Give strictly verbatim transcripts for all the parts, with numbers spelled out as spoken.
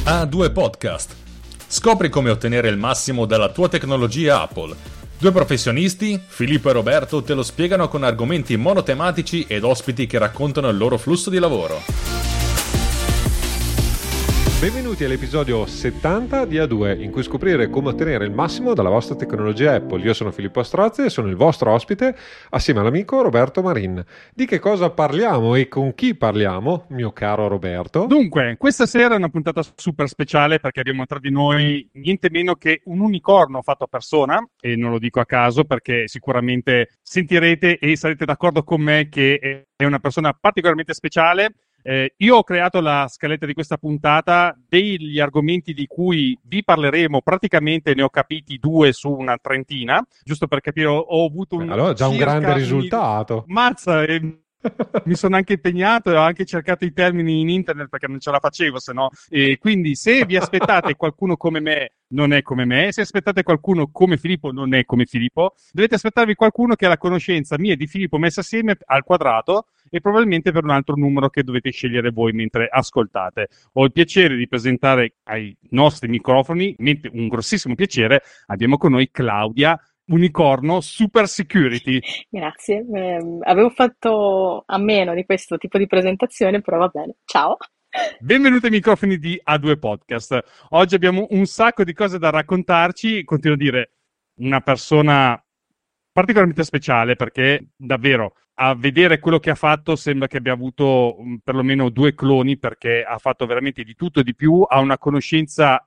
A due Podcast. Scopri come ottenere il massimo dalla tua tecnologia Apple. Due professionisti, Filippo e Roberto, te lo spiegano con argomenti monotematici ed ospiti che raccontano il loro flusso di lavoro. Benvenuti all'episodio settanta di A due, in cui scoprire come ottenere il massimo dalla vostra tecnologia Apple. Io sono Filippo Strozzi e sono il vostro ospite assieme all'amico Roberto Marin. Di che cosa parliamo e con chi parliamo, mio caro Roberto? Dunque, questa sera è una puntata super speciale perché abbiamo tra di noi niente meno che un unicorno fatto a persona, e non lo dico a caso perché sicuramente sentirete e sarete d'accordo con me che è una persona particolarmente speciale. Eh, io ho creato la scaletta di questa puntata, degli argomenti di cui vi parleremo, praticamente ne ho capiti due su una trentina, giusto per capire, ho, ho avuto un... Allora, già un grande risultato. Mazza, eh, mi sono anche impegnato e ho anche cercato i termini in internet perché non ce la facevo, se no. E quindi se vi aspettate qualcuno come me, non è come me. Se aspettate qualcuno come Filippo, non è come Filippo. Dovete aspettarvi qualcuno che ha la conoscenza mia e di Filippo messa assieme al quadrato e probabilmente per un altro numero che dovete scegliere voi mentre ascoltate. Ho il piacere di presentare ai nostri microfoni, un grossissimo piacere, abbiamo con noi Claudia Unicorno Super Security. Grazie, eh, avevo fatto a meno di questo tipo di presentazione, però va bene. Ciao. Benvenuti ai microfoni di A due Podcast. Oggi abbiamo un sacco di cose da raccontarci. Continuo a dire una persona particolarmente speciale perché davvero a vedere quello che ha fatto sembra che abbia avuto um, perlomeno due cloni, perché ha fatto veramente di tutto e di più, ha una conoscenza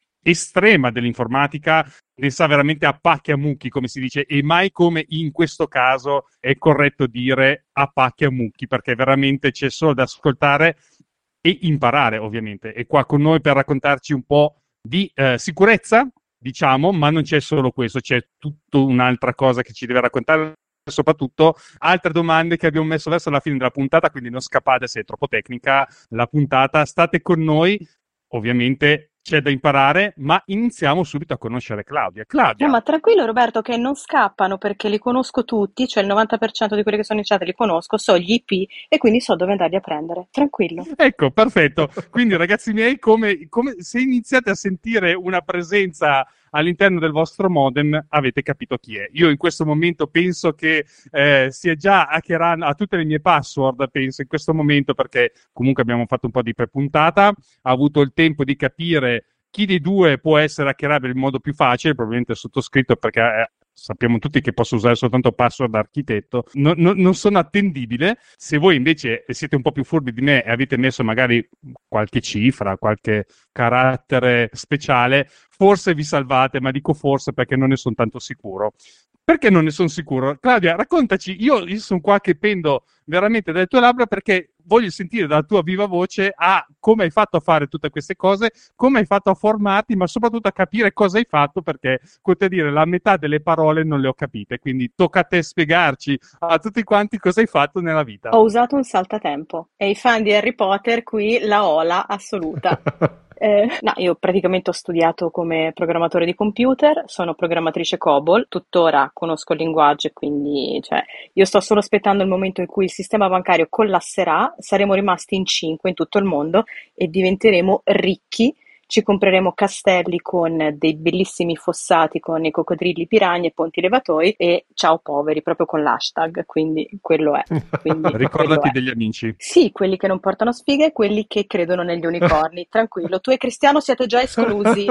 estrema dell'informatica, ne sa veramente a pacchi a mucchi, come si dice, e mai come in questo caso è corretto dire a pacchi a mucchi, perché veramente c'è solo da ascoltare e imparare, ovviamente. È qua con noi per raccontarci un po' di eh, sicurezza, diciamo, ma non c'è solo questo, c'è tutta un'altra cosa che ci deve raccontare, soprattutto altre domande che abbiamo messo verso la fine della puntata, quindi non scappate se è troppo tecnica la puntata, state con noi, ovviamente c'è da imparare, ma iniziamo subito a conoscere Claudia. Claudia. No, ma tranquillo Roberto, che non scappano perché li conosco tutti, cioè il novanta per cento di quelli che sono iniziati li conosco, so gli I P e quindi so dove andarli a prendere, tranquillo. Ecco, perfetto. Quindi ragazzi miei, come, come se iniziate a sentire una presenza all'interno del vostro modem, avete capito chi è. Io in questo momento penso che eh, sia già hackeranno a tutte le mie password, penso in questo momento, perché comunque abbiamo fatto un po' di pre-puntata, ha avuto il tempo di capire chi dei due può essere hackerabile in modo più facile, probabilmente sottoscritto perché eh, sappiamo tutti che posso usare soltanto password architetto, no, no, non sono attendibile. Se voi invece siete un po' più furbi di me e avete messo magari qualche cifra, qualche carattere speciale, forse vi salvate, ma dico forse perché non ne sono tanto sicuro. Perché non ne sono sicuro? Claudia, raccontaci, io, io sono qua che pendo veramente dalle tue labbra perché voglio sentire dalla tua viva voce a come hai fatto a fare tutte queste cose, come hai fatto a formarti, ma soprattutto a capire cosa hai fatto, perché, come dire, la metà delle parole non le ho capite, quindi tocca a te spiegarci a tutti quanti cosa hai fatto nella vita. Ho usato un saltatempo e i fan di Harry Potter qui la ola assoluta. Eh, no, io praticamente ho studiato come programmatore di computer, sono programmatrice COBOL, tuttora conosco il linguaggio e quindi cioè, io sto solo aspettando il momento in cui il sistema bancario collasserà, saremo rimasti in cinque in tutto il mondo e diventeremo ricchi. Ci compreremo castelli con dei bellissimi fossati con i coccodrilli, piranha e ponti levatoi e ciao poveri, proprio con l'hashtag, quindi quello è. Quindi Ricordati quello è. degli amici. Sì, quelli che non portano sfighe e quelli che credono negli unicorni. Tranquillo, tu e Cristiano siete già esclusi.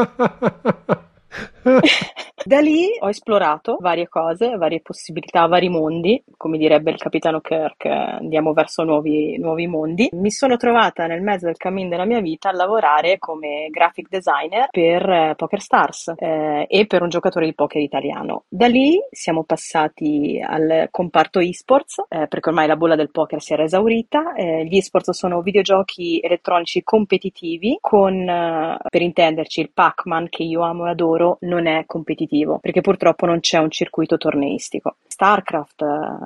Da lì ho esplorato varie cose, varie possibilità, vari mondi, come direbbe il capitano Kirk, andiamo verso nuovi, nuovi mondi. Mi sono trovata nel mezzo del cammin della mia vita a lavorare come graphic designer per eh, PokerStars eh, e per un giocatore di poker italiano. Da lì siamo passati al comparto esports, eh, perché ormai la bolla del poker si era esaurita. Eh, gli esports sono videogiochi elettronici competitivi con, eh, per intenderci, il Pac-Man che io amo e adoro, loro non è competitivo, perché purtroppo non c'è un circuito torneistico. StarCraft,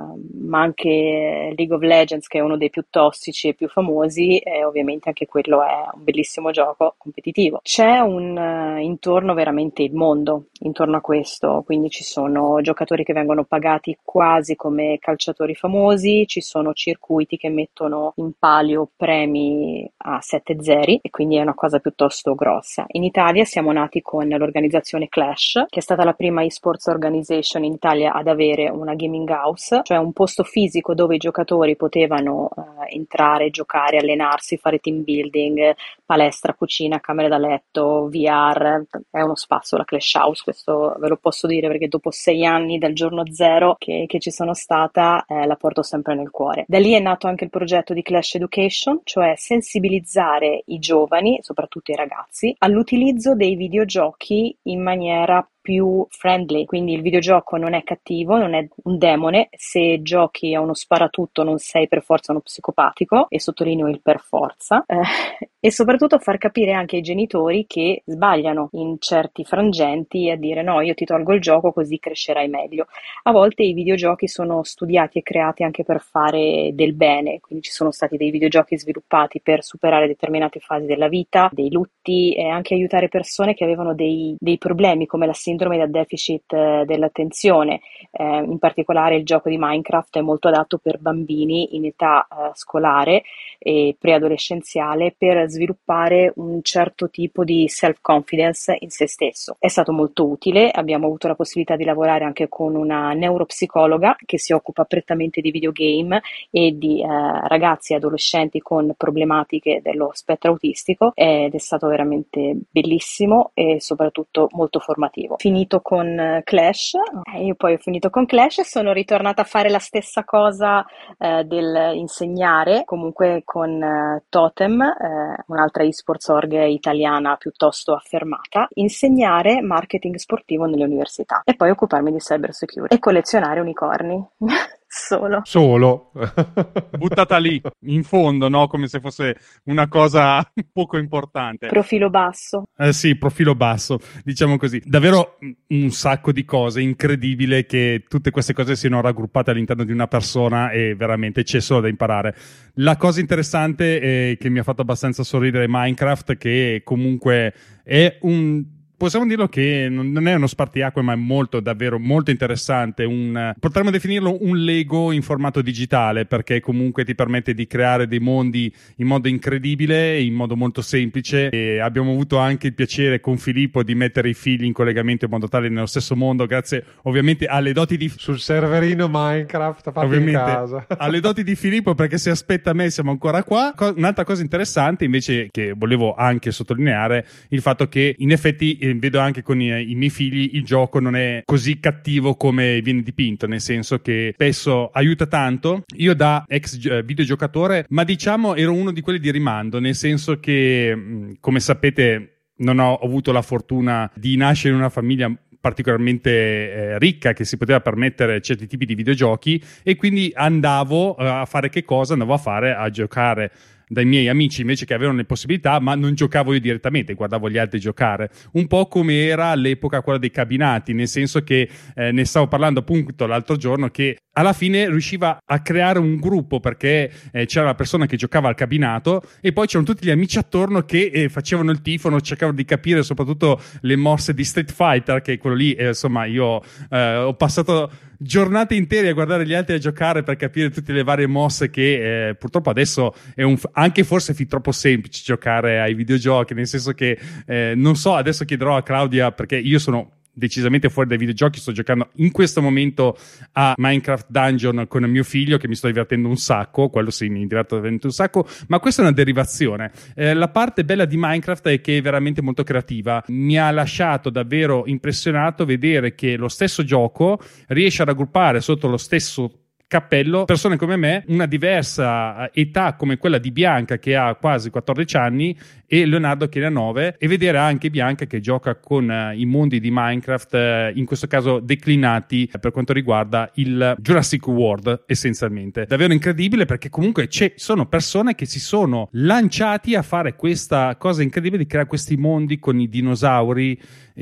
ma anche League of Legends, che è uno dei più tossici e più famosi, e ovviamente anche quello è un bellissimo gioco competitivo. C'è un uh, intorno veramente il mondo intorno a questo, quindi ci sono giocatori che vengono pagati quasi come calciatori famosi, ci sono circuiti che mettono in palio premi a sette zeri e quindi è una cosa piuttosto grossa. In Italia siamo nati con l'organizzazione Clash, che è stata la prima eSports organization in Italia ad avere una gaming house, cioè un posto fisico dove i giocatori potevano uh, entrare, giocare, allenarsi, fare team building, palestra, cucina, camere da letto, V R. È uno spasso la Clash House, questo ve lo posso dire perché dopo sei anni dal giorno zero che, che ci sono stata eh, la porto sempre nel cuore. Da lì è nato anche il progetto di Clash Education, cioè sensibilizzare i giovani, soprattutto i ragazzi, all'utilizzo dei videogiochi in maniera più friendly, quindi il videogioco non è cattivo, non è un demone, se giochi a uno sparatutto non sei per forza uno psicopatico, e sottolineo il per forza, eh, e soprattutto far capire anche ai genitori che sbagliano in certi frangenti a dire no, io ti tolgo il gioco così crescerai meglio. A volte i videogiochi sono studiati e creati anche per fare del bene, quindi ci sono stati dei videogiochi sviluppati per superare determinate fasi della vita, dei lutti, e anche aiutare persone che avevano dei, dei problemi come la sindrome da deficit eh, dell'attenzione. Eh, in particolare il gioco di Minecraft è molto adatto per bambini in età eh, scolare e preadolescenziale per sviluppare un certo tipo di self-confidence in se stesso. È stato molto utile, abbiamo avuto la possibilità di lavorare anche con una neuropsicologa che si occupa prettamente di videogame e di eh, ragazzi e adolescenti con problematiche dello spettro autistico, ed è stato veramente bellissimo e soprattutto molto formativo. Finito con Clash, eh, io poi ho finito con Clash e sono ritornata a fare la stessa cosa eh, del insegnare, comunque con eh, Totem, eh, un'altra eSports org italiana piuttosto affermata, insegnare marketing sportivo nelle università e poi occuparmi di cyber security e collezionare unicorni. Solo. Solo. Buttata lì, in fondo, no? Come se fosse una cosa poco importante. Profilo basso. Eh sì, profilo basso, diciamo così. Davvero un sacco di cose, incredibile che tutte queste cose siano raggruppate all'interno di una persona e veramente c'è solo da imparare. La cosa interessante è che mi ha fatto abbastanza sorridere Minecraft, che comunque è un... possiamo dirlo che non è uno spartiacque, ma è molto, davvero molto interessante. Un, potremmo definirlo un Lego in formato digitale, perché comunque ti permette di creare dei mondi in modo incredibile, in modo molto semplice. E abbiamo avuto anche il piacere con Filippo di mettere i figli in collegamento in modo tale nello stesso mondo, grazie ovviamente alle doti di... sul serverino Minecraft fatto ovviamente in casa. Alle doti di Filippo, perché se aspetta me siamo ancora qua. Co- un'altra cosa interessante invece che volevo anche sottolineare, il fatto che in effetti eh, vedo anche con i, i miei figli il gioco non è così cattivo come viene dipinto, nel senso che spesso aiuta tanto. Io da ex eh, videogiocatore, ma diciamo ero uno di quelli di rimando, nel senso che mh, come sapete non ho avuto la fortuna di nascere in una famiglia particolarmente eh, ricca che si poteva permettere certi tipi di videogiochi, e quindi andavo eh, a fare che cosa? Andavo a fare a giocare dai miei amici invece che avevano le possibilità, ma non giocavo io direttamente, guardavo gli altri giocare, un po' come era all'epoca quella dei cabinati, nel senso che eh, ne stavo parlando appunto l'altro giorno, che alla fine riusciva a creare un gruppo, perché eh, c'era la persona che giocava al cabinato e poi c'erano tutti gli amici attorno che eh, facevano il tifo, cercavano di capire soprattutto le mosse di Street Fighter, che quello lì eh, insomma io eh, ho passato giornate intere a guardare gli altri a giocare per capire tutte le varie mosse, che eh, purtroppo adesso è un, anche forse fin troppo semplice giocare ai videogiochi, nel senso che eh, non so, adesso chiederò a Claudia, perché io sono decisamente fuori dai videogiochi, sto giocando in questo momento a Minecraft Dungeon con mio figlio, che mi sto divertendo un sacco, quello sì, mi diverto veramente un sacco, ma questa è una derivazione. Eh, la parte bella di Minecraft è che è veramente molto creativa, mi ha lasciato davvero impressionato vedere che lo stesso gioco riesce a raggruppare sotto lo stesso cappello persone come me, una diversa età come quella di Bianca che ha quasi quattordici anni e Leonardo che ne ha nove, e vedere anche Bianca che gioca con uh, i mondi di Minecraft, uh, in questo caso declinati per quanto riguarda il Jurassic World essenzialmente. Davvero incredibile, perché comunque ci sono persone che si sono lanciati a fare questa cosa incredibile di creare questi mondi con i dinosauri e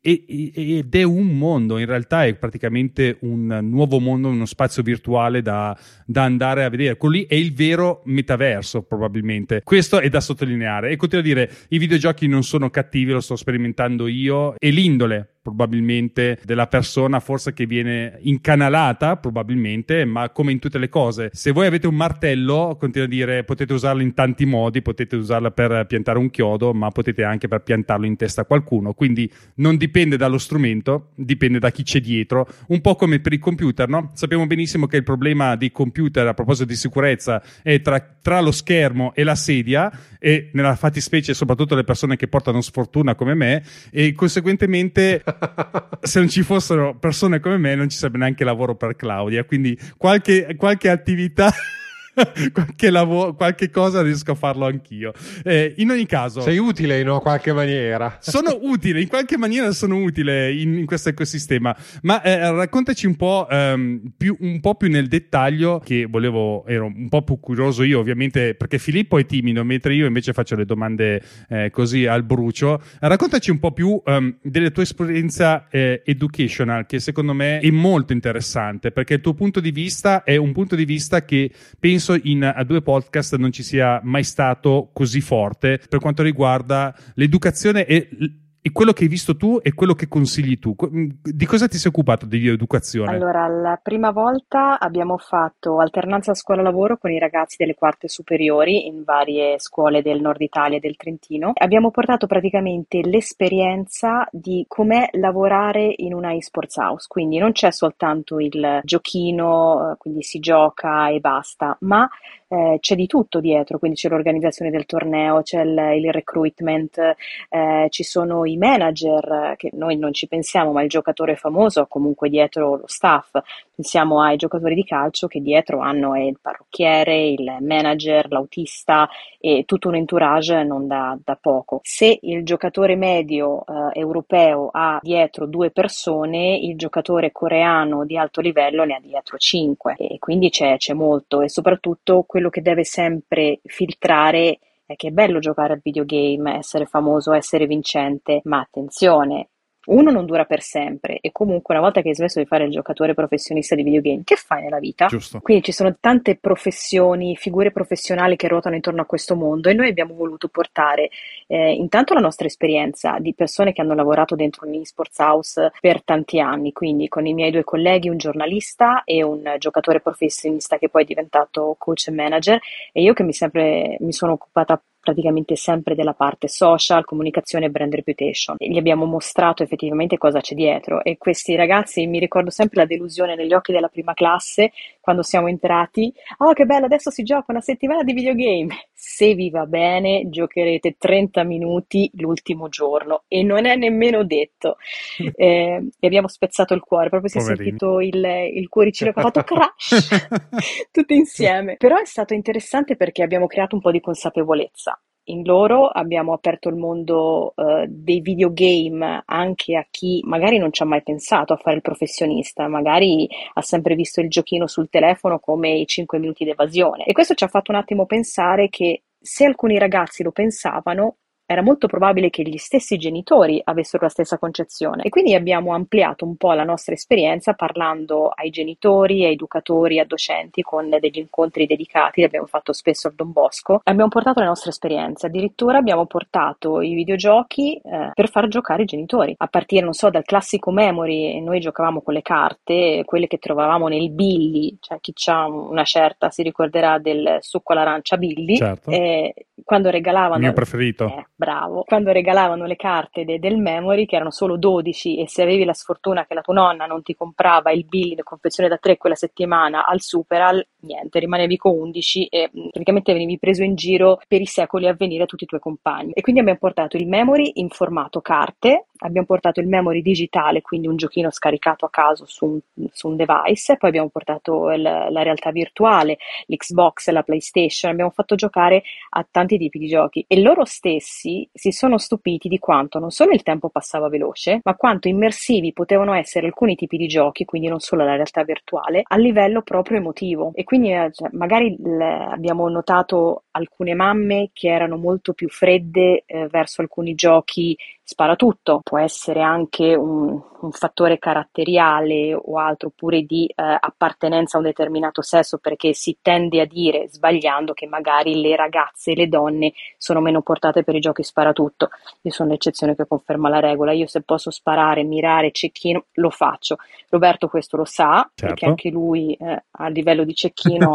e, e, ed è un mondo, in realtà è praticamente un nuovo mondo, uno spazio virtuale da, da andare a vedere. Quello lì è il vero metaverso, probabilmente. Questo è da sottolineare. E continuo a dire, i videogiochi non sono cattivi, lo sto sperimentando io, e l'indole probabilmente della persona forse che viene incanalata, probabilmente, ma come in tutte le cose, se voi avete un martello, continuo a dire, potete usarlo in tanti modi, potete usarlo per piantare un chiodo, ma potete anche per piantarlo in testa a qualcuno, quindi non dipende dallo strumento, dipende da chi c'è dietro, un po' come per i computer, no? Sappiamo benissimo che il problema dei computer a proposito di sicurezza è tra, tra lo schermo e la sedia, e nella fattispecie soprattutto le persone che portano sfortuna come me, e conseguentemente se non ci fossero persone come me non ci sarebbe neanche lavoro per Claudia, quindi qualche, qualche attività qualche lavoro, qualche cosa riesco a farlo anch'io. Eh, in ogni caso, sei utile in una qualche maniera. Sono utile, in qualche maniera sono utile in, in questo ecosistema. Ma eh, raccontaci un po', ehm, più, un po' più nel dettaglio, che volevo, ero un po' più curioso io, ovviamente, perché Filippo è timido, mentre io invece faccio le domande eh, così al brucio. Raccontaci un po' più ehm, della tua esperienza eh, educational, che secondo me è molto interessante, perché il tuo punto di vista è un punto di vista che penso in a due podcast non ci sia mai stato così forte per quanto riguarda l'educazione e, e quello che hai visto tu e quello che consigli tu. Di cosa ti sei occupato di educazione? Allora, la prima volta abbiamo fatto alternanza scuola-lavoro con i ragazzi delle quarte superiori in varie scuole del nord Italia e del Trentino. Abbiamo portato praticamente l'esperienza di com'è lavorare in una eSports house, quindi non c'è soltanto il giochino, quindi si gioca e basta, ma eh, c'è di tutto dietro, quindi c'è l'organizzazione del torneo, c'è il, il recruitment, eh, ci sono i manager, che noi non ci pensiamo, ma il giocatore famoso ha comunque dietro lo staff. Pensiamo ai giocatori di calcio che dietro hanno il parrucchiere, il manager, l'autista e tutto un entourage non da, da poco. Se il giocatore medio eh, europeo ha dietro due persone, il giocatore coreano di alto livello ne ha dietro cinque, e quindi c'è, c'è molto, e soprattutto quello che deve sempre filtrare è che è bello giocare al videogame, essere famoso, essere vincente, ma attenzione, uno non dura per sempre, e comunque una volta che hai smesso di fare il giocatore professionista di videogame, che fai nella vita? Giusto. Quindi ci sono tante professioni, figure professionali che ruotano intorno a questo mondo, e noi abbiamo voluto portare eh, intanto la nostra esperienza di persone che hanno lavorato dentro un eSports house per tanti anni, quindi con i miei due colleghi, un giornalista e un giocatore professionista che poi è diventato coach e manager, e io che mi sempre mi sono occupata praticamente sempre della parte social, comunicazione e brand reputation. E gli abbiamo mostrato effettivamente cosa c'è dietro, e questi ragazzi, mi ricordo sempre la delusione negli occhi della prima classe quando siamo entrati. Oh, che bello, adesso si gioca una settimana di videogame. Se vi va bene giocherete trenta minuti l'ultimo giorno, e non è nemmeno detto. Eh, e abbiamo spezzato il cuore, proprio si è Poverini. sentito il, il cuoricino che ha fatto crash tutti insieme. Però è stato interessante perché abbiamo creato un po' di consapevolezza in loro, abbiamo aperto il mondo uh, dei videogame anche a chi magari non ci ha mai pensato a fare il professionista, magari ha sempre visto il giochino sul telefono come i cinque minuti d'evasione, e questo ci ha fatto un attimo pensare che se alcuni ragazzi lo pensavano, era molto probabile che gli stessi genitori avessero la stessa concezione, e quindi abbiamo ampliato un po' la nostra esperienza parlando ai genitori, ai educatori, a docenti con degli incontri dedicati. Abbiamo fatto spesso al Don Bosco, abbiamo portato le nostre esperienze, addirittura abbiamo portato i videogiochi eh, per far giocare i genitori, a partire, non so, dal classico memory. Noi giocavamo con le carte, quelle che trovavamo nel Billy, cioè chi c'ha una certa si ricorderà del succo all'arancia Billy, Certo. eh, quando regalavano Il mio preferito. eh, bravo, quando regalavano le carte de- del memory, che erano solo dodici, e se avevi la sfortuna che la tua nonna non ti comprava il Billy in confezione da tre quella settimana al Superal, niente, rimanevi con undici e mh, praticamente venivi preso in giro per i secoli a venire a tutti i tuoi compagni. E quindi abbiamo portato il memory in formato carte, abbiamo portato il memory digitale, quindi un giochino scaricato a caso su un, su un device, e poi abbiamo portato il, la realtà virtuale, l'Xbox, la PlayStation, abbiamo fatto giocare a tanti tipi di giochi, e loro stessi si sono stupiti di quanto non solo il tempo passava veloce, ma quanto immersivi potevano essere alcuni tipi di giochi, quindi non solo la realtà virtuale, a livello proprio emotivo. E quindi eh, cioè, magari l- abbiamo notato alcune mamme che erano molto più fredde eh, verso alcuni giochi sparatutto, può essere anche un, un fattore caratteriale o altro, oppure di eh, appartenenza a un determinato sesso, perché si tende a dire, sbagliando, che magari le ragazze e le donne sono meno portate per i giochi sparatutto. Io sono l'eccezione che conferma la regola, io se posso sparare, mirare, cecchino, lo faccio. Roberto questo lo sa, certo, perché anche lui eh, a livello di cecchino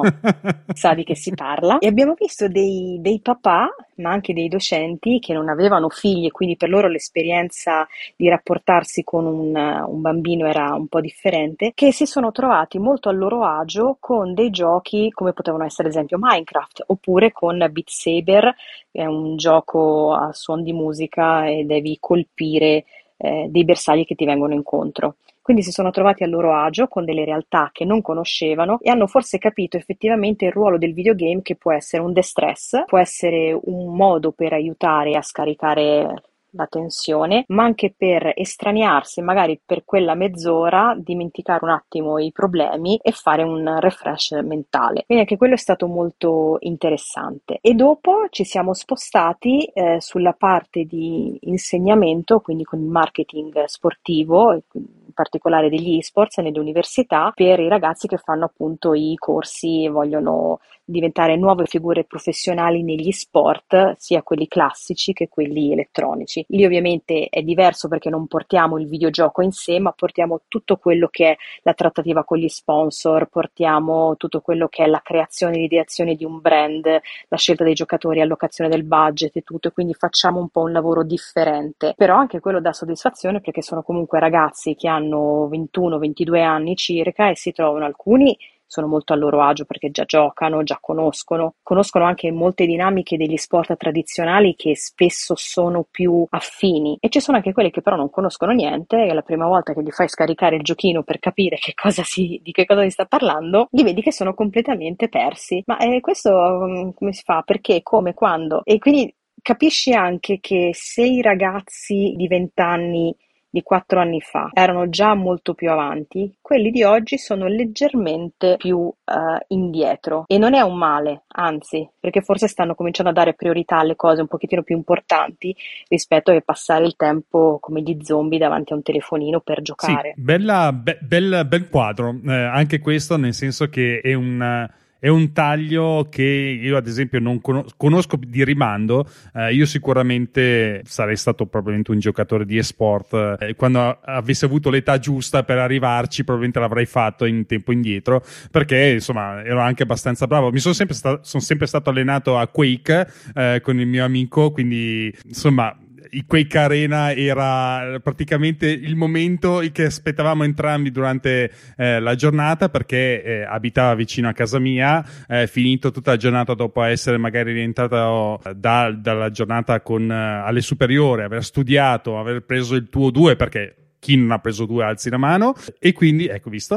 sa di che si parla. E abbiamo visto dei, dei papà, ma anche dei docenti che non avevano figli e quindi per loro l'esperienza di rapportarsi con un, un bambino era un po' differente, che si sono trovati molto a loro agio con dei giochi come potevano essere ad esempio Minecraft, oppure con Beat Saber, è un gioco a suon di musica e devi colpire eh, dei bersagli che ti vengono incontro. Quindi si sono trovati a loro agio con delle realtà che non conoscevano e hanno forse capito effettivamente il ruolo del videogame, che può essere un de-stress, può essere un modo per aiutare a scaricare la tensione, ma anche per estraniarsi, magari per quella mezz'ora, dimenticare un attimo i problemi e fare un refresh mentale. Quindi anche quello è stato molto interessante. E dopo ci siamo spostati eh, sulla parte di insegnamento, quindi con il marketing sportivo, in particolare degli e-sports nelle università, per i ragazzi che fanno appunto i corsi e vogliono diventare nuove figure professionali negli sport, sia quelli classici che quelli elettronici. Lì ovviamente è diverso perché non portiamo il videogioco in sé, ma portiamo tutto quello che è la trattativa con gli sponsor, portiamo tutto quello che è la creazione e l'ideazione di un brand, la scelta dei giocatori, allocazione del budget e tutto, e quindi facciamo un po' un lavoro differente, però anche quello dà soddisfazione perché sono comunque ragazzi che hanno ventuno ventidue anni circa e si trovano, alcuni sono molto a loro agio perché già giocano, già conoscono, conoscono anche molte dinamiche degli sport tradizionali che spesso sono più affini, e ci sono anche quelli che però non conoscono niente e la prima volta che gli fai scaricare il giochino per capire che cosa si, di che cosa si sta parlando, li vedi che sono completamente persi. Ma eh, questo um, come si fa? Perché? Come? Quando? E quindi capisci anche che se i ragazzi di venti anni di quattro anni fa erano già molto più avanti, quelli di oggi sono leggermente più uh, indietro, e non è un male, anzi, perché forse stanno cominciando a dare priorità alle cose un pochettino più importanti rispetto a passare il tempo come gli zombie davanti a un telefonino per giocare. Sì, bella, be- bel, bel quadro, eh, anche questo, nel senso che è un... È un taglio che io ad esempio non conos- conosco di rimando. Eh, io sicuramente sarei stato probabilmente un giocatore di esport, eh, quando avessi avuto l'età giusta per arrivarci probabilmente l'avrei fatto in tempo indietro, perché insomma ero anche abbastanza bravo. Mi sono sempre, sta- sono sempre stato allenato a Quake eh, con il mio amico, quindi insomma il Quake Arena era praticamente il momento che aspettavamo entrambi durante eh, la giornata, perché eh, abitava vicino a casa mia, eh, finito tutta la giornata dopo essere magari rientrato da, dalla giornata con, eh, alle superiori, aver studiato, aver preso il tuo due, perché chi non ha preso due alzi la mano, e quindi ecco, visto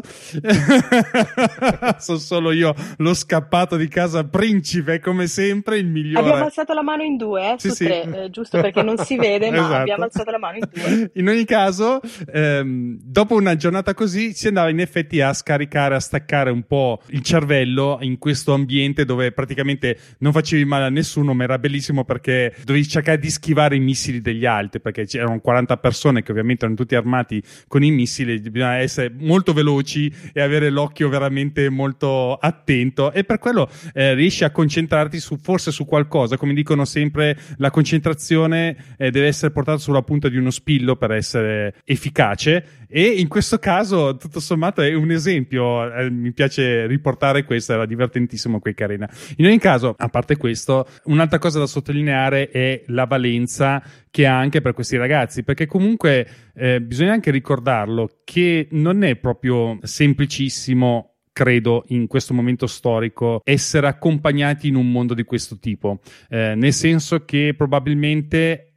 sono solo io lo scappato di casa principe come sempre, il migliore. Abbiamo alzato la mano in due eh, sì, su sì. tre, eh, giusto perché non si vede, ma esatto. Abbiamo alzato la mano in due. In ogni caso, ehm, dopo una giornata così si andava in effetti a scaricare, a staccare un po' il cervello in questo ambiente dove praticamente non facevi male a nessuno, ma era bellissimo perché dovevi cercare di schivare i missili degli altri, perché c'erano quaranta persone che ovviamente erano tutti armati con i missili, bisogna essere molto veloci e avere l'occhio veramente molto attento, e per quello eh, riesci a concentrarti su, forse su qualcosa. Come dicono sempre, la concentrazione eh, deve essere portata sulla punta di uno spillo per essere efficace, e in questo caso tutto sommato è un esempio. Eh, mi piace riportare questo, era divertentissimo Quake Arena. In ogni caso, a parte questo, un'altra cosa da sottolineare è la valenza che ha anche per questi ragazzi, perché comunque eh, bisogna anche ricordarlo che non è proprio semplicissimo, credo, in questo momento storico essere accompagnati in un mondo di questo tipo, eh, nel senso che probabilmente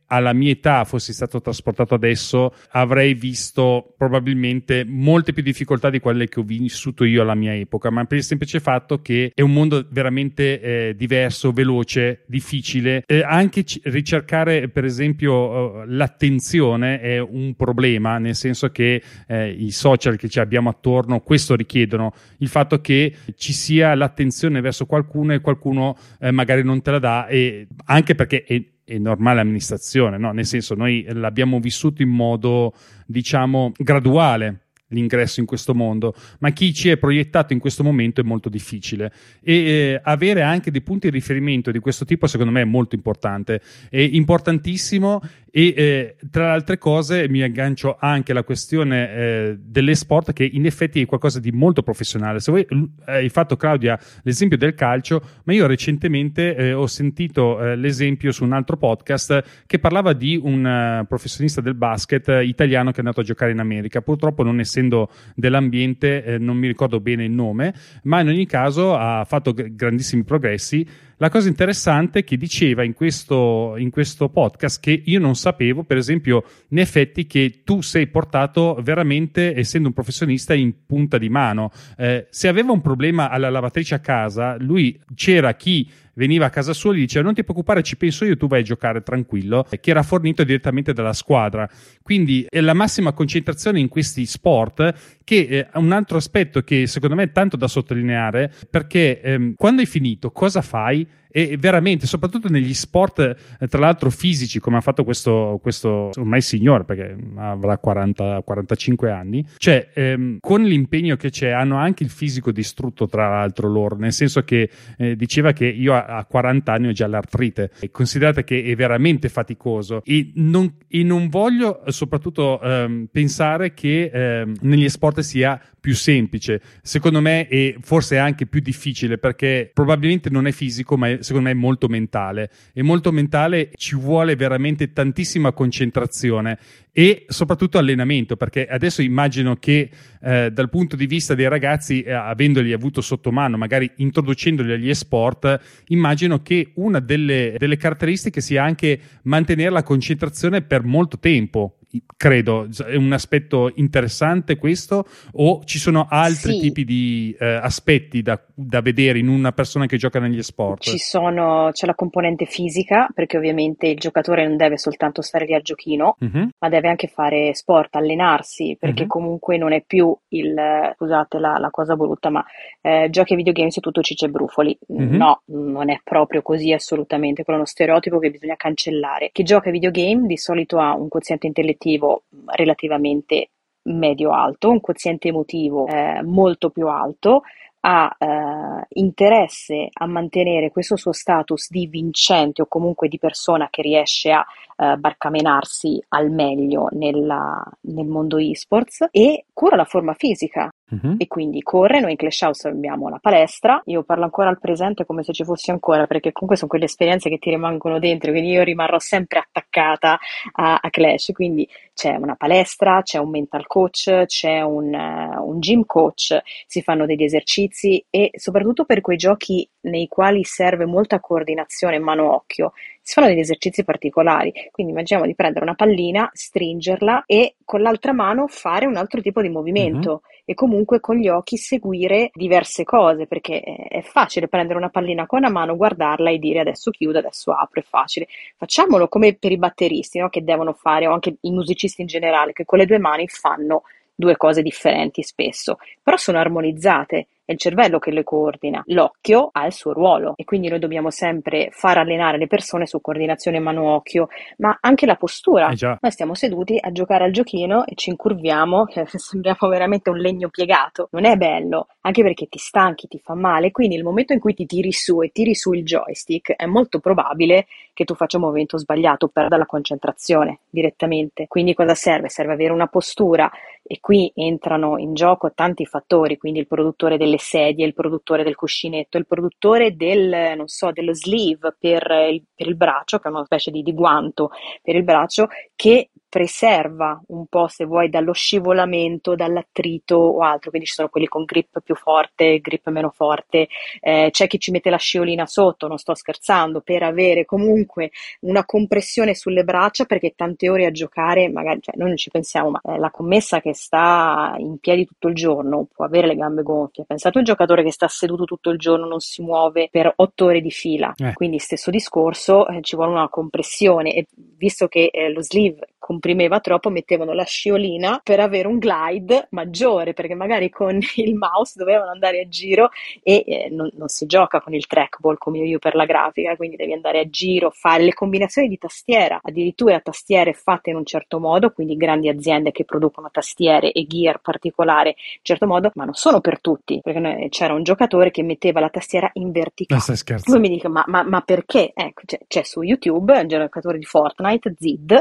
alla mia età fossi stato trasportato adesso, avrei visto probabilmente molte più difficoltà di quelle che ho vissuto io alla mia epoca, ma per il semplice fatto che è un mondo veramente eh, diverso, veloce, difficile. Eh, anche c- ricercare per esempio uh, l'attenzione è un problema, nel senso che eh, i social che ci abbiamo attorno questo richiedono, il fatto che ci sia l'attenzione verso qualcuno e qualcuno eh, magari non te la dà, e anche perché è è normale amministrazione, no? Nel senso, noi l'abbiamo vissuto in modo, diciamo, graduale l'ingresso in questo mondo, ma chi ci è proiettato in questo momento è molto difficile, e eh, avere anche dei punti di riferimento di questo tipo secondo me è molto importante, è importantissimo. E eh, tra le altre cose mi aggancio anche alla questione eh, dell'esport, che in effetti è qualcosa di molto professionale. Se voi eh, hai fatto, Claudia, l'esempio del calcio, ma io recentemente eh, ho sentito eh, l'esempio su un altro podcast che parlava di un uh, professionista del basket uh, italiano che è andato a giocare in America. Purtroppo, non essendo dell'ambiente, eh, non mi ricordo bene il nome, ma in ogni caso ha fatto g- grandissimi progressi. La cosa interessante è che diceva in questo, in questo podcast, che io non sapevo, per esempio, in effetti, che tu sei portato veramente, essendo un professionista, in punta di mano. Eh, se aveva un problema alla lavatrice a casa, lui c'era chi veniva a casa sua e gli diceva: non ti preoccupare, ci penso io, tu vai a giocare tranquillo, che era fornito direttamente dalla squadra. Quindi è la massima concentrazione in questi sport, che è un altro aspetto che secondo me è tanto da sottolineare, perché ehm, quando hai finito cosa fai? E veramente, soprattutto negli sport eh, tra l'altro fisici, come ha fatto questo, questo ormai signore, perché avrà quaranta quarantacinque anni, cioè ehm, con l'impegno che c'è hanno anche il fisico distrutto, tra l'altro loro, nel senso che eh, diceva che io a, a quaranta anni ho già l'artrite, e considerate che è veramente faticoso, e non, e non voglio soprattutto ehm, pensare che ehm, negli sport sia più semplice. Secondo me è forse anche più difficile, perché probabilmente non è fisico, ma è, secondo me è molto mentale. È molto mentale, ci vuole veramente tantissima concentrazione e soprattutto allenamento, perché adesso immagino che eh, dal punto di vista dei ragazzi, eh, avendoli avuto sotto mano, magari introducendoli agli sport, immagino che una delle, delle caratteristiche sia anche mantenere la concentrazione per molto tempo. Credo è un aspetto interessante questo, o ci sono altri Sì. tipi di eh, aspetti da, da vedere in una persona che gioca negli sport? Ci sono, c'è la componente fisica, perché ovviamente il giocatore non deve soltanto stare lì al giochino, Mhm. ma deve anche fare sport, allenarsi, perché Mhm. comunque non è più il, scusate la, la cosa brutta, ma eh, giochi ai videogames e tutto cice e brufoli. Mhm. No, non è proprio così assolutamente, quello è uno stereotipo che bisogna cancellare. Chi gioca ai videogame di solito ha un quoziente intellettivo relativamente medio-alto, un quoziente emotivo eh, molto più alto, ha eh, interesse a mantenere questo suo status di vincente o comunque di persona che riesce a eh, barcamenarsi al meglio nella- nel mondo esports, e cura la forma fisica. Mhm. E quindi corre. Noi in Clash House abbiamo la palestra, io parlo ancora al presente come se ci fossi ancora, perché comunque sono quelle esperienze che ti rimangono dentro, quindi io rimarrò sempre attaccata a, a Clash. Quindi c'è una palestra, c'è un mental coach, c'è un, eh, un gym coach, si fanno degli esercizi, e soprattutto per quei giochi nei quali serve molta coordinazione mano-occhio, si fanno degli esercizi particolari. Quindi immaginiamo di prendere una pallina, stringerla e con l'altra mano fare un altro tipo di movimento, e comunque con gli occhi seguire diverse cose, perché è è facile prendere una pallina con una mano, guardarla e dire adesso chiudo, adesso apro, è facile. Facciamolo come per i batteristi, no? Che devono fare, o anche i musicisti in generale, che con le due mani fanno due cose differenti spesso, però sono armonizzate. È il cervello che le coordina, l'occhio ha il suo ruolo, e quindi noi dobbiamo sempre far allenare le persone su coordinazione mano-occhio, ma anche la postura. Eh già. Noi stiamo seduti a giocare al giochino e ci incurviamo, che sembriamo veramente un legno piegato. Non è bello, anche perché ti stanchi, ti fa male, quindi il momento in cui ti tiri su e tiri su il joystick è molto probabile che tu faccia un movimento sbagliato, perda la concentrazione direttamente. Quindi cosa serve? Serve avere una postura, e qui entrano in gioco tanti fattori, quindi il produttore delle sedie, il produttore del cuscinetto, il produttore del, non so, dello sleeve per il, per il braccio, che è una specie di, di guanto per il braccio, che preserva un po', se vuoi, dallo scivolamento, dall'attrito o altro, quindi ci sono quelli con grip più forte, grip meno forte, eh, c'è chi ci mette la sciolina sotto, non sto scherzando, per avere comunque una compressione sulle braccia, perché tante ore a giocare, magari, cioè, noi non ci pensiamo, ma eh, la commessa che sta in piedi tutto il giorno può avere le gambe gonfie. Pensate a un giocatore che sta seduto tutto il giorno, non si muove per otto ore di fila, Eh. quindi stesso discorso, eh, ci vuole una compressione, e visto che eh, lo sleeve comprimeva troppo, mettevano la sciolina per avere un glide maggiore, perché magari con il mouse dovevano andare a giro e eh, non, non si gioca con il trackball come io per la grafica, quindi devi andare a giro, fare le combinazioni di tastiera, addirittura tastiere fatte in un certo modo, quindi grandi aziende che producono tastiere e gear particolare in un certo modo, ma non sono per tutti, perché noi, c'era un giocatore che metteva la tastiera in verticale. Ma stai scherzando? Lui mi dice, ma, ma, ma perché? Ecco, c'è, c'è su YouTube un giocatore di Fortnite, Zid,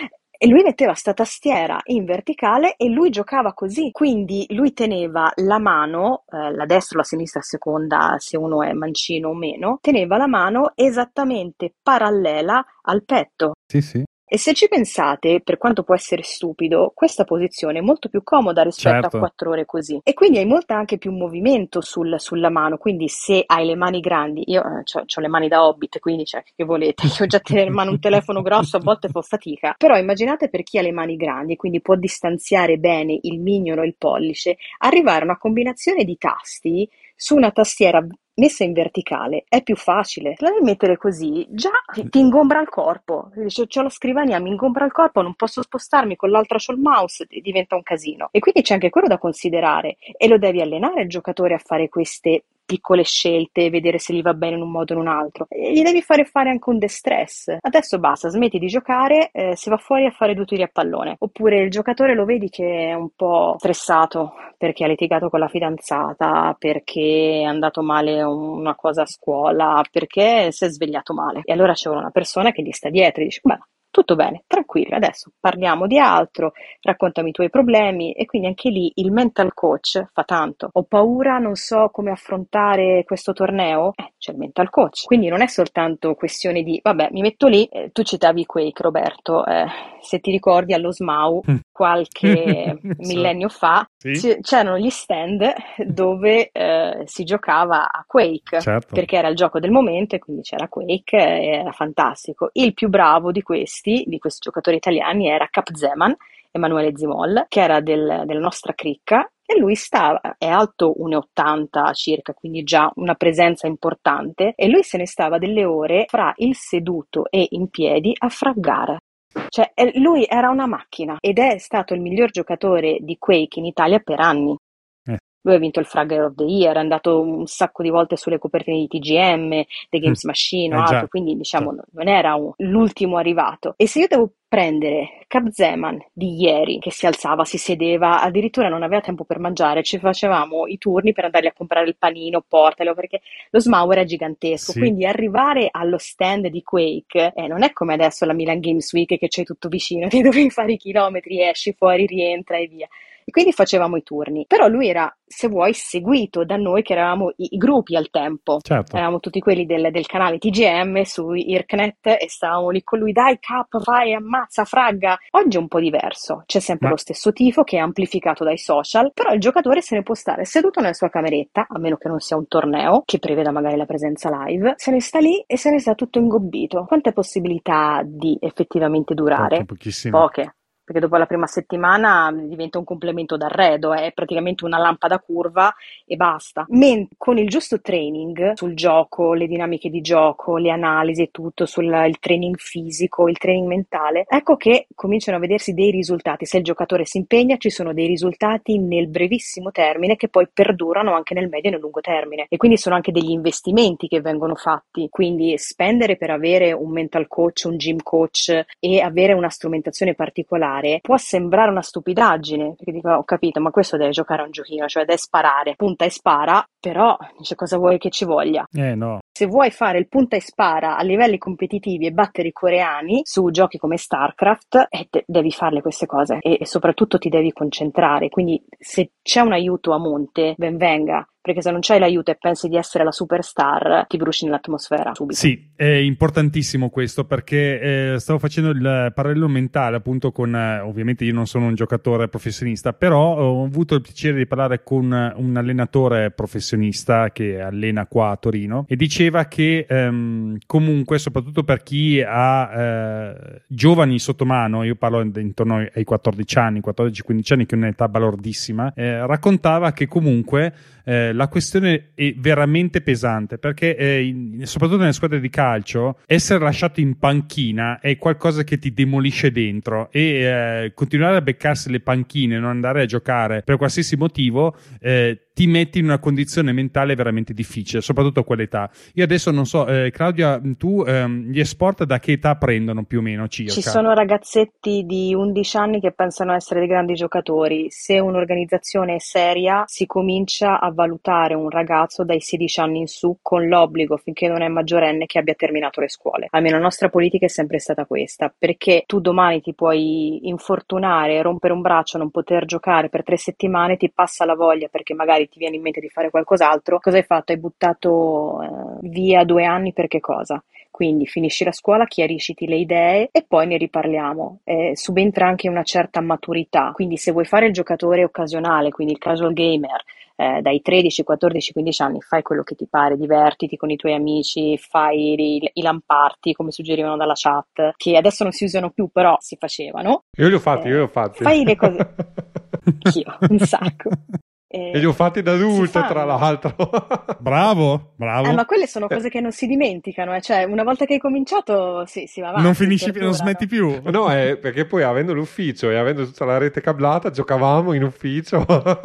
e lui metteva sta tastiera in verticale e lui giocava così, quindi lui teneva la mano, eh, la destra o la sinistra a seconda se uno è mancino o meno, teneva la mano esattamente parallela al petto. Sì, sì. E se ci pensate, per quanto può essere stupido, questa posizione è molto più comoda rispetto Certo. a quattro ore così. E quindi hai molta anche più movimento sul- sulla mano. Quindi se hai le mani grandi, io ho le mani da hobbit, quindi cioè, che volete? Io già tenere in mano un telefono grosso a volte fa fatica. Però immaginate per chi ha le mani grandi, quindi può distanziare bene il mignolo e il pollice, arrivare a una combinazione di tasti su una tastiera messa in verticale è più facile. La devi mettere così, già ti, ti ingombra il corpo. Dici, c'ho la scrivania, mi ingombra il corpo, non posso spostarmi, con l'altra c'ho il mouse, e diventa un casino. E quindi c'è anche quello da considerare, e lo devi allenare il giocatore a fare queste piccole scelte, vedere se gli va bene in un modo o in un altro. E gli devi fare fare anche un de-stress. Adesso basta, smetti di giocare, eh, si va fuori a fare due tiri a pallone. Oppure il giocatore lo vedi che è un po' stressato perché ha litigato con la fidanzata, perché è andato male una cosa a scuola, perché si è svegliato male. E allora c'è una persona che gli sta dietro e dice, beh, tutto bene, tranquillo, adesso parliamo di altro, raccontami i tuoi problemi. E quindi anche lì il mental coach fa tanto. Ho paura, non so come affrontare questo torneo? Eh, c'è il mental coach. Quindi non è soltanto questione di, vabbè, mi metto lì, eh, tu citavi Quake, Roberto, eh, se ti ricordi allo SMAU qualche millennio fa, Sì. c- c'erano gli stand dove eh, si giocava a Quake, Certo. perché era il gioco del momento e quindi c'era Quake e era fantastico. Il più bravo di questi, di questi giocatori italiani era Cap Zeman, Emanuele Zimol, che era del- della nostra cricca, e lui stava, è alto uno e ottanta circa, quindi già una presenza importante, e lui se ne stava delle ore fra il seduto e in piedi a fraggare. Cioè, eh, lui era una macchina ed è stato il miglior giocatore di Quake in Italia per anni. Eh. Lui ha vinto il Fragger of the Year, è andato un sacco di volte sulle copertine di T G M, The Games Machine o Eh, già. altro, quindi diciamo non era un- l'ultimo arrivato. E se io devo prendere Cap Zeman di ieri, che si alzava, si sedeva, addirittura non aveva tempo per mangiare, ci facevamo i turni per andargli a comprare il panino, portalo, perché lo SMAU era gigantesco, Sì. quindi arrivare allo stand di Quake eh, non è come adesso la Milan Games Week che c'è tutto vicino, ti devi fare i chilometri, esci fuori, rientra e via. E quindi facevamo i turni. Però lui era, se vuoi, seguito da noi che eravamo i, i gruppi al tempo. Certo. Eravamo tutti quelli del, del canale T G M su Irknet e stavamo lì con lui, dai Cap, vai, ammazza, fragga. Oggi è un po' diverso, c'è sempre Ma- lo stesso tifo che è amplificato dai social, però il giocatore se ne può stare seduto nella sua cameretta, a meno che non sia un torneo, che preveda magari la presenza live, se ne sta lì e se ne sta tutto ingobbito. Quante possibilità di effettivamente durare? Poche, pochissime. Poche. Perché dopo la prima settimana diventa un complemento d'arredo, è praticamente una lampada curva e basta. Men- con il giusto training sul gioco, le dinamiche di gioco, le analisi e tutto, sul il training fisico, il training mentale, ecco che cominciano a vedersi dei risultati. Se il giocatore si impegna, ci sono dei risultati nel brevissimo termine che poi perdurano anche nel medio e nel lungo termine. E quindi sono anche degli investimenti che vengono fatti. Quindi spendere per avere un mental coach, un gym coach e avere una strumentazione particolare può sembrare una stupidaggine, perché dico, ho capito, ma questo deve giocare a un giochino, cioè deve sparare, punta e spara, però dice, cosa vuoi che ci voglia? Eh no. Se vuoi fare il punta e spara a livelli competitivi e battere i coreani su giochi come StarCraft, eh, de- devi farle queste cose e, e soprattutto ti devi concentrare. Quindi se c'è un aiuto a monte, ben venga, perché se non c'hai l'aiuto e pensi di essere la superstar, ti bruci nell'atmosfera subito. Sì, è importantissimo questo, perché eh, stavo facendo il parallelo mentale appunto con, eh, ovviamente io non sono un giocatore professionista, però ho avuto il piacere di parlare con un allenatore professionista che allena qua a Torino e diceva che ehm, comunque, soprattutto per chi ha eh, giovani sotto mano, io parlo intorno ai quattordici anni, quattordici quindici anni, che è un'età balordissima, eh, raccontava che comunque eh, la questione è veramente pesante, perché eh, in, soprattutto nelle squadre di calcio essere lasciato in panchina è qualcosa che ti demolisce dentro, e eh, continuare a beccarsi le panchine e non andare a giocare per qualsiasi motivo eh, ti metti in una condizione mentale veramente difficile, soprattutto a quell'età. Io adesso non so, eh, Claudia, tu ehm, gli esport da che età prendono più o meno circa? Ci sono ragazzetti di undici anni che pensano essere dei grandi giocatori. Se un'organizzazione è seria, si comincia a valutare un ragazzo dai sedici anni in su, con l'obbligo, finché non è maggiorenne, che abbia terminato le scuole. Almeno la nostra politica è sempre stata questa, perché tu domani ti puoi infortunare, rompere un braccio, non poter giocare per tre settimane, ti passa la voglia perché magari ti viene in mente di fare qualcos'altro. Cosa hai fatto? Hai buttato eh, via due anni per che cosa? Quindi finisci la scuola, chiarisciti le idee e poi ne riparliamo. Eh, subentra anche una certa maturità, quindi se vuoi fare il giocatore occasionale, quindi il casual gamer, eh, dai tredici, quattordici, quindici anni, fai quello che ti pare, divertiti con i tuoi amici, fai i, i lamparti, come suggerivano dalla chat, che adesso non si usano più, però si facevano. Io li ho fatti, Eh, io li ho fatti. Fai le cose... Anch'io, un sacco. E li ho fatti da adulto, tra l'altro. Bravo, bravo. Eh, ma quelle sono cose che non si dimenticano, eh. Cioè, una volta che hai cominciato, sì, si va avanti. Non finisci più, perdura, non smetti no? più. No, è perché poi avendo l'ufficio e avendo tutta la rete cablata, giocavamo in ufficio.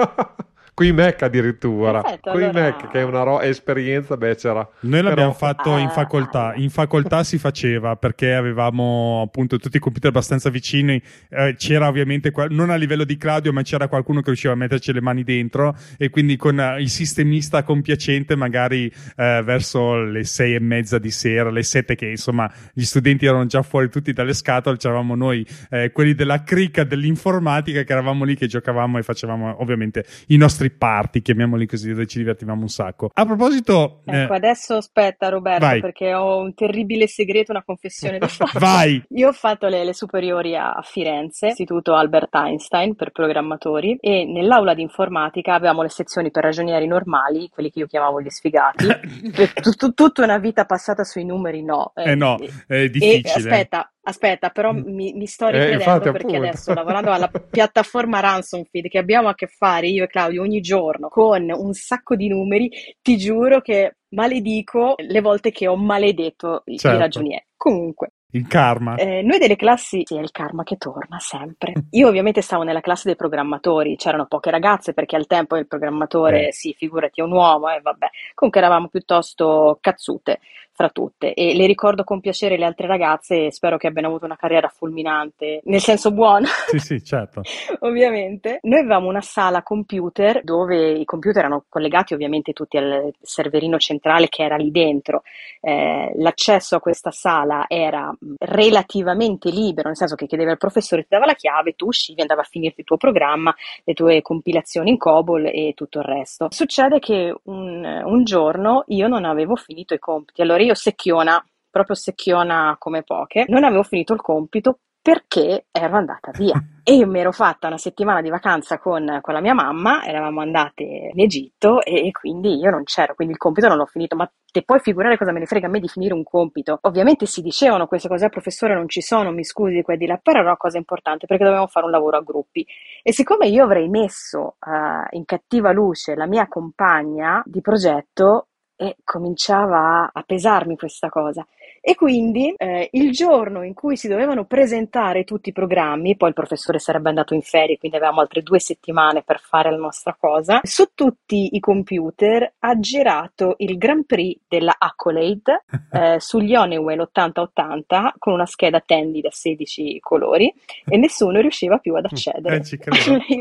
Coi Mac addirittura. Perfetto, Coi allora... Mac, che è una ro- esperienza becera. Noi l'abbiamo Però... fatto in Ah, facoltà. ah. In facoltà si faceva perché avevamo appunto tutti i computer abbastanza vicini. Eh, c'era ovviamente, qual- non a livello di Claudio, ma c'era qualcuno che riusciva a metterci le mani dentro. E quindi con eh, il sistemista compiacente, magari eh, verso le sei e mezza di sera, le sette, che insomma gli studenti erano già fuori tutti dalle scatole. C'eravamo noi, eh, quelli della cricca dell'informatica, che eravamo lì che giocavamo e facevamo ovviamente i nostri party, chiamiamoli così, dove ci divertivamo un sacco. A proposito, Ecco, eh, adesso aspetta Roberto, vai. perché ho un terribile segreto, una confessione da fare. Vai. Io ho fatto le, le superiori a, a Firenze, istituto Albert Einstein per programmatori, e nell'aula di informatica avevamo le sezioni per ragionieri normali, quelli che io chiamavo gli sfigati. Tut- tut- tutta una vita passata sui numeri, no. Eh no, è E difficile. aspetta, aspetta, però mi, mi sto Eh, ricredendo infatti, perché appunto. adesso, lavorando alla piattaforma Ransomfeed, che abbiamo a che fare io e Claudio ogni giorno con un sacco di numeri, ti giuro che maledico le volte che ho maledetto i, Certo. i ragionieri. Comunque, Il karma. eh, noi delle classi, sì, è il karma che torna sempre. Io ovviamente stavo nella classe dei programmatori, c'erano poche ragazze perché al tempo il programmatore, Eh. sì, figurati, è un uomo, e eh, vabbè. Comunque eravamo piuttosto cazzute fra tutte, e le ricordo con piacere le altre ragazze e spero che abbiano avuto una carriera fulminante, nel senso buono. Sì, sì, certo. Ovviamente. Noi avevamo una sala computer dove i computer erano collegati ovviamente tutti al serverino centrale che era lì dentro. Eh, l'accesso a questa sala era relativamente libero, nel senso che chiedeva al professore, ti dava la chiave, tu uscivi, andavi a finirti il tuo programma, le tue compilazioni in COBOL e tutto il resto. Succede che un, un giorno io non avevo finito i compiti, allora io secchiona, proprio secchiona come poche, non avevo finito il compito perché ero andata via. E io mi ero fatta una settimana di vacanza con, con la mia mamma, eravamo andate in Egitto e, e quindi io non c'ero, quindi il compito non l'ho finito, ma te puoi figurare cosa me ne frega a me di finire un compito? Ovviamente si dicevano queste cose, al professore non ci sono, mi scusi qua e di là, però era una cosa importante perché dovevamo fare un lavoro a gruppi. E siccome io avrei messo uh, in cattiva luce la mia compagna di progetto, e cominciava a pesarmi questa cosa. E quindi eh, il giorno in cui si dovevano presentare tutti i programmi, poi il professore sarebbe andato in ferie, quindi avevamo altre due settimane per fare la nostra cosa, su tutti i computer ha girato il Grand Prix della Accolade eh, sugli Honeywell ottanta ottanta con una scheda Tandy da sedici colori e nessuno riusciva più ad accedere. Eh, ci credo. Io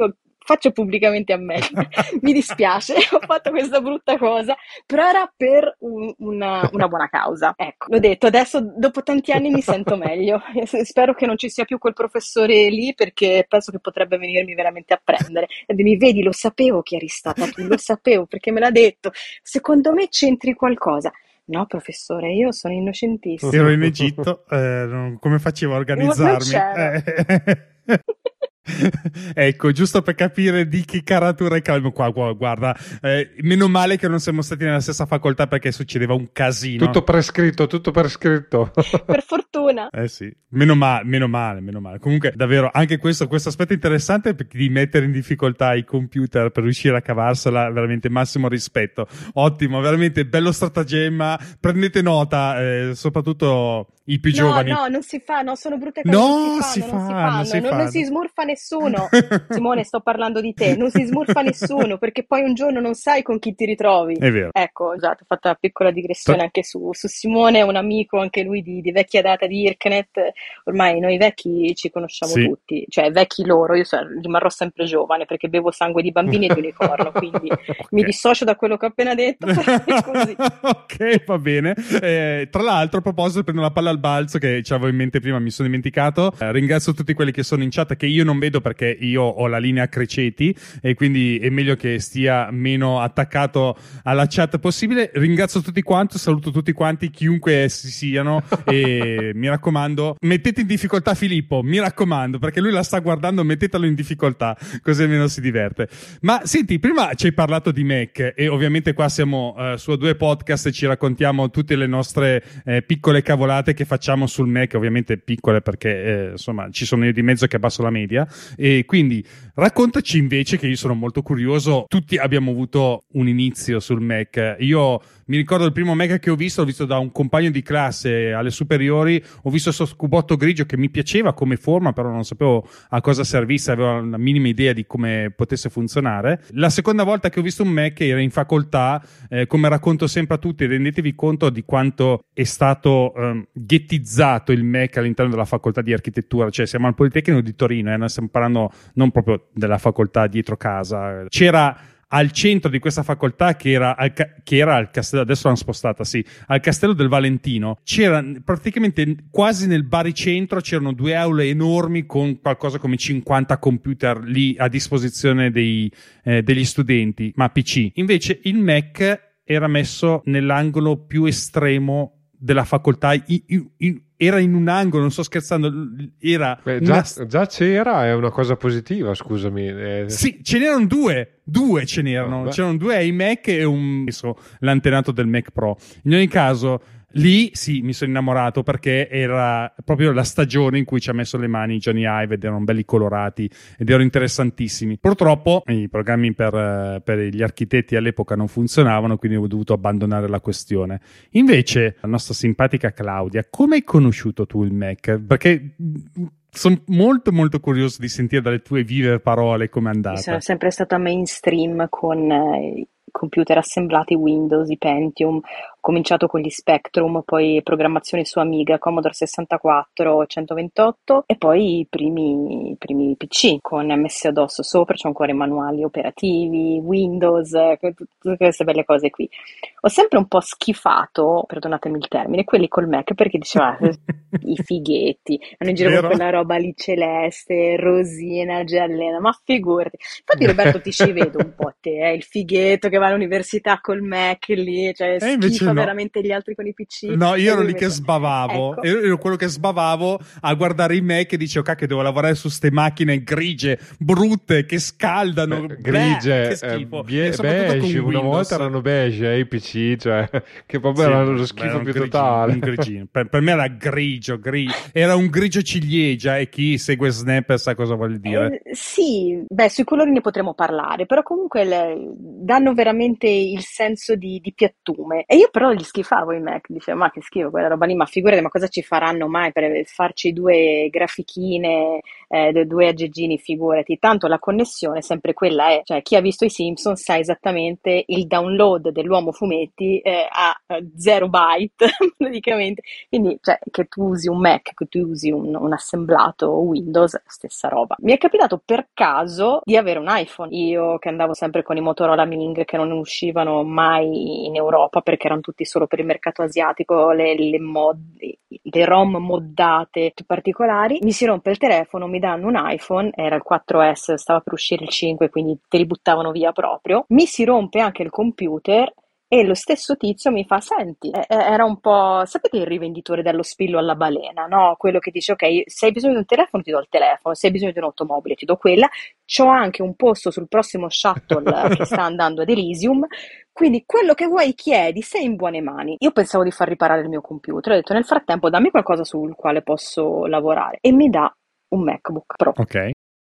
faccio pubblicamente a me. Mi dispiace, ho fatto questa brutta cosa, però era per un- una, una buona causa. Ecco, l'ho detto, adesso dopo tanti anni mi sento meglio. Spero che non ci sia più quel professore lì, perché penso che potrebbe venirmi veramente a prendere. E mi vedi, lo sapevo che eri stata tu, lo sapevo perché me l'ha detto. Secondo me c'entri qualcosa. No, professore, io sono innocentissimo. Ero in Egitto, eh, non- come facevo a Non organizzarmi? c'ero. Eh. Ecco, giusto per capire di che caratura è calmo qua, qua, guarda, eh, meno male che non siamo stati nella stessa facoltà perché succedeva un casino. Tutto prescritto, tutto prescritto. Per fortuna. Eh sì, meno, ma- meno male, meno male. Comunque, davvero, anche questo, questo aspetto interessante perché di mettere in difficoltà i computer per riuscire a cavarsela, veramente massimo rispetto. Ottimo, veramente bello stratagemma. Prendete nota, eh, soprattutto i più No, giovani. no, non si fa, no, sono brutte cose, No, non si si fanno, non si fanno, fanno, si non, non fanno. si smurfa nessuno. Simone, sto parlando di te, non si smurfa nessuno, perché poi un giorno non sai con chi ti ritrovi. È vero. Ecco, esatto, ho fatto una piccola digressione anche su, su Simone, un amico anche lui di, di vecchia data di Irknet. Ormai noi vecchi ci conosciamo Sì. tutti, cioè vecchi loro, io so- rimarrò sempre giovane perché bevo sangue di bambini e di unicorno, quindi mi Ok. dissocio da quello che ho appena detto. È così. Ok, va bene. Eh, tra l'altro, a proposito, prendo la palla al balzo che ci avevo in mente prima, mi sono dimenticato. Eh, ringrazio tutti quelli che sono in chat che io non vedo perché io ho la linea Criceti e quindi è meglio che stia meno attaccato alla chat possibile. Ringrazio tutti quanti, saluto tutti quanti, chiunque essi siano e mi raccomando, mettete in difficoltà Filippo, mi raccomando, perché lui la sta guardando, mettetelo in difficoltà, così almeno si diverte. Ma senti, prima ci hai parlato di Mac e ovviamente qua siamo eh, su due podcast e ci raccontiamo tutte le nostre eh, piccole cavolate che facciamo sul Mac, ovviamente piccole perché eh, insomma ci sono io di mezzo che abbasso la media, e quindi raccontaci invece, che io sono molto curioso, tutti abbiamo avuto un inizio sul Mac. Io mi ricordo il primo Mac che ho visto, l'ho visto da un compagno di classe alle superiori, ho visto questo cubotto grigio che mi piaceva come forma, però non sapevo a cosa servisse, avevo una minima idea di come potesse funzionare. La seconda volta che ho visto un Mac era in facoltà, eh, come racconto sempre a tutti, rendetevi conto di quanto è stato ehm, ghettizzato il Mac all'interno della facoltà di architettura, cioè siamo al Politecnico di Torino, eh, noi stiamo parlando non proprio della facoltà dietro casa. C'era al centro di questa facoltà che era al, ca- che era al castello, adesso l'hanno spostata, sì, al Castello del Valentino, c'era praticamente quasi nel baricentro, c'erano due aule enormi con qualcosa come cinquanta computer lì a disposizione dei, eh, degli studenti, ma P C. Invece il Mac era messo nell'angolo più estremo della facoltà, i- i- in- era in un angolo, non sto scherzando, era Beh, una già, già c'era, è una cosa positiva, scusami. eh. Sì, ce n'erano due, due ce n'erano, Vabbè. c'erano due iMac e un l'antenato del Mac Pro. In ogni caso, lì sì, mi sono innamorato perché era proprio la stagione in cui ci ha messo le mani Johnny Ive ed erano belli colorati ed erano interessantissimi. Purtroppo i programmi per, eh, per gli architetti all'epoca non funzionavano, quindi ho dovuto abbandonare la questione. Invece, la nostra simpatica Claudia, come hai conosciuto tu il Mac? Perché sono molto molto curioso di sentire dalle tue vive parole com'è Io andata. sono sempre stata mainstream con eh, i computer assemblati Windows, i Pentium. Ho cominciato con gli Spectrum, poi programmazione su Amiga, Commodore sessantaquattro centoventotto e poi i primi, i primi P C con M S-DOS sopra, c'ho ancora i manuali operativi, Windows, eh, tutte queste belle cose qui. Ho sempre un po' schifato, perdonatemi il termine, quelli col Mac perché diceva i fighetti, hanno in giro Vero? con quella roba lì celeste, rosina, giallina, ma figurati. Infatti Roberto ti ci vedo un po' te, eh, il fighetto che va all'università col Mac lì, cioè E invece schifa no. veramente gli altri con i P C. No, io E ero lui lì che invece- sbavavo, Ecco. ero, ero quello che sbavavo a guardare i Mac e dicevo, cacchio, devo lavorare su ste macchine grigie, brutte, che scaldano, Beh, Beh, grigie, che schifo. eh, bie- E soprattutto con beige, una Windows. volta erano beige, eh, i P C, cioè, che proprio Sì, erano lo beh, schifo era un più grigino, totale. un grigino. Per, per me era grigio, grigio, era un grigio ciliegia e chi segue Snap sa cosa voglio dire. Eh, sì, beh, sui colori ne potremo parlare, però comunque le- danno veramente il senso di, di piattume. E io però però gli schifavo i Mac, diceva ma che schifo quella roba lì, ma figurati, ma cosa ci faranno mai per farci due grafichine, eh, due aggeggini, figurati, tanto la connessione sempre quella è, cioè chi ha visto i Simpson sa esattamente il download dell'uomo fumetti eh, a zero byte praticamente, quindi cioè, che tu usi un Mac, che tu usi un, un assemblato Windows, stessa roba. Mi è capitato per caso di avere un iPhone, io che andavo sempre con i Motorola Ming che non uscivano mai in Europa perché erano tutti solo per il mercato asiatico, le, le, mod, le ROM moddate più particolari, mi si rompe il telefono, mi danno un iPhone, era il quattro S, stava per uscire il cinque, quindi te li buttavano via proprio, mi si rompe anche il computer. E lo stesso tizio mi fa, senti, era un po', sapete il rivenditore dello spillo alla balena, no? Quello che dice, ok, se hai bisogno di un telefono ti do il telefono, se hai bisogno di un'automobile ti do quella, c'ho anche un posto sul prossimo shuttle che sta andando ad Elysium, quindi quello che vuoi chiedi, sei in buone mani. Io pensavo di far riparare il mio computer, ho detto nel frattempo dammi qualcosa sul quale posso lavorare, e mi dà un MacBook Pro. Ok.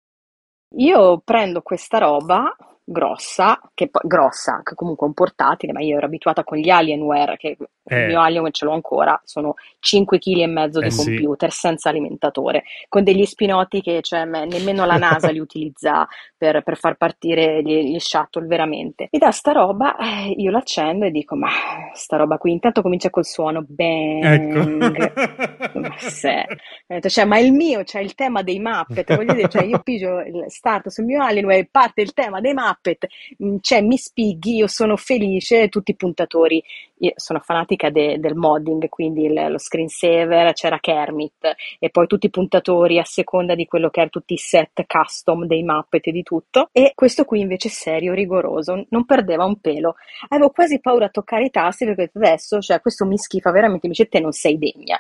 Io prendo questa roba grossa, che poi grossa, che comunque è un portatile, ma io ero abituata con gli Alienware, che Eh. il mio Alienware ce l'ho ancora, sono cinque chili e mezzo di Eh sì. computer senza alimentatore, con degli spinotti che cioè, me- nemmeno la NASA li utilizza per, per far partire gli, gli shuttle veramente. Mi dà sta roba, eh, io l'accendo e dico, ma sta roba qui, intanto comincia col suono, bang, Ecco. ma se, ho detto, cioè, ma il mio, c'è il tema dei Muppet, voglio dire, cioè io pigio il start sul mio Alienware, parte il tema dei Muppet, mh, cioè mi spighi, io sono felice, tutti i puntatori, io sono fanatica de- del modding, quindi il- lo screensaver, c'era Kermit, e poi tutti i puntatori a seconda di quello che erano tutti i set custom dei Muppet e di tutto, e questo qui invece serio, rigoroso, non perdeva un pelo, avevo quasi paura a toccare i tasti perché adesso, cioè questo mi schifa veramente, mi dice te non sei degna.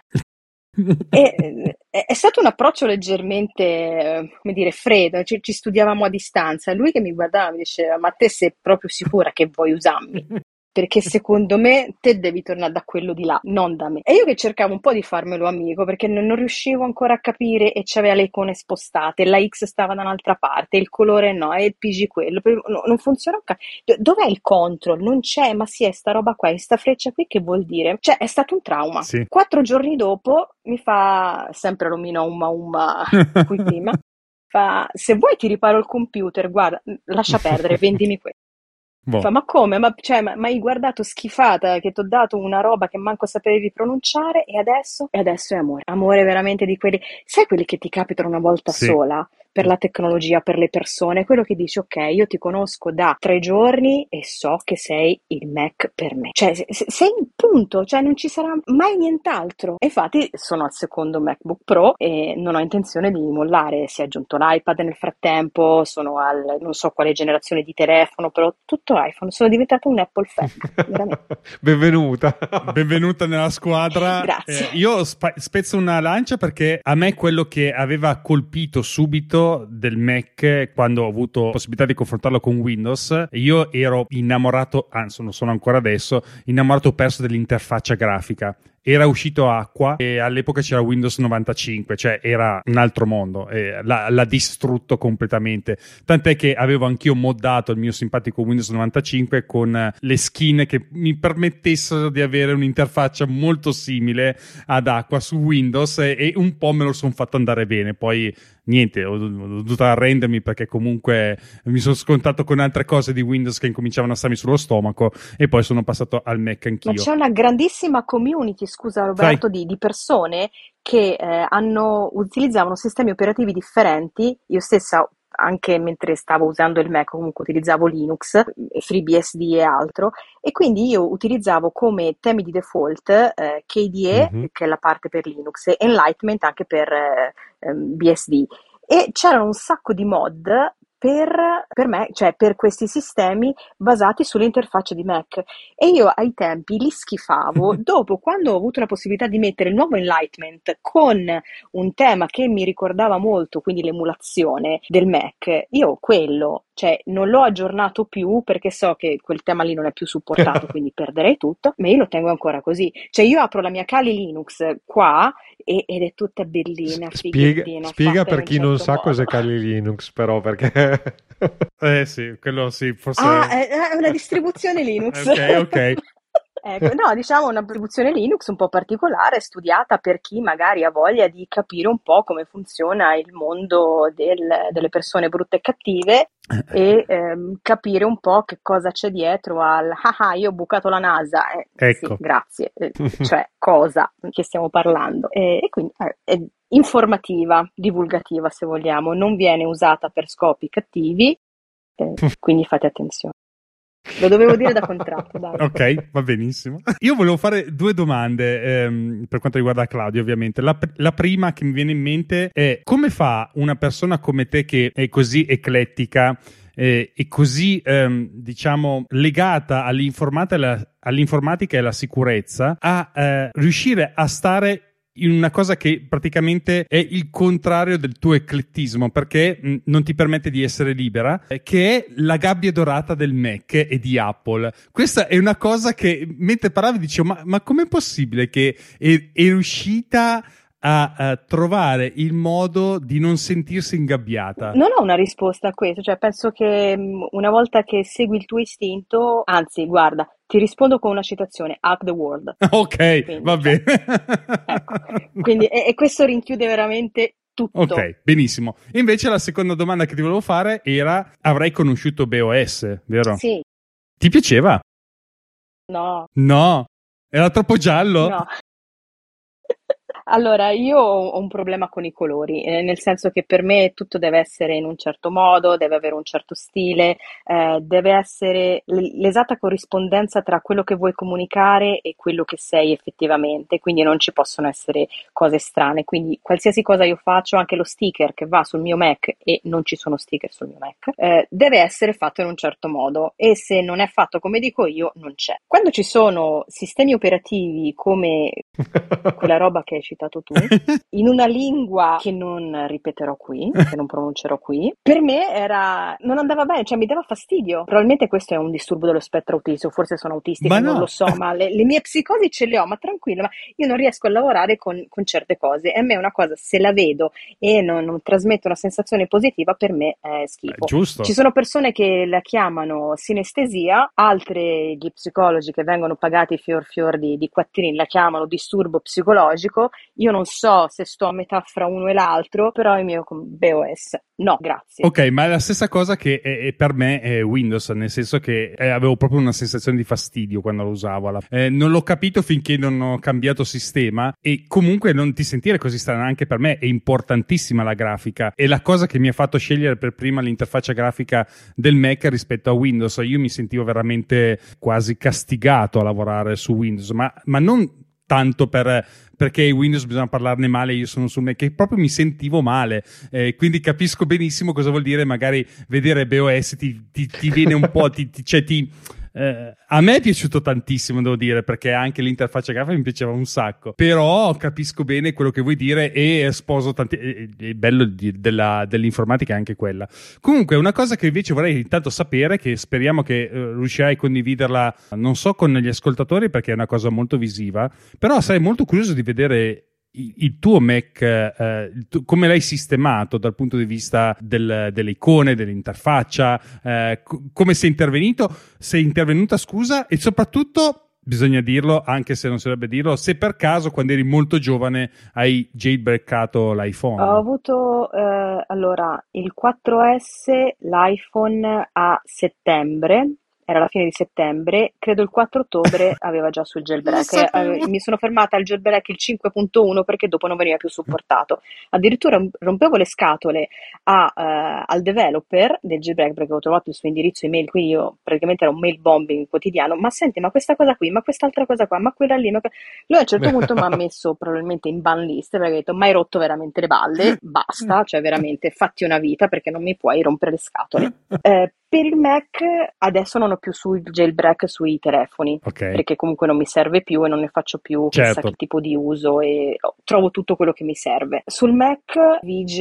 E, è, è stato un approccio leggermente, eh, come dire, freddo, ci, ci studiavamo a distanza. Lui che mi guardava mi diceva, ma te sei proprio sicura che vuoi usarmi? Perché secondo me te devi tornare da quello di là, non da me. E io che cercavo un po' di farmelo amico, perché non, non riuscivo ancora a capire, e c'aveva le icone spostate, la X stava da un'altra parte, il colore no, e il P G quello, no, non funziona. Dov'è il control? Non c'è, ma sì, è sta roba qua, è sta freccia qui, che vuol dire? Cioè, è stato un trauma. Sì. Quattro giorni dopo mi fa, sempre l'omino umma umma qui prima, fa, se vuoi ti riparo il computer, guarda, lascia perdere, vendimi questo. Boh. Fa, ma come? Ma, cioè, ma, ma hai guardato schifata che ti ho dato una roba che manco sapevi pronunciare e adesso? E adesso è amore. Amore veramente di quelli... Sai quelli che ti capitano una volta Sì. sola? Per la tecnologia, per le persone, quello che dici, ok, io ti conosco da tre giorni e so che sei il Mac per me. Cioè, se- se- sei in punto, cioè non ci sarà mai nient'altro. E infatti sono al secondo MacBook Pro e non ho intenzione di mollare. Si è aggiunto l'iPad nel frattempo, sono al non so quale generazione di telefono, però tutto iPhone. Sono diventata un Apple fan, veramente. Benvenuta. Benvenuta nella squadra. Grazie. Eh, io spa- spezzo una lancia perché a me quello che aveva colpito subito del Mac, quando ho avuto la possibilità di confrontarlo con Windows, io ero innamorato, anzi non sono ancora adesso, innamorato perso dell'interfaccia grafica. Era uscito Aqua e all'epoca c'era Windows novantacinque, cioè era un altro mondo, e l'ha, l'ha distrutto completamente. Tant'è che avevo anch'io moddato il mio simpatico Windows novantacinque con le skin che mi permettessero di avere un'interfaccia molto simile ad Aqua su Windows, e, e un po' me lo sono fatto andare bene. Poi niente, ho, ho dovuto arrendermi perché comunque mi sono scontato con altre cose di Windows che incominciavano a starmi sullo stomaco, e poi sono passato al Mac anch'io. Ma c'è una grandissima community, scusa Roberto, di, di persone che eh, hanno, utilizzavano sistemi operativi differenti. Io stessa, anche mentre stavo usando il Mac, comunque utilizzavo Linux, FreeBSD e altro, e quindi io utilizzavo come temi di default eh, K D E, Mhm. che è la parte per Linux, e Enlightenment anche per eh, ehm, B S D. E c'erano un sacco di mod per, per me, cioè per questi sistemi basati sulle interfacce di Mac, e io ai tempi li schifavo. Dopo, quando ho avuto la possibilità di mettere il nuovo Enlightenment con un tema che mi ricordava molto, quindi l'emulazione del Mac, io quello, cioè non l'ho aggiornato più perché so che quel tema lì non è più supportato, quindi perderei tutto, ma io lo tengo ancora così. Cioè io apro la mia Kali Linux qua e- ed è tutta bellina, Spiega, fighettina, spiega fatta in per un chi non certo sa modo. cos'è Kali Linux, però, perché... Eh sì, quello sì, forse... Ah, è è una distribuzione Linux. Ok, ok. Ecco, no, diciamo una distribuzione Linux un po' particolare, studiata per chi magari ha voglia di capire un po' come funziona il mondo del- delle persone brutte e cattive e ehm, capire un po' che cosa c'è dietro al ah ah, io ho bucato la NASA. Eh, Ecco. sì, grazie. Eh, cioè cosa che stiamo parlando? E, e quindi eh, è informativa, divulgativa se vogliamo, non viene usata per scopi cattivi, eh, quindi fate attenzione. Lo dovevo dire da contratto, dai. Ok, va benissimo. Io volevo fare due domande ehm, per quanto riguarda Claudio, ovviamente. La, la prima che mi viene in mente è: come fa una persona come te, che è così eclettica eh, e così, ehm, diciamo, legata all'informatica e alla, all'informatica e alla sicurezza, a eh, riuscire a stare in una cosa che praticamente è il contrario del tuo eclettismo, perché mh, non ti permette di essere libera, eh, che è la gabbia dorata del Mac e di Apple. Questa è una cosa che, mentre parlavi, dicevo, ma, ma com'è possibile che è, è riuscita a, a trovare il modo di non sentirsi ingabbiata? Non ho una risposta a questo, cioè penso che mh, una volta che segui il tuo istinto, anzi, guarda, ti rispondo con una citazione, Hack the World. Ok, Quindi, va cioè, bene. ecco, quindi, e, e questo rinchiude veramente tutto. Ok, benissimo. E invece la seconda domanda che ti volevo fare era: avrai conosciuto B O S, vero? Sì, Ti piaceva? no, No. Era troppo giallo? no. Allora, io ho un problema con i colori, eh, nel senso che per me tutto deve essere in un certo modo, deve avere un certo stile, eh, deve essere l- l'esatta corrispondenza tra quello che vuoi comunicare e quello che sei effettivamente, quindi non ci possono essere cose strane. Quindi qualsiasi cosa io faccio, anche lo sticker che va sul mio Mac, e non ci sono sticker sul mio Mac, eh, deve essere fatto in un certo modo, e se non è fatto come dico io, non c'è. Quando ci sono sistemi operativi come quella roba che hai citato tu, in una lingua che non ripeterò qui, che non pronuncerò qui, per me era non andava bene, cioè mi dava fastidio. Probabilmente questo è un disturbo dello spettro autistico, forse sono autistica, Ma non no. lo so, ma le, le mie psicosi ce le ho, ma tranquilla, ma io non riesco a lavorare con, con certe cose, e a me è una cosa, se la vedo e non, non trasmette una sensazione positiva, per me è schifo. Eh, giusto. Ci sono persone che la chiamano sinestesia, altre, gli psicologi che vengono pagati fior fior di, di quattrini, la chiamano disturbo psicologico. Io non so se sto a metà fra uno e l'altro, però il mio B O S no, grazie. Ok, ma è la stessa cosa che è, è per me è Windows, nel senso che eh, avevo proprio una sensazione di fastidio quando lo usavo. alla- Eh, non l'ho capito finché non ho cambiato sistema, e comunque non ti sentire così strano, anche per me è importantissima la grafica. È la cosa che mi ha fatto scegliere per prima l'interfaccia grafica del Mac rispetto a Windows. Io mi sentivo veramente quasi castigato a lavorare su Windows, ma, ma non tanto per, perché Windows bisogna parlarne male, io sono sul Mac, che proprio mi sentivo male, eh, quindi capisco benissimo cosa vuol dire magari vedere B O S, ti, ti, ti viene un po', ti, ti, cioè ti... Eh, a me è piaciuto tantissimo, devo dire, perché anche l'interfaccia grafica mi piaceva un sacco, però capisco bene quello che vuoi dire e sposo tanti... eh, il bello di- della- dell'informatica è anche quella. Comunque, una cosa che invece vorrei intanto sapere, che speriamo che eh, riuscirai a condividerla, non so con gli ascoltatori perché è una cosa molto visiva, però sarei molto curioso di vedere il il tuo Mac, eh, il tu- come l'hai sistemato dal punto di vista del- delle icone, dell'interfaccia, eh, co- come sei intervenito, sei intervenuta, scusa, e soprattutto, bisogna dirlo, anche se non si dovrebbe dirlo, se per caso quando eri molto giovane hai jailbreakato l'iPhone. Ho avuto eh, allora il quattro S, l'iPhone a settembre, era la fine di settembre, credo il quattro ottobre aveva già sul Lo jailbreak. sapevo. Eh, mi sono fermata al jailbreak il cinque punto uno perché dopo non veniva più supportato. Addirittura rompevo le scatole a, eh, al developer del jailbreak perché ho trovato il suo indirizzo email, quindi io praticamente era un mail bombing quotidiano. Ma senti, ma questa cosa qui, ma quest'altra cosa qua, ma quella lì, ma que-" lui a un certo punto mi ha messo probabilmente in ban list perché ha detto: ma hai rotto veramente le balle, basta, cioè veramente fatti una vita perché non mi puoi rompere le scatole. Eh, per il Mac adesso non ho più sul jailbreak sui telefoni, Ok, perché comunque non mi serve più e non ne faccio più chissà certo. che tipo di uso, e oh, trovo tutto quello che mi serve. Sul Mac vige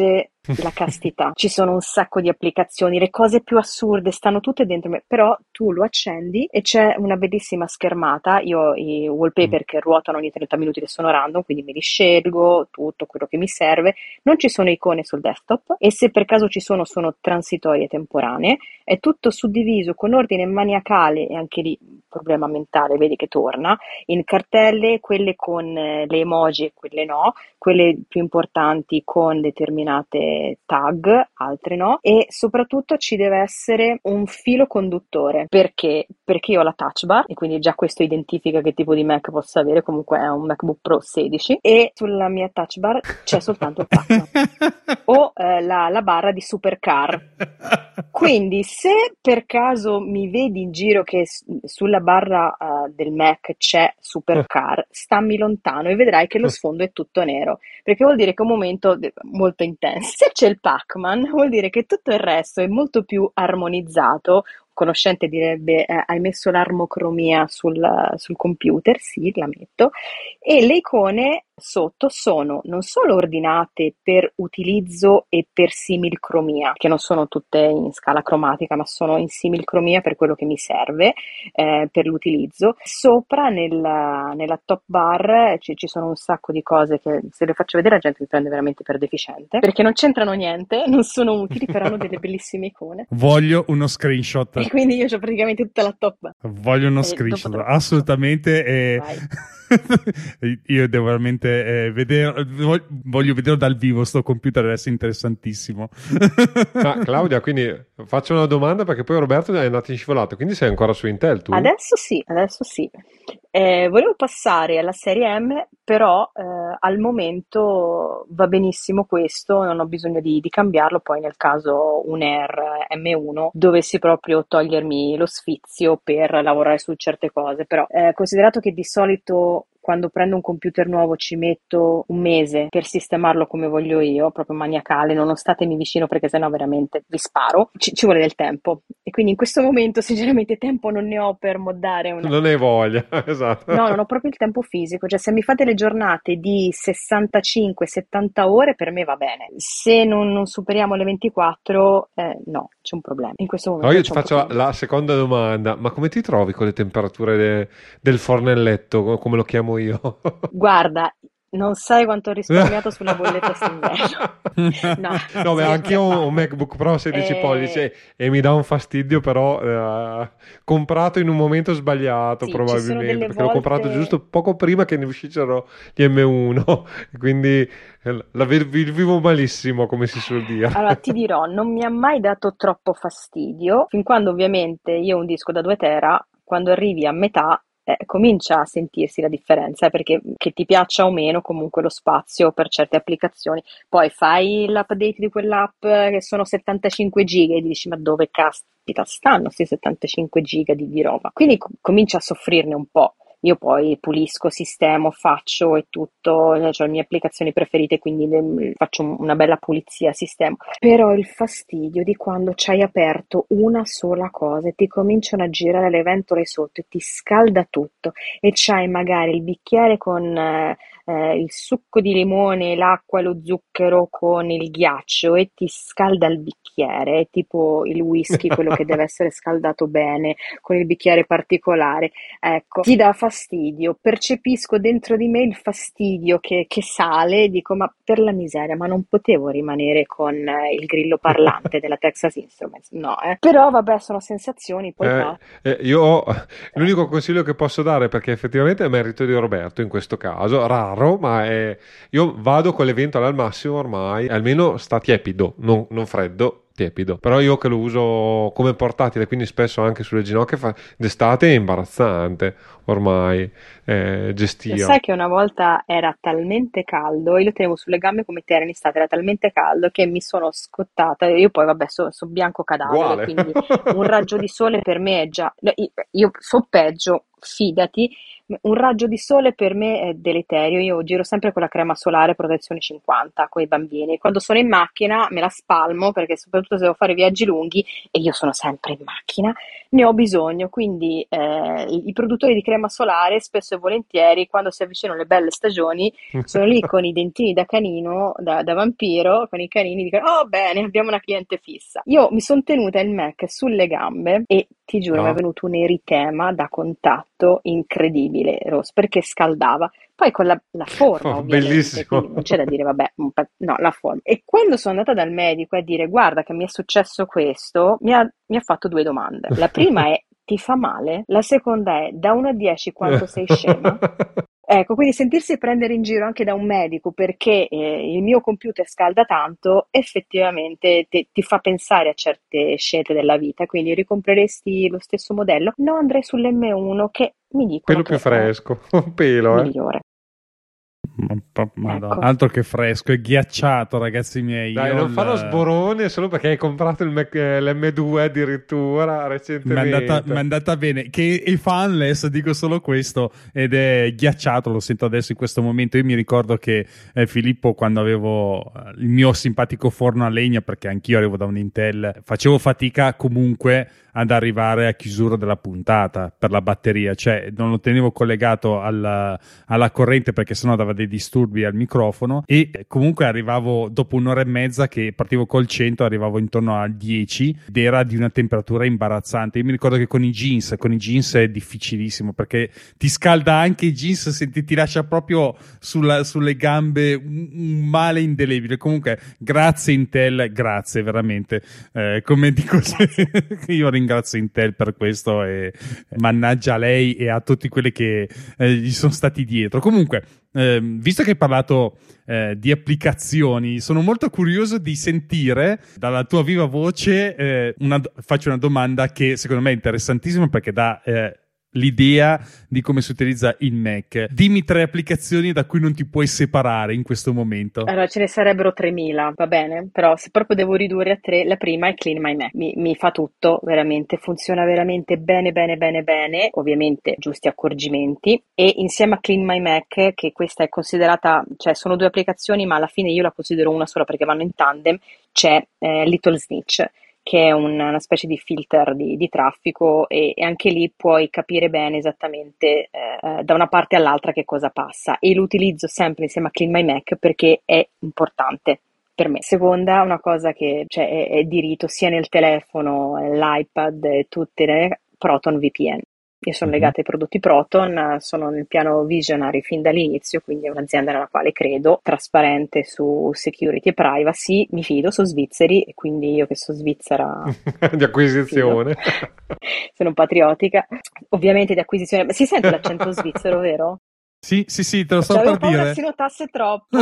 la castità. Ci sono un sacco di applicazioni, le cose più assurde stanno tutte dentro me, però tu lo accendi e c'è una bellissima schermata. Io ho i wallpaper che ruotano ogni trenta minuti, che sono random, quindi me li scelgo, tutto quello che mi serve. Non ci sono icone sul desktop e se per caso ci sono, sono transitorie, temporanee. È tutto suddiviso con ordine maniacale, e anche lì problema mentale, vedi che torna, in cartelle, quelle con eh, le emoji e quelle no, quelle più importanti con determinate tag, altre no, e soprattutto ci deve essere un filo conduttore. Perché? Perché io ho la touch bar e quindi già questo identifica che tipo di Mac posso avere, comunque è un MacBook Pro sedici, e sulla mia touch bar c'è soltanto il Pac-Man o eh, la, la barra di Supercar. Quindi se per caso mi vedi in giro che s- sulla barra uh, del Mac c'è Supercar, stammi lontano e vedrai che lo sfondo è tutto nero, perché vuol dire che è un momento de- molto intenso. Se c'è il Pac-Man, vuol dire che tutto il resto è molto più armonizzato. Conoscente direbbe eh, hai messo l'armocromia sul, sul computer, sì, la metto, e le icone sotto sono non solo ordinate per utilizzo e per similcromia, che non sono tutte in scala cromatica, ma sono in similcromia per quello che mi serve eh, per l'utilizzo. Sopra nella, nella top bar ci, ci sono un sacco di cose che se le faccio vedere la gente mi prende veramente per deficiente, perché non c'entrano niente, non sono utili, però hanno delle bellissime icone. Voglio uno screenshot. E quindi io ho praticamente tutta la top bar. Voglio uno E screenshot, dopo te lo assolutamente. E... io devo veramente eh, vedere, voglio vederlo dal vivo. Sto computer deve essere interessantissimo. Ah, Claudia, quindi faccio una domanda perché poi Roberto è andato in scivolata, quindi sei ancora su Intel tu? Adesso sì, adesso sì. Eh, volevo passare alla serie M, però eh, al momento va benissimo questo, non ho bisogno di, di cambiarlo. Poi nel caso un Air M uno dovessi proprio togliermi lo sfizio per lavorare su certe cose, però eh, considerato che di solito quando prendo un computer nuovo ci metto un mese per sistemarlo come voglio io, proprio maniacale, non statemi vicino perché sennò veramente vi sparo, ci, ci vuole del tempo. E quindi in questo momento sinceramente tempo non ne ho per moddare una... Non ne voglia, esatto. No, non ho proprio il tempo fisico, cioè se mi fate le giornate di sessantacinque settanta ore per me va bene, se non, non superiamo le ventiquattro eh, no, c'è un problema. In questo momento No, io ti c'è un faccio problema. la seconda domanda, ma come ti trovi con le temperature de- del fornelletto, come lo chiamo io? Guarda, non sai quanto ho risparmiato sulla bolletta st'inverno. No, No, beh, scherzi anche io a ho parte. un MacBook Pro sedici Eh, pollici e mi dà un fastidio, però eh, comprato in un momento sbagliato Sì, ci sono probabilmente, delle perché l'ho comprato volte... giusto poco prima che ne uscissero gli M uno, quindi eh, la ve- vi- vivo malissimo, come si suol dire. Allora, ti dirò, non mi ha mai dato troppo fastidio, fin quando ovviamente io ho un disco da due tera, quando arrivi a metà eh, comincia a sentirsi la differenza, eh, perché che ti piaccia o meno comunque lo spazio per certe applicazioni. Poi fai l'update di quell'app eh, che sono settantacinque giga e dici ma dove caspita stanno questi settantacinque giga di, di roba? Quindi co- comincia a soffrirne un po'. Io poi pulisco, sistemo, faccio e tutto, eh, ho le mie applicazioni preferite, quindi le- faccio un- una bella pulizia, sistemo. Però il fastidio di quando c'hai aperto una sola cosa e ti cominciano a girare le ventole sotto e ti scalda tutto e c'hai magari il bicchiere con eh, eh, il succo di limone, l'acqua e lo zucchero con il ghiaccio e ti scalda il bicchiere, è tipo il whisky, quello che deve essere scaldato bene, con il bicchiere particolare. Ecco, ti dà fastidio, percepisco dentro di me il fastidio che, che sale e dico ma per la miseria, ma non potevo rimanere con eh, il grillo parlante della Texas Instruments, no, eh. Però vabbè, sono sensazioni, poi Eh, fa. eh, io ho- l'unico consiglio che posso dare, perché effettivamente è merito di Roberto in questo caso, raro, ma è, io vado con le ventole al massimo ormai, almeno sta tiepido, non, non freddo, tiepido. Però io che lo uso come portatile, quindi spesso anche sulle ginocchia, fa- d'estate è imbarazzante ormai eh, Lo gestire. sai che una volta era talmente caldo, io lo tenevo sulle gambe come te era in estate, era talmente caldo che mi sono scottata. Io poi, vabbè, sono bianco cadavere, Uguale. quindi un raggio di sole per me è già... no, Io, io so peggio, fidati, un raggio di sole per me è deleterio. Io giro sempre con la crema solare protezione cinquanta con i bambini. Quando sono in macchina me la spalmo, perché soprattutto se devo fare viaggi lunghi, e io sono sempre in macchina, ne ho bisogno. Quindi eh, i i produttori di crema crema solare, spesso e volentieri quando si avvicinano le belle stagioni sono lì con i dentini da canino, da, da vampiro, con i canini, dicono oh bene, abbiamo una cliente fissa. Io mi sono tenuta il Mac sulle gambe e ti giuro, No. mi è venuto un eritema da contatto incredibile, Ros, perché scaldava. Poi con la, la forma, Oh, ovviamente, bellissimo. quindi non c'è da dire, vabbè, un pe- no, la forma. E quando sono andata dal medico a dire, guarda che mi è successo questo, mi ha, mi ha fatto due domande. La prima è, ti fa male? La seconda è, da uno a dieci quanto sei scema? Ecco, quindi sentirsi prendere in giro anche da un medico perché eh, il mio computer scalda tanto, effettivamente te- ti fa pensare a certe scelte della vita. Quindi ricompreresti lo stesso modello? No, andrei sull'M uno che mi dicono Pelo più che è fresco, un pelo, eh. migliore. Ma- ma- Madonna. Ecco. Altro che fresco, è ghiacciato, ragazzi miei. Dai, Io non il- fanno sborone solo perché hai comprato il Mac- eh, l'M due addirittura Mi è recentemente. andata, m'è andata bene, che è fanless, dico solo questo, ed è ghiacciato, lo sento adesso in questo momento. Io mi ricordo che eh, Filippo, quando avevo eh, il mio simpatico forno a legna, perché anch'io arrivo da un Intel, facevo fatica comunque ad arrivare a chiusura della puntata per la batteria, cioè non lo tenevo collegato alla, alla corrente perché sennò dava dei disturbi al microfono, e comunque arrivavo dopo un'ora e mezza che partivo col cento, arrivavo intorno a dieci ed era di una temperatura imbarazzante. Io mi ricordo che con i jeans, con i jeans è difficilissimo perché ti scalda anche i jeans, se ti, ti lascia proprio sulla- sulle gambe un, un male indelebile. Comunque grazie Intel, grazie veramente, eh, come dico io ringrazio Intel per questo e mannaggia a lei e a tutti quelli che eh, gli sono stati dietro. Comunque, ehm, visto che hai parlato eh, di applicazioni, sono molto curioso di sentire dalla tua viva voce, eh, una, faccio una domanda che secondo me è interessantissima perché dà eh, l'idea di come si utilizza il Mac. Dimmi tre applicazioni da cui non ti puoi separare in questo momento. Allora, ce ne sarebbero tremila, va bene? Però se proprio devo ridurre a tre, la prima è Clean My Mac. Mi, mi fa tutto, veramente, funziona veramente bene, bene, bene, bene. Ovviamente giusti accorgimenti. E insieme a Clean My Mac, che questa è considerata, cioè sono due applicazioni, ma alla fine io la considero una sola perché vanno in tandem, c'è eh, Little Snitch, che è un- una specie di filter di, di traffico e, e anche lì puoi capire bene esattamente eh, da una parte all'altra che cosa passa, e lo utilizzo sempre insieme a Clean My Mac perché è importante per me. Seconda, una cosa che cioè, è, è di rito sia nel telefono, l'iPad e tutte le Proton V P N. Io sono Mhm. legata ai prodotti Proton, sono nel piano Visionary fin dall'inizio, quindi è un'azienda nella quale credo, trasparente su security e privacy, mi fido, sono svizzeri e quindi io che sono svizzera Di acquisizione. sono patriottica, ovviamente di acquisizione. Si sente l'accento svizzero, vero? Sì, sì, sì, te lo sto Cioè, avevo per paura dire. si notasse troppo.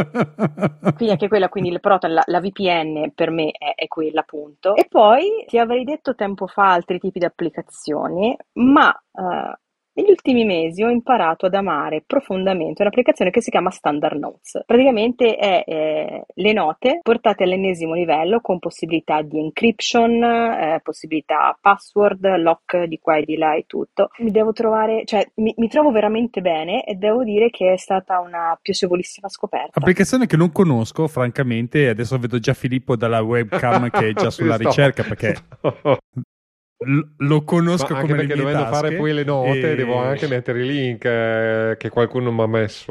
Quindi anche quella, quindi il Proton, la, la V P N per me è, è quella, appunto. E poi ti avrei detto tempo fa altri tipi di applicazioni, ma eh, negli ultimi mesi ho imparato ad amare profondamente un'applicazione che si chiama Standard Notes. Praticamente è eh, le note portate all'ennesimo livello con possibilità di encryption, eh, possibilità password, lock di qua e di là e tutto. Mi devo trovare, cioè mi, mi trovo veramente bene e devo dire che è stata una piacevolissima scoperta. Applicazione che non conosco, francamente. Adesso vedo già Filippo dalla webcam che è già sulla Sto- ricerca perché sto- l- lo conosco Ma anche come le perché mie dovendo tasche. fare poi le note e- devo anche mettere i link eh, che qualcuno mi ha messo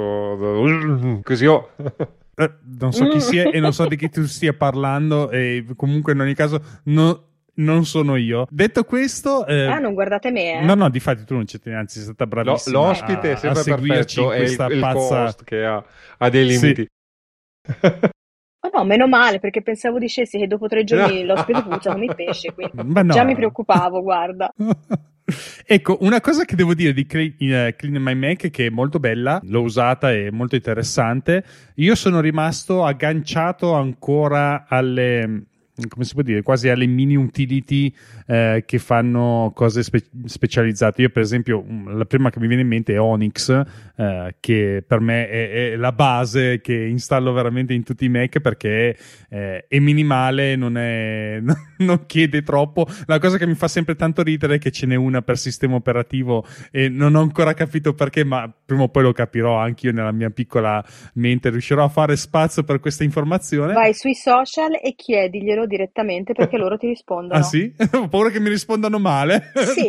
così ho Eh, non so chi Mm. sia e non so di chi tu stia parlando, e comunque in ogni caso no- non sono io. Detto questo, eh, Ah, non guardate me, eh? no, no, difatti tu non c'è, anzi, sei stata Lo- bravissima. l'ospite a, è sempre a seguirci in perfetto, è il, questa il pazza. host che ha, ha dei Sì. limiti. Ma no, meno male, perché pensavo dicessi che dopo tre giorni l'ospite puzza come il pesce, quindi Ma no. già mi preoccupavo, guarda. Ecco, una cosa che devo dire di Clean, eh, Clean My Mac, che è molto bella, l'ho usata, è molto interessante. Io sono rimasto agganciato ancora alle, come si può dire, quasi alle mini utility eh, che fanno cose spe- specializzate. Io per esempio um, la prima che mi viene in mente è Onyx, eh, che per me è, è la base che installo veramente in tutti i Mac perché eh, è minimale, non, è, non chiede troppo. La cosa che mi fa sempre tanto ridere è che ce n'è una per sistema operativo e non ho ancora capito perché, ma prima o poi lo capirò anche io nella mia piccola mente, riuscirò a fare spazio per questa informazione. Vai sui social e chiediglielo chiedilo direttamente perché loro ti rispondono. Ah sì? Ho paura che mi rispondano male. Sì.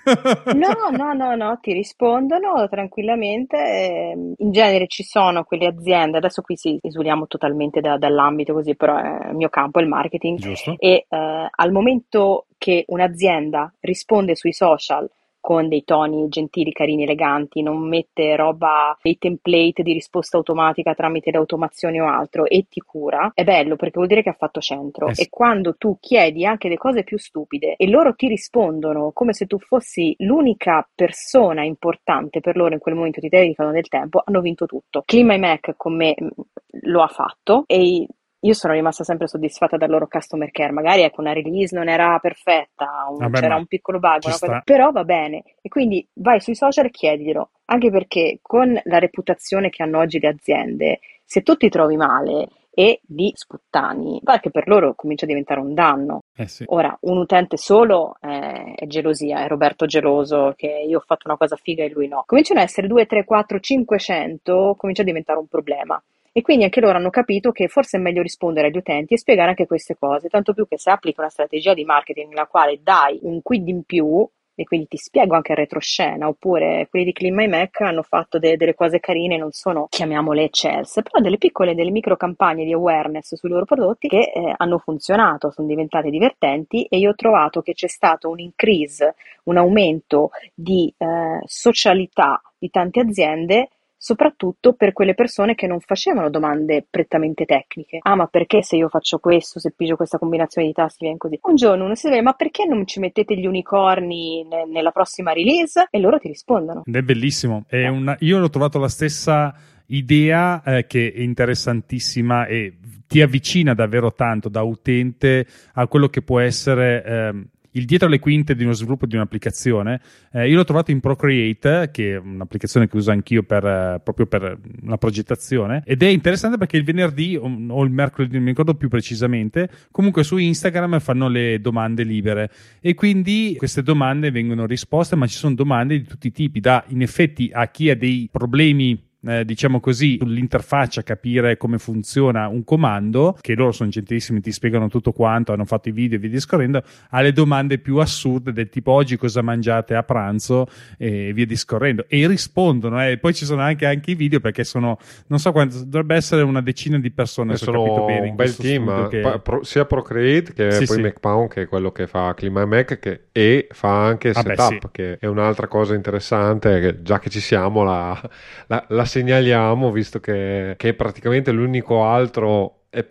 No, no, no, no, ti rispondono tranquillamente. eh, In genere ci sono quelle aziende, adesso qui si isuliamo totalmente da- dall'ambito così, però è il mio campo, è il marketing. Giusto? E eh, al momento che un'azienda risponde sui social con dei toni gentili, carini, eleganti, non mette roba, dei template di risposta automatica tramite le automazioni o altro e ti cura, è bello perché vuol dire che ha fatto centro. Eh sì. E quando tu chiedi anche le cose più stupide e loro ti rispondono come se tu fossi l'unica persona importante per loro in quel momento, ti dedicano del tempo, hanno vinto tutto. Clean My Mac con me mh, lo ha fatto e io sono rimasta sempre soddisfatta dal loro customer care. Magari ecco, una release non era perfetta, un- Vabbè, c'era ma un piccolo bug, ci una cosa- sta. però va bene. E quindi vai sui social e chiediglielo, anche perché con la reputazione che hanno oggi le aziende, se tu ti trovi male e li sputtani, guarda che per loro comincia a diventare un danno. Eh sì. Ora, un utente solo eh, è gelosia, è Roberto geloso, che io ho fatto una cosa figa e lui no. Cominciano a essere due, tre, quattro, cinquecento, comincia a diventare un problema. E quindi anche loro hanno capito che forse è meglio rispondere agli utenti e spiegare anche queste cose, tanto più che se applichi una strategia di marketing nella quale dai un quid in più, e quindi ti spiego anche il retroscena, oppure quelli di Clean My Mac hanno fatto de- delle cose carine, non sono, chiamiamole eccelse, però delle piccole, delle micro campagne di awareness sui loro prodotti che eh, hanno funzionato, sono diventate divertenti e io ho trovato che c'è stato un increase, un aumento di eh, socialità di tante aziende, soprattutto per quelle persone che non facevano domande prettamente tecniche. Ah, ma perché se io faccio questo, se pigio questa combinazione di tasti viene così? Un giorno uno si vede, ma perché non ci mettete gli unicorni ne- nella prossima release? E loro ti rispondono. Ed è bellissimo. È una... Io l'ho trovato la stessa idea eh, che è interessantissima e ti avvicina davvero tanto da utente a quello che può essere ehm, il dietro le quinte di uno sviluppo di un'applicazione. Eh, io l'ho trovato in Procreate, che è un'applicazione che uso anch'io per, eh, proprio per la progettazione, ed è interessante perché il venerdì o, o il mercoledì, non mi ricordo più precisamente, comunque su Instagram fanno le domande libere e quindi queste domande vengono risposte, ma ci sono domande di tutti i tipi, da in effetti a chi ha dei problemi Eh, diciamo così, sull'interfaccia, capire come funziona un comando, che loro sono gentilissimi, ti spiegano tutto quanto, hanno fatto i video e via discorrendo, alle domande più assurde del tipo oggi cosa mangiate a pranzo e via discorrendo, e rispondono eh. Poi ci sono anche, anche i video, perché sono, non so quanto, dovrebbe essere una decina di persone, E se ho sono capito bene, in un bel questo team, studio che... pa- pro- sia Procreate che Sì, poi sì. MacPound, che è quello che fa Clean My Mac, che, e fa anche Ah, beh, Setup, sì. che è un'altra cosa interessante, che già che ci siamo la, la, la segnaliamo, visto che, che è praticamente l'unico altro App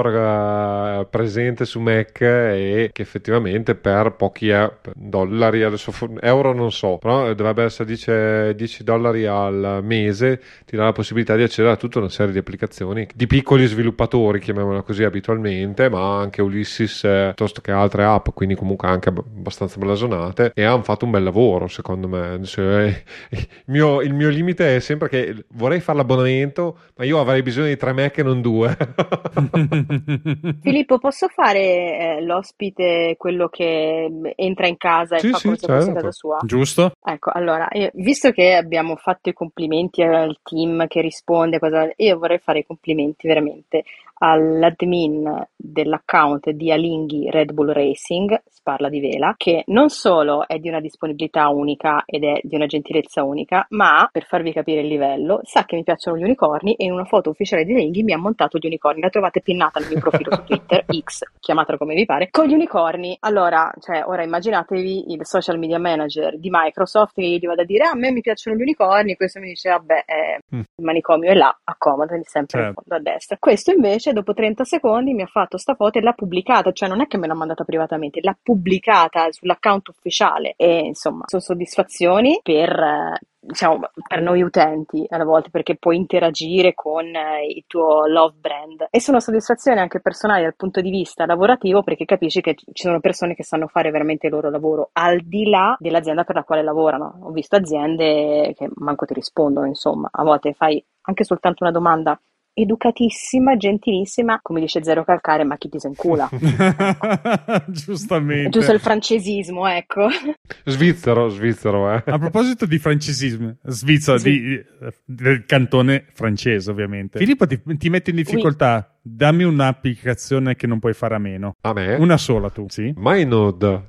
Store uh, presente su Mac, e che effettivamente per pochi e- dollari, adesso fu- euro non so, però dovrebbe essere dieci, dieci dollari al mese, ti dà la possibilità di accedere a tutta una serie di applicazioni di piccoli sviluppatori, chiamiamola così abitualmente, ma anche Ulysses eh, piuttosto che altre app, quindi comunque anche ab- abbastanza blasonate, e hanno fatto un bel lavoro secondo me. Adesso, eh, il, mio, il mio limite è sempre che vorrei fare l'abbonamento, ma io avrei bisogno di tre Mac e non due. Filippo, posso fare eh, l'ospite, quello che mm, entra in casa e Sì, fa sì, come se fosse certo. casa sua? Giusto? Ecco, allora, io- visto che abbiamo fatto i complimenti al team che risponde, cosa, io vorrei fare i complimenti veramente all'admin dell'account di Alinghi Red Bull Racing, si parla di Vela, che non solo è di una disponibilità unica ed è di una gentilezza unica, ma per farvi capire il livello, sa che mi piacciono gli unicorni e in una foto ufficiale di Alinghi mi ha montato gli unicorni. La trovate pinnata nel mio profilo su Twitter, X, chiamatelo come vi pare, con gli unicorni. Allora, cioè, ora immaginatevi il social media manager di Microsoft che gli vado a dire: "Ah, a me mi piacciono gli unicorni", questo mi dice: vabbè, eh, Mm. il manicomio è là, accomodati sempre in Certo. fondo a destra. Questo invece dopo trenta secondi mi ha fatto sta foto e l'ha pubblicata, cioè non è che me l'ha mandata privatamente, l'ha pubblicata sull'account ufficiale. E insomma, sono soddisfazioni per, eh, diciamo, per noi utenti alle volte, perché puoi interagire con eh, il tuo love brand, e sono soddisfazioni anche personali dal punto di vista lavorativo, perché capisci che ci sono persone che sanno fare veramente il loro lavoro al di là dell'azienda per la quale lavorano. Ho visto aziende che manco ti rispondono, insomma, a volte fai anche soltanto una domanda educatissima, gentilissima, come dice Zero Calcare, ma chi ti se incula. Giustamente. È giusto il francesismo, ecco. Svizzero, svizzero, eh. A proposito di francesismo, Svizzera, Sì. di, del cantone francese, ovviamente. Filippo, ti, ti metto in difficoltà. Dammi un'applicazione che non puoi fare a meno. A me? Una sola, tu, sì? MyNode.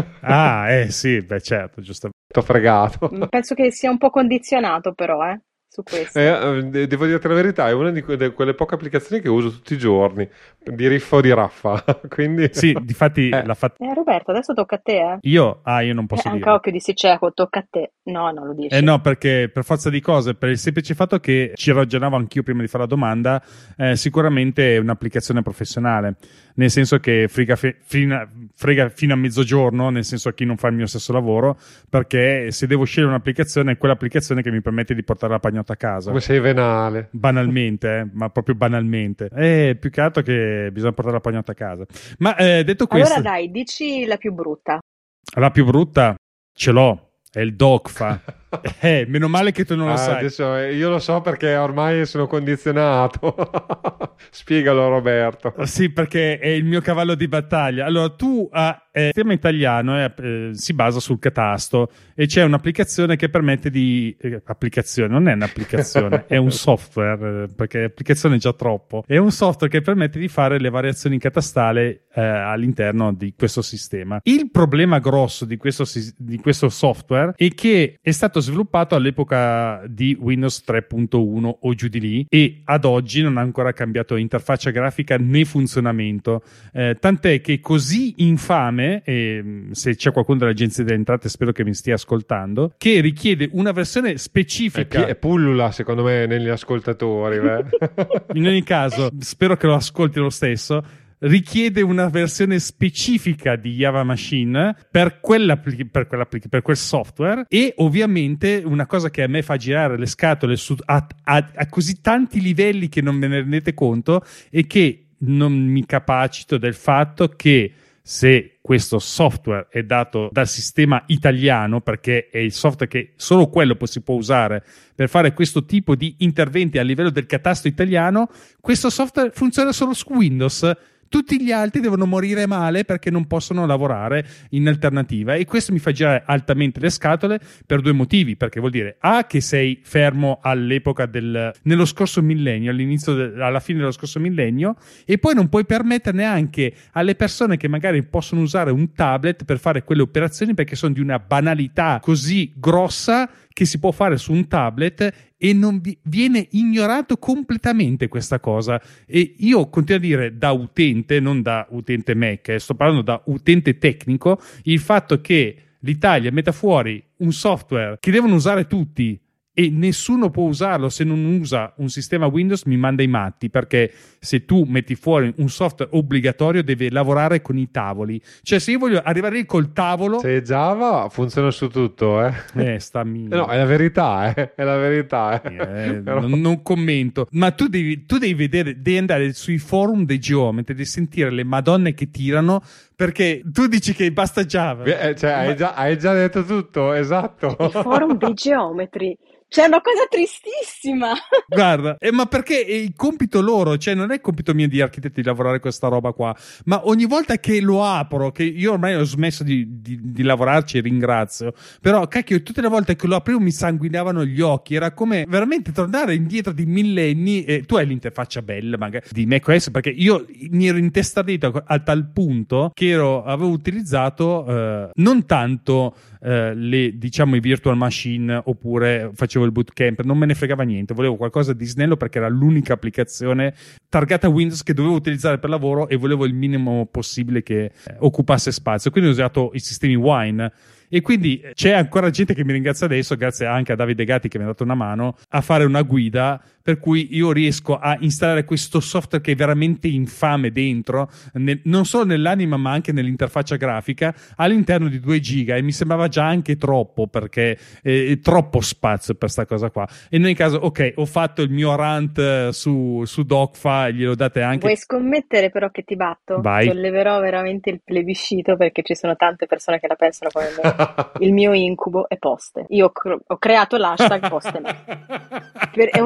Ah, eh sì, beh certo, giustamente. T'ho fregato. Penso che sia un po' condizionato però, eh, su questo. Eh, eh, devo dirti la verità, è una di que- de- quelle poche applicazioni che uso tutti i giorni, di riffa o di raffa. Quindi... Sì, difatti Eh. l'ha fatto. Eh, Roberto, adesso tocca a te, eh. Io, ah, io non Eh, posso anche dire. occhio di Siceco, tocca a te. No, non lo dici. Eh no, perché per forza di cose, per il semplice fatto che ci ragionavo anch'io prima di fare la domanda, eh, sicuramente è un'applicazione professionale, nel senso che frega, fe- fino, frega fino a mezzogiorno, nel senso a chi non fa il mio stesso lavoro, perché se devo scegliere un'applicazione è quell'applicazione che mi permette di portare la pagnotta a casa. Come sei venale. Banalmente, eh, ma proprio banalmente. Eh, più che altro che bisogna portare la pagnotta a casa. Ma eh, detto questo, Allora dai, dici la più brutta. la più brutta ce l'ho, è il Docfa. Eh, meno male che tu non lo Ah, sai. adesso eh, io lo so perché ormai sono condizionato. Spiegalo, Roberto. Sì, perché è il mio cavallo di battaglia. Allora, tu hai il sistema italiano eh, eh, si basa sul catasto e c'è un'applicazione che permette di eh, applicazione, non è un'applicazione, è un software, eh, perché applicazione è già troppo. È un software che permette di fare le variazioni catastali eh, all'interno di questo sistema. Il problema grosso di questo, sis- di questo software è che è stato sviluppato all'epoca di Windows tre punto uno o giù di lì e ad oggi non ha ancora cambiato interfaccia grafica né funzionamento, eh, tant'è che è così infame, e se c'è qualcuno dell'Agenzia delle Entrate spero che mi stia ascoltando, che richiede una versione È, specifica. pi- è pullula secondo me negli ascoltatori. beh. In ogni caso, spero che lo ascolti lo stesso. Richiede una versione specifica di Java Machine per, quell'appli- per, quell'appli- per quel software, e ovviamente una cosa che a me fa girare le scatole su- a, a- a così tanti livelli che non ve ne rendete conto è che non mi capacito del fatto che se questo software è dato dal sistema italiano, perché è il software che solo quello si può usare per fare questo tipo di interventi a livello del catasto italiano, questo software funziona solo su Windows. Tutti gli altri devono morire male perché non possono lavorare in alternativa, e questo mi fa girare altamente le scatole per due motivi, perché vuol dire A, che sei fermo all'epoca del nello scorso millennio, all'inizio de, alla fine dello scorso millennio, e poi non puoi permettere neanche alle persone che magari possono usare un tablet per fare quelle operazioni, perché sono di una banalità così grossa che si può fare su un tablet, e non vi, viene ignorato completamente questa cosa. E io continuo a dire, da utente, non da utente Mac, eh, sto parlando da utente tecnico, il fatto che l'Italia metta fuori un software che devono usare tutti e nessuno può usarlo se non usa un sistema Windows mi manda i matti, perché se tu metti fuori un software obbligatorio deve lavorare con i tavoli, cioè se io voglio arrivare lì col tavolo, Se è Java funziona su tutto, eh. eh, sta mi... No, è la verità, eh. È la verità, eh. Eh, Però- non, non commento, ma tu devi, tu devi vedere, devi andare sui forum dei geometri, devi sentire le madonne che tirano, perché tu dici che basta Java. Eh, cioè, hai, Ma- già, hai già detto tutto, esatto. Il forum dei geometri. C'è una cosa tristissima. Guarda, eh, ma perché è il compito loro, cioè non è il compito mio di architetto di lavorare questa roba qua, ma ogni volta che lo apro, che io ormai ho smesso di, di, di lavorarci, ringrazio, però cacchio, tutte le volte che lo aprivo mi sanguinavano gli occhi, era come veramente tornare indietro di millenni. E tu hai l'interfaccia bella magari di macOS, perché io mi ero intestardito a tal punto che ero, avevo utilizzato eh, non tanto eh, le, diciamo, i virtual machine, oppure facevo il bootcamp, non me ne fregava niente, volevo qualcosa di snello perché era l'unica applicazione targata Windows che dovevo utilizzare per lavoro e volevo il minimo possibile che eh, occupasse spazio, quindi ho usato i sistemi Wine. E quindi c'è ancora gente che mi ringrazia adesso, grazie anche a Davide Gatti che mi ha dato una mano a fare una guida per cui io riesco a installare questo software che è veramente infame dentro, nel, non solo nell'anima ma anche nell'interfaccia grafica, all'interno di due giga, e mi sembrava già anche troppo, perché è, è troppo spazio per sta cosa qua. E in ogni caso, ok, ho fatto il mio rant su, su Docfa, glielo date anche. Vuoi scommettere però che ti batto? Vai. Solleverò veramente il plebiscito, perché ci sono tante persone che la pensano come me. Il mio incubo è poste. Io ho, cr- ho creato l'hashtag poste me. Per- e ogni volta che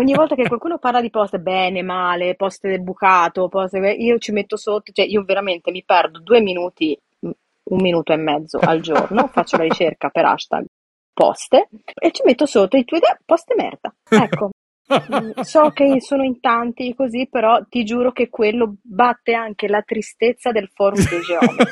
se qualcuno parla di poste bene, male, poste del bucato, poste, io ci metto sotto, cioè io veramente mi perdo due minuti, un minuto e mezzo al giorno, faccio la ricerca per hashtag poste e ci metto sotto i tweet, poste merda, ecco. So che sono in tanti così, però ti giuro che quello batte anche la tristezza del forum dei geometri.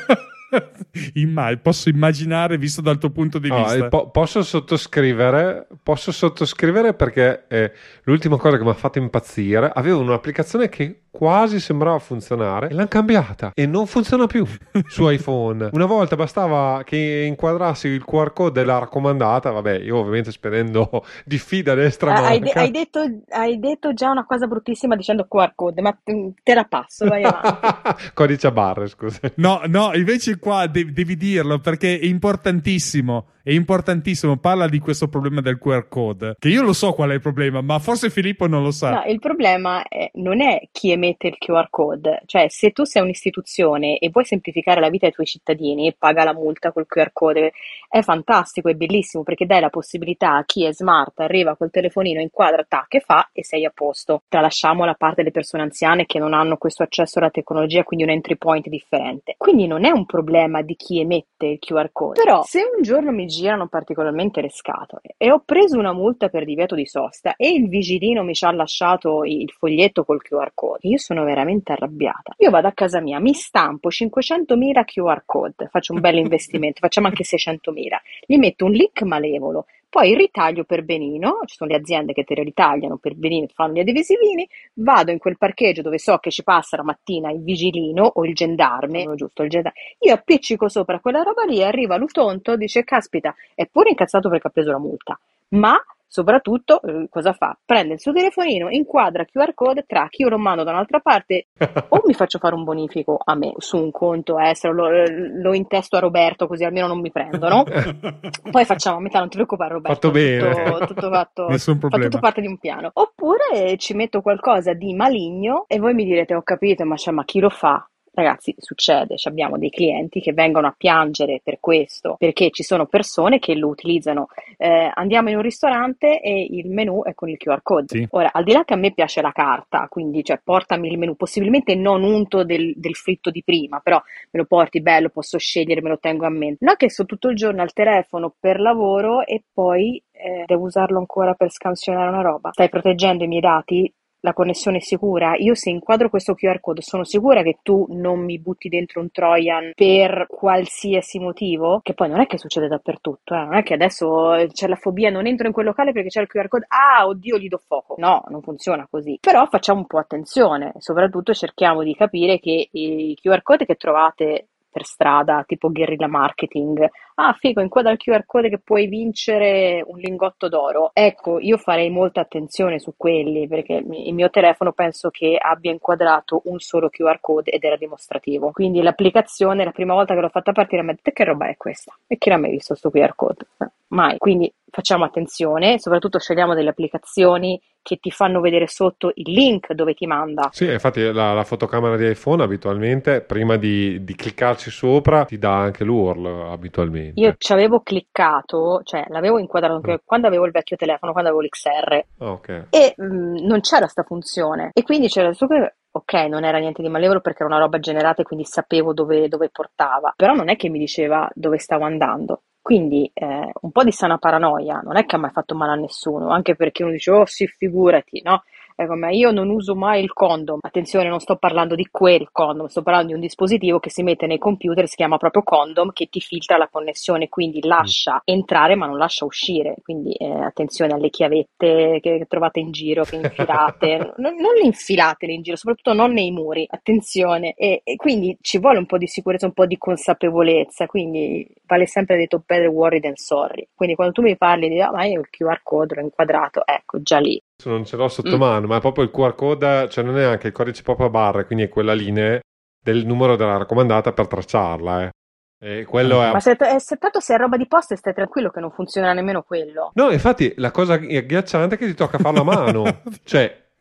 Imma- posso immaginare, visto dal tuo punto di No, vista. po- posso sottoscrivere, posso sottoscrivere perché eh, l'ultima cosa che mi ha fatto impazzire, avevo un'applicazione che quasi sembrava funzionare e l'hanno cambiata e non funziona più su iPhone. Una volta bastava che inquadrassi il Q R code della raccomandata, vabbè, io ovviamente spendendo di fida destra Ah, hai, de- manca. hai detto, hai detto già una cosa bruttissima dicendo Q R code, ma te te la passo, vai avanti. Codice a barre, scusa. No, no, invece qua de- devi dirlo perché è importantissimo. È importantissimo. Parla di questo problema del Q R code. Che io lo so qual è il problema, ma forse Filippo non lo sa. No, il problema è- non è chi emette il Q R code, cioè se tu sei un'istituzione e vuoi semplificare la vita ai tuoi cittadini, paga la multa col Q R code, è fantastico, è bellissimo perché dai la possibilità a chi è smart, arriva col telefonino, inquadra, tac, e fa e sei a posto. Tralasciamo la parte delle persone anziane che non hanno questo accesso alla tecnologia, quindi un entry point differente. Quindi non è un problema di chi emette il Q R code. Però se un giorno mi girano particolarmente le scatole e ho preso una multa per divieto di sosta e il vigilino mi ci ha lasciato il foglietto col Q R code, io sono veramente arrabbiata. Io vado a casa mia, mi stampo cinquecentomila Q R code, faccio un bel investimento, facciamo anche seicentomila, gli metto un link malevolo, poi ritaglio per benino, ci sono le aziende che te le ritagliano per benino, ti fanno gli adesivini, vado in quel parcheggio dove so che ci passa la mattina il vigilino o il gendarme, no, giusto, il gendarme, io appiccico sopra quella roba lì, arriva l'utonto, dice caspita, è pure incazzato perché ha preso la multa, ma soprattutto eh, cosa fa? Prende il suo telefonino, inquadra Q R code, track, io lo mando da un'altra parte o mi faccio fare un bonifico a me su un conto estero, lo, lo intesto a Roberto così almeno non mi prendono, poi facciamo a metà, non ti preoccupare Roberto, Fatto bene. tutto, tutto fatto, Nessun fa problema. tutto parte di un piano, oppure ci metto qualcosa di maligno e voi mi direte ho capito ma, cioè, ma chi lo fa? Ragazzi, succede, ci abbiamo dei clienti che vengono a piangere per questo, perché ci sono persone che lo utilizzano. Eh, andiamo in un ristorante e il menù è con il Q R code. Sì. Ora, al di là che a me piace la carta, quindi cioè portami il menù, possibilmente non unto del, del fritto di prima, però me lo porti bello, posso scegliere, me lo tengo a mente. Non è che sto tutto il giorno al telefono per lavoro e poi eh, devo usarlo ancora per scansionare una roba. Stai proteggendo i miei dati? La connessione è sicura? Io se inquadro questo Q R code sono sicura che tu non mi butti dentro un trojan per qualsiasi motivo? Che poi non è che succede dappertutto, eh? Non è che adesso c'è la fobia, non entro in quel locale perché c'è il Q R code, ah oddio gli do fuoco. No, non funziona così. Però facciamo un po' attenzione, soprattutto cerchiamo di capire che i Q R code che trovate per strada, tipo guerrilla marketing, ah figo, inquadra il Q R code che puoi vincere un lingotto d'oro. Ecco, io farei molta attenzione su quelli, perché il mio telefono penso che abbia inquadrato un solo Q R code ed era dimostrativo. Quindi l'applicazione, la prima volta che l'ho fatta partire, mi ha detto che roba è questa? E chi l'ha mai visto sto Q R code? Eh, mai. Quindi facciamo attenzione, soprattutto scegliamo delle applicazioni che ti fanno vedere sotto il link dove ti manda. Sì, infatti la, la fotocamera di iPhone abitualmente, prima di, di cliccarci sopra, ti dà anche l'U R L abitualmente. Io ci avevo cliccato, cioè l'avevo inquadrato anche Mm. quando avevo il vecchio telefono, quando avevo l'X R, Ah, ok. e mh, non c'era sta funzione. E quindi c'era su che, ok, non era niente di malevolo perché era una roba generata e quindi sapevo dove, dove portava, però non è che mi diceva dove stavo andando. Quindi eh, un po' di sana paranoia, non è che ha mai fatto male a nessuno, anche perché uno dice, oh sì, figurati, no? Ecco, ma io non uso mai il condom. Attenzione, non sto parlando di quel condom, sto parlando di un dispositivo che si mette nei computer, si chiama proprio condom, che ti filtra la connessione, quindi lascia entrare ma non lascia uscire. Quindi eh, attenzione alle chiavette che trovate in giro, che infilate. non, non le infilatele in giro, soprattutto non nei muri, attenzione. E, e quindi ci vuole un po' di sicurezza, un po' di consapevolezza, quindi vale sempre detto better worried than sorry. Quindi quando tu mi parli di, ah, ma io il Q R code l'ho inquadrato, ecco, già lì. Non ce l'ho sotto Mm. mano, ma è proprio il Q R code, cioè non è anche il codice proprio a barre, quindi è quella linea del numero della raccomandata per tracciarla, eh. E quello è... Ma se, eh, se tanto se è roba di posta stai tranquillo che non funziona nemmeno quello. No, infatti la cosa agghiacciante è che ti tocca farlo a mano, cioè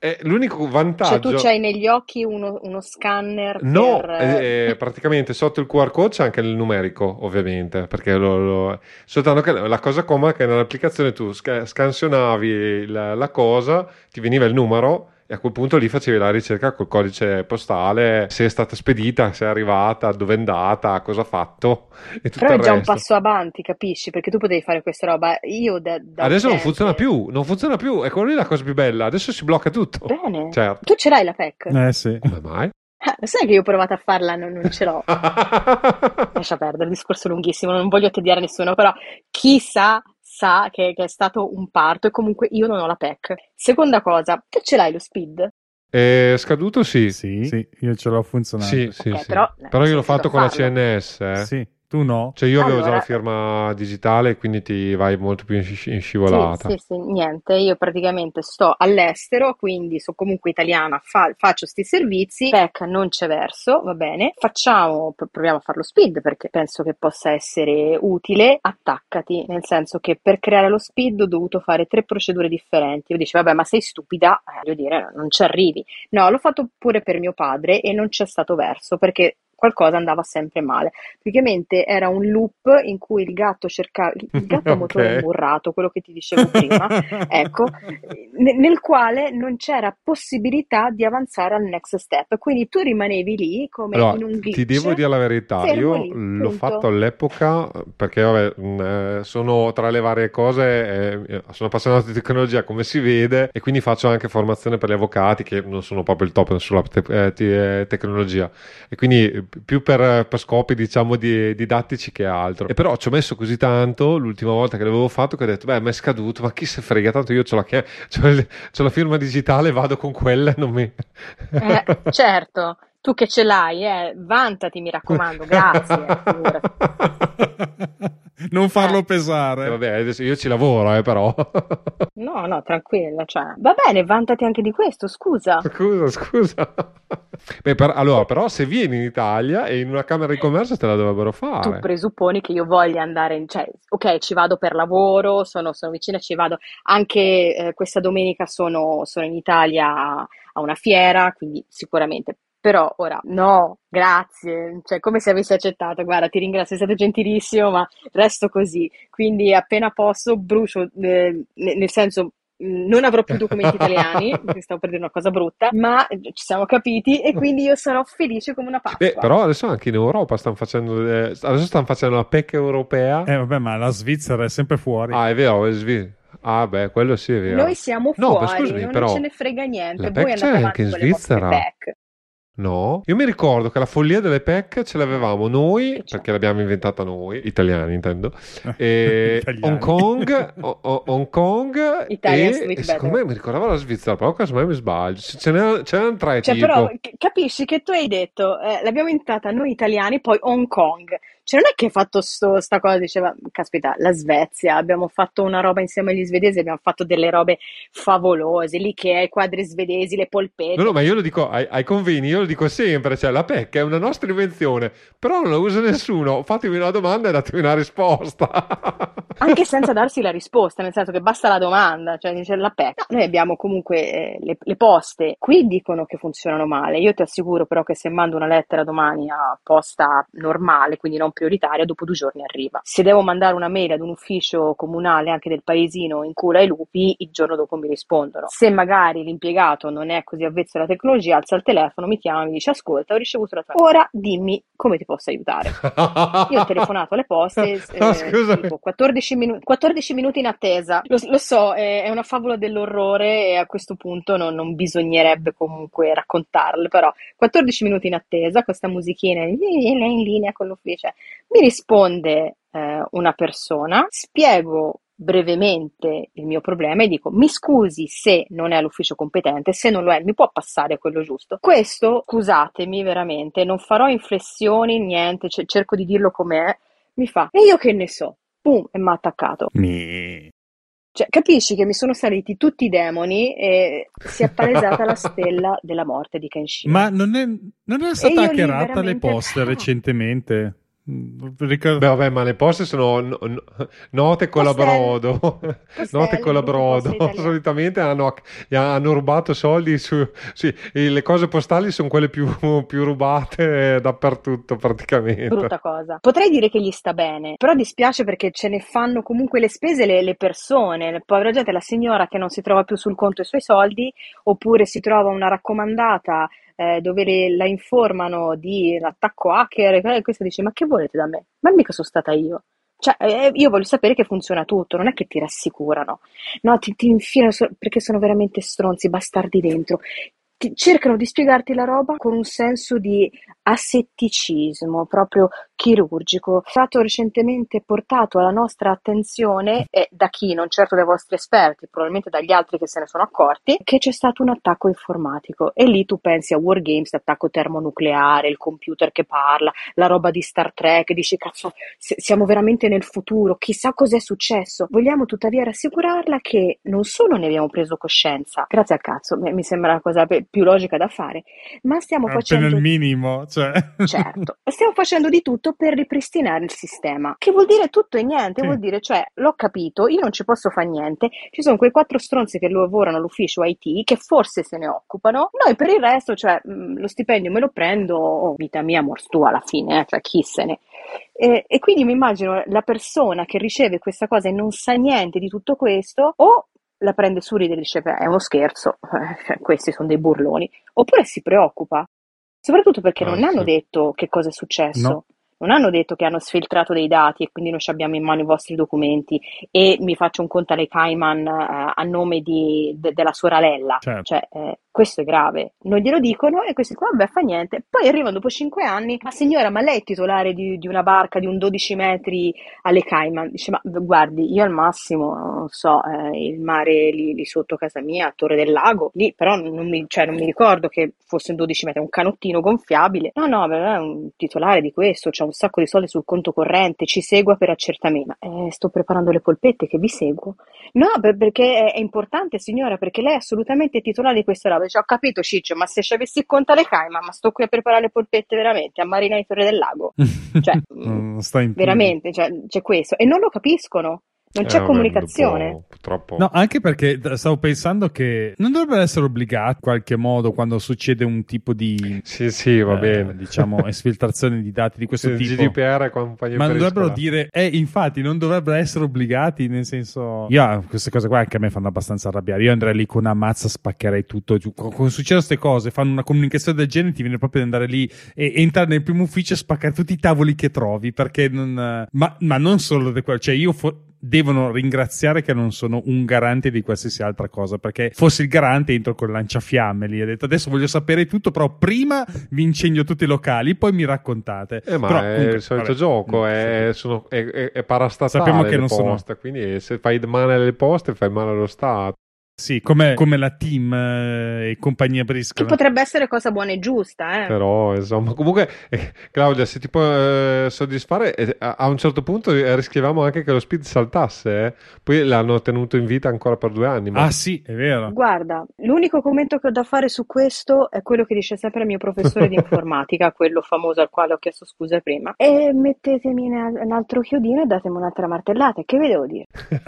è l'unico Cioè vantaggio. tu c'hai negli occhi uno, uno scanner No, per... eh, eh, praticamente sotto il Q R code c'è anche il numerico, ovviamente, perché lo, lo- soltanto che la cosa comoda è che nell'applicazione tu sca- scansionavi la, la cosa, ti veniva il numero e a quel punto lì facevi la ricerca col codice postale, se è stata spedita, se è arrivata, dove è andata, cosa ha fatto e tutto Però è il già un resto. passo avanti, capisci? Perché tu potevi fare questa roba. Io da, da Adesso non utente- funziona più, non funziona più, è quello lì la cosa più bella, adesso si blocca tutto. Bene. Certo. Tu ce l'hai la P E C? Eh sì. Come mai? Eh, lo sai che io ho provato a farla, non, non ce l'ho. Lascia perdere, il discorso è lunghissimo, non voglio tediare nessuno, però chi sa, sa che, che è stato un parto e comunque io non ho la P E C. Seconda cosa, tu ce l'hai lo SPID? È scaduto? Sì. Sì, sì, io ce l'ho funzionante. Sì, sì, Ok, sì. però- Però io l'ho sì, fatto so con la farlo. C N S, eh. Sì, tu no? Cioè io avevo già Allora- la firma digitale, quindi ti vai molto più in, sci- in scivolata. Sì, sì, sì, niente, io praticamente sto all'estero, quindi sono comunque italiana, fa- faccio sti servizi, P E C non c'è verso, va bene, facciamo, pr- proviamo a farlo SPID perché penso che possa essere utile, attaccati, nel senso che per creare lo SPID ho dovuto fare tre procedure differenti, io dicevo, vabbè, ma sei stupida, eh, voglio dire, non ci arrivi. No, l'ho fatto pure per mio padre e non c'è stato verso perché qualcosa andava sempre male. Praticamente era un loop in cui il gatto cercava il gatto a Ok. motore imburrato, quello che ti dicevo prima, ecco, ne- nel quale non c'era possibilità di avanzare al next step. Quindi tu rimanevi lì come Allora, in un glitch. ti devo dire la verità, fermo io lì, l'ho punto. fatto all'epoca perché vabbè, mh, eh, sono tra le varie cose, eh, sono appassionato di tecnologia come si vede e quindi faccio anche formazione per gli avvocati che non sono proprio il top sulla te- eh, te- eh, tecnologia e quindi eh, più per, per scopi diciamo di, didattici che altro. E però ci ho messo così tanto l'ultima volta che l'avevo fatto che ho detto beh ma è scaduto, ma chi se frega, tanto io c'ho la, chia- c'ho il- c'ho la firma digitale, vado con quella e non mi... Eh, certo, tu che ce l'hai, eh, vantati, mi raccomando, grazie. figurati. Non farlo Eh. pesare. Eh, vabbè, adesso io ci lavoro, eh, però. No, no, tranquilla, cioè, va bene, vantati anche di questo, scusa. Scusa, scusa. Beh, per- allora, però, se vieni in Italia e in una camera di commercio te la dovrebbero Tu fare. presupponi che io voglia andare in, cioè, ok, ci vado per lavoro, sono, sono vicina, ci vado. Anche eh, questa domenica sono, sono in Italia a, a una fiera, quindi sicuramente. Però ora, no, grazie, cioè come se avessi accettato, guarda, ti ringrazio, sei stato gentilissimo, ma resto così. Quindi appena posso brucio, eh, ne- nel senso, mh, non avrò più documenti italiani, perché stavo per dire una cosa brutta, ma eh, ci siamo capiti e quindi io sarò felice come una Pasqua. Beh, però adesso anche in Europa stanno facendo, eh, adesso stanno facendo la P E C europea. Eh vabbè, ma la Svizzera è sempre fuori. Ah, è vero, è Svi- Ah, beh, quello sì è vero. Noi siamo No, fuori, ma scusami, non però, ce ne frega niente. la Voi P E C c'è andate anche avanti in con le vostre Svizzera? P E C. No, io mi ricordo che la follia delle P E C ce l'avevamo noi, Che c'è? perché l'abbiamo inventata noi, italiani intendo, e Italiani. Hong Kong, o- o- Hong Kong Italians e, with e secondo better. me mi ricordavo la Svizzera, però casomai mi sbaglio, Ce- ce n'erano, c'erano tre Cioè, tipo. però c- capisci che tu hai detto, eh, l'abbiamo inventata noi italiani, poi Hong Kong. Cioè, non è che hai fatto sto, sta cosa, diceva, caspita, la Svezia, abbiamo fatto una roba insieme agli svedesi, abbiamo fatto delle robe favolose, l'Ikea, i quadri svedesi, le polpette. No, no, ma io lo dico ai, ai convegni, io lo dico sempre, cioè la P E C è una nostra invenzione, però non la usa nessuno, fatemi una domanda e datemi una risposta. Anche senza darsi la risposta, nel senso che basta la domanda, cioè dice la P E C. No, noi abbiamo comunque eh, le, le poste, qui dicono che funzionano male, io ti assicuro però che se mando una lettera domani a posta normale, quindi non prioritaria, dopo due giorni arriva. Se devo mandare una mail ad un ufficio comunale anche del paesino in cura ai lupi, il giorno dopo mi rispondono. Se magari l'impiegato non è così avvezzo alla tecnologia, alza il telefono, mi chiama, mi dice ascolta, ho ricevuto la tua. Ora dimmi come ti posso aiutare. Io ho telefonato alle poste, eh, No, scusami. tipo quattordici, minu- quattordici minuti in attesa. Lo, lo so, è, è una favola dell'orrore e a questo punto non, non bisognerebbe comunque raccontarle, però quattordici minuti in attesa, questa musichina in, in linea con l'ufficio. Mi risponde eh, una persona, spiego brevemente il mio problema e dico mi scusi se non è l'ufficio competente, se non lo è mi può passare quello giusto. Questo, scusatemi veramente, non farò inflessioni, niente, c- cerco di dirlo com'è, mi fa e io che ne so, boom, e mi ha attaccato. Mi. Cioè, capisci che mi sono saliti tutti i demoni e si è palesata la stella della morte di Kenshiro. Ma non è, non è io stata lì hackerata le veramente- poste recentemente? Ricordo... Beh, vabbè, ma le poste sono no, no, note con la brodo. Note con la brodo. Solitamente hanno, hanno rubato soldi su, sì, le cose postali sono quelle più, più rubate dappertutto praticamente. Brutta cosa. Potrei dire che gli sta bene, però dispiace perché ce ne fanno comunque le spese le, le persone, la povera gente, la signora che non si trova più sul conto i suoi soldi, oppure si trova una raccomandata Eh, dove le, la informano di l'attacco hacker e questa dice: ma che volete da me? Ma mica sono stata io. Cioè, eh, io voglio sapere che funziona tutto, non è che ti rassicurano, no, ti, ti infilano so- perché sono veramente stronzi, bastardi dentro. Ti- cercano di spiegarti la roba con un senso di asetticismo proprio chirurgico. È stato recentemente portato alla nostra attenzione, e da chi? Non certo dai vostri esperti, probabilmente dagli altri che se ne sono accorti, che c'è stato un attacco informatico. E lì tu pensi a Wargames, attacco termonucleare, il computer che parla, la roba di Star Trek, dici cazzo, se- siamo veramente nel futuro, chissà cos'è successo. Vogliamo tuttavia rassicurarla che non solo ne abbiamo preso coscienza, grazie al cazzo, mi mi sembra la cosa pe- più logica da fare, ma stiamo Appena facendo... il minimo, cioè. Certo, stiamo facendo di tutto per ripristinare il sistema, che vuol dire tutto e niente, Sì. vuol dire, cioè, l'ho capito, io non ci posso fare niente, ci sono quei quattro stronzi che lavorano all'ufficio I T che forse se ne occupano, noi per il resto, cioè, mh, lo stipendio me lo prendo, oh, vita mia, mors tua alla fine, eh, cioè, chi se ne... E, e quindi mi immagino la persona che riceve questa cosa e non sa niente di tutto questo, o la prende su, ride e dice, "Beh, è uno scherzo, eh, questi sono dei burloni", oppure si preoccupa. Soprattutto perché Ah, non hanno sì. detto che cosa è successo, No. non hanno detto che hanno sfiltrato dei dati e quindi noi ci abbiamo in mano i vostri documenti e mi faccio un conto alle Cayman eh, a nome di- de- della sorella. Certo. Cioè, eh, questo è grave. Non glielo dicono e questi qua, vabbè, fa niente. Poi arrivano dopo cinque anni, ma signora, ma lei è titolare di, di una barca di un dodici metri alle Cayman? Dice, ma guardi, io al massimo, non so, eh, il mare lì, lì sotto casa mia, a Torre del Lago, lì però non mi, cioè, non mi ricordo che fosse un dodici metri, un canottino gonfiabile. No, no, beh, è un titolare di questo, c'ha un sacco di soldi sul conto corrente, ci segua per accertamenti. Ma, eh, sto preparando le polpette, che vi seguo. No, per- perché è, è importante, signora, perché lei è assolutamente titolare di questa roba. Dice, ho capito, Ciccio, ma se ci avessi il conto alle Cayman, ma sto qui a preparare le polpette veramente a Marina di Torre del Lago. Cioè, Non sta in piedi. veramente, cioè, c'è questo. E non lo capiscono, non Eh, c'è vabbè, comunicazione. dopo, purtroppo. No, anche perché d- stavo pensando che non dovrebbero essere obbligati in qualche modo quando succede un tipo di Sì, sì, va eh, bene. diciamo esfiltrazione di dati di questo Il tipo. G D P R e compagnia Ma non dovrebbero periscola. dire, eh, infatti, non dovrebbero essere obbligati, nel senso, io ah, queste cose qua anche a me fanno abbastanza arrabbiare. Io andrei lì con una mazza, spaccherei tutto. Giù. Quando succedono queste cose, fanno una comunicazione del genere, ti viene proprio di andare lì e entrare nel primo ufficio e spaccare tutti i tavoli che trovi, perché non, ma, ma non solo di quello, cioè io fo- devono ringraziare che non sono un garante di qualsiasi altra cosa, perché fossi il garante entro col lanciafiamme lì, ho detto adesso voglio sapere tutto, però prima vi incendio tutti i locali, poi mi raccontate. Eh, ma Però, è comunque, il solito vabbè, gioco, mm, è, sì. sono- è- è- è parastatale Sappiamo che le non sono- poste, quindi se fai male alle poste fai male allo Stato. Sì, come, come la team eh, e compagnia Che briscola. potrebbe essere cosa buona e giusta, eh. Però, insomma, comunque, eh, Claudia, se ti può eh, soddisfare, eh, a, a un certo punto eh, rischiavamo anche che lo speed saltasse, eh. Poi l'hanno tenuto in vita ancora per due anni. Ma... Ah sì, è vero. Guarda, l'unico commento che ho da fare su questo è quello che dice sempre il mio professore di informatica, quello famoso al quale ho chiesto scusa prima. E mettetemi in un altro chiodino e datemi un'altra martellata, che vi devo dire?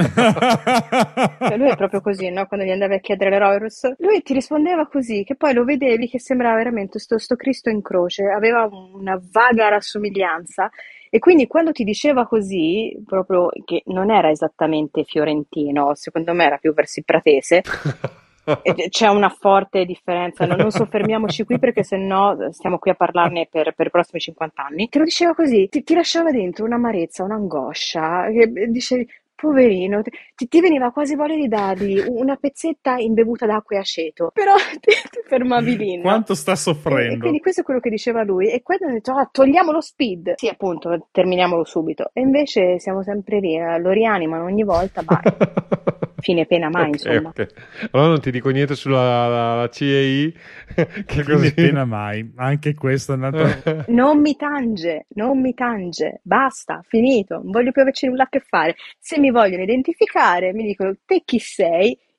Cioè, lui è proprio così, no? Quando gli andavi a chiedere le Reuters, lui ti rispondeva così, che poi lo vedevi che sembrava veramente sto, sto Cristo in croce, aveva una vaga rassomiglianza. E quindi quando ti diceva così, proprio che non era esattamente fiorentino, secondo me era più verso il pratese, e c'è una forte differenza. Non, non soffermiamoci qui perché sennò stiamo qui a parlarne per, per i prossimi cinquanta anni. Te lo diceva così, ti, ti lasciava dentro un'amarezza, un'angoscia, che dicevi, poverino, ti, ti veniva quasi voglia di dargli una pezzetta imbevuta d'acqua e aceto, però ti, ti fermavi lì, no? Quanto sta E, e soffrendo. quindi questo è quello che diceva lui. E quando hanno detto, ah, togliamo lo speed, sì, appunto, terminiamolo subito. E invece siamo sempre lì, eh, lo rianimano ogni volta, ma fine pena mai, Ok, insomma. ok. Allora non ti dico niente sulla la, la C E I, che Fine così... pena mai. Anche questo è un altro... Non mi tange, non mi tange, basta, finito, non voglio più averci nulla a che fare. Se mi vogliono identificare, mi dicono te chi sei, io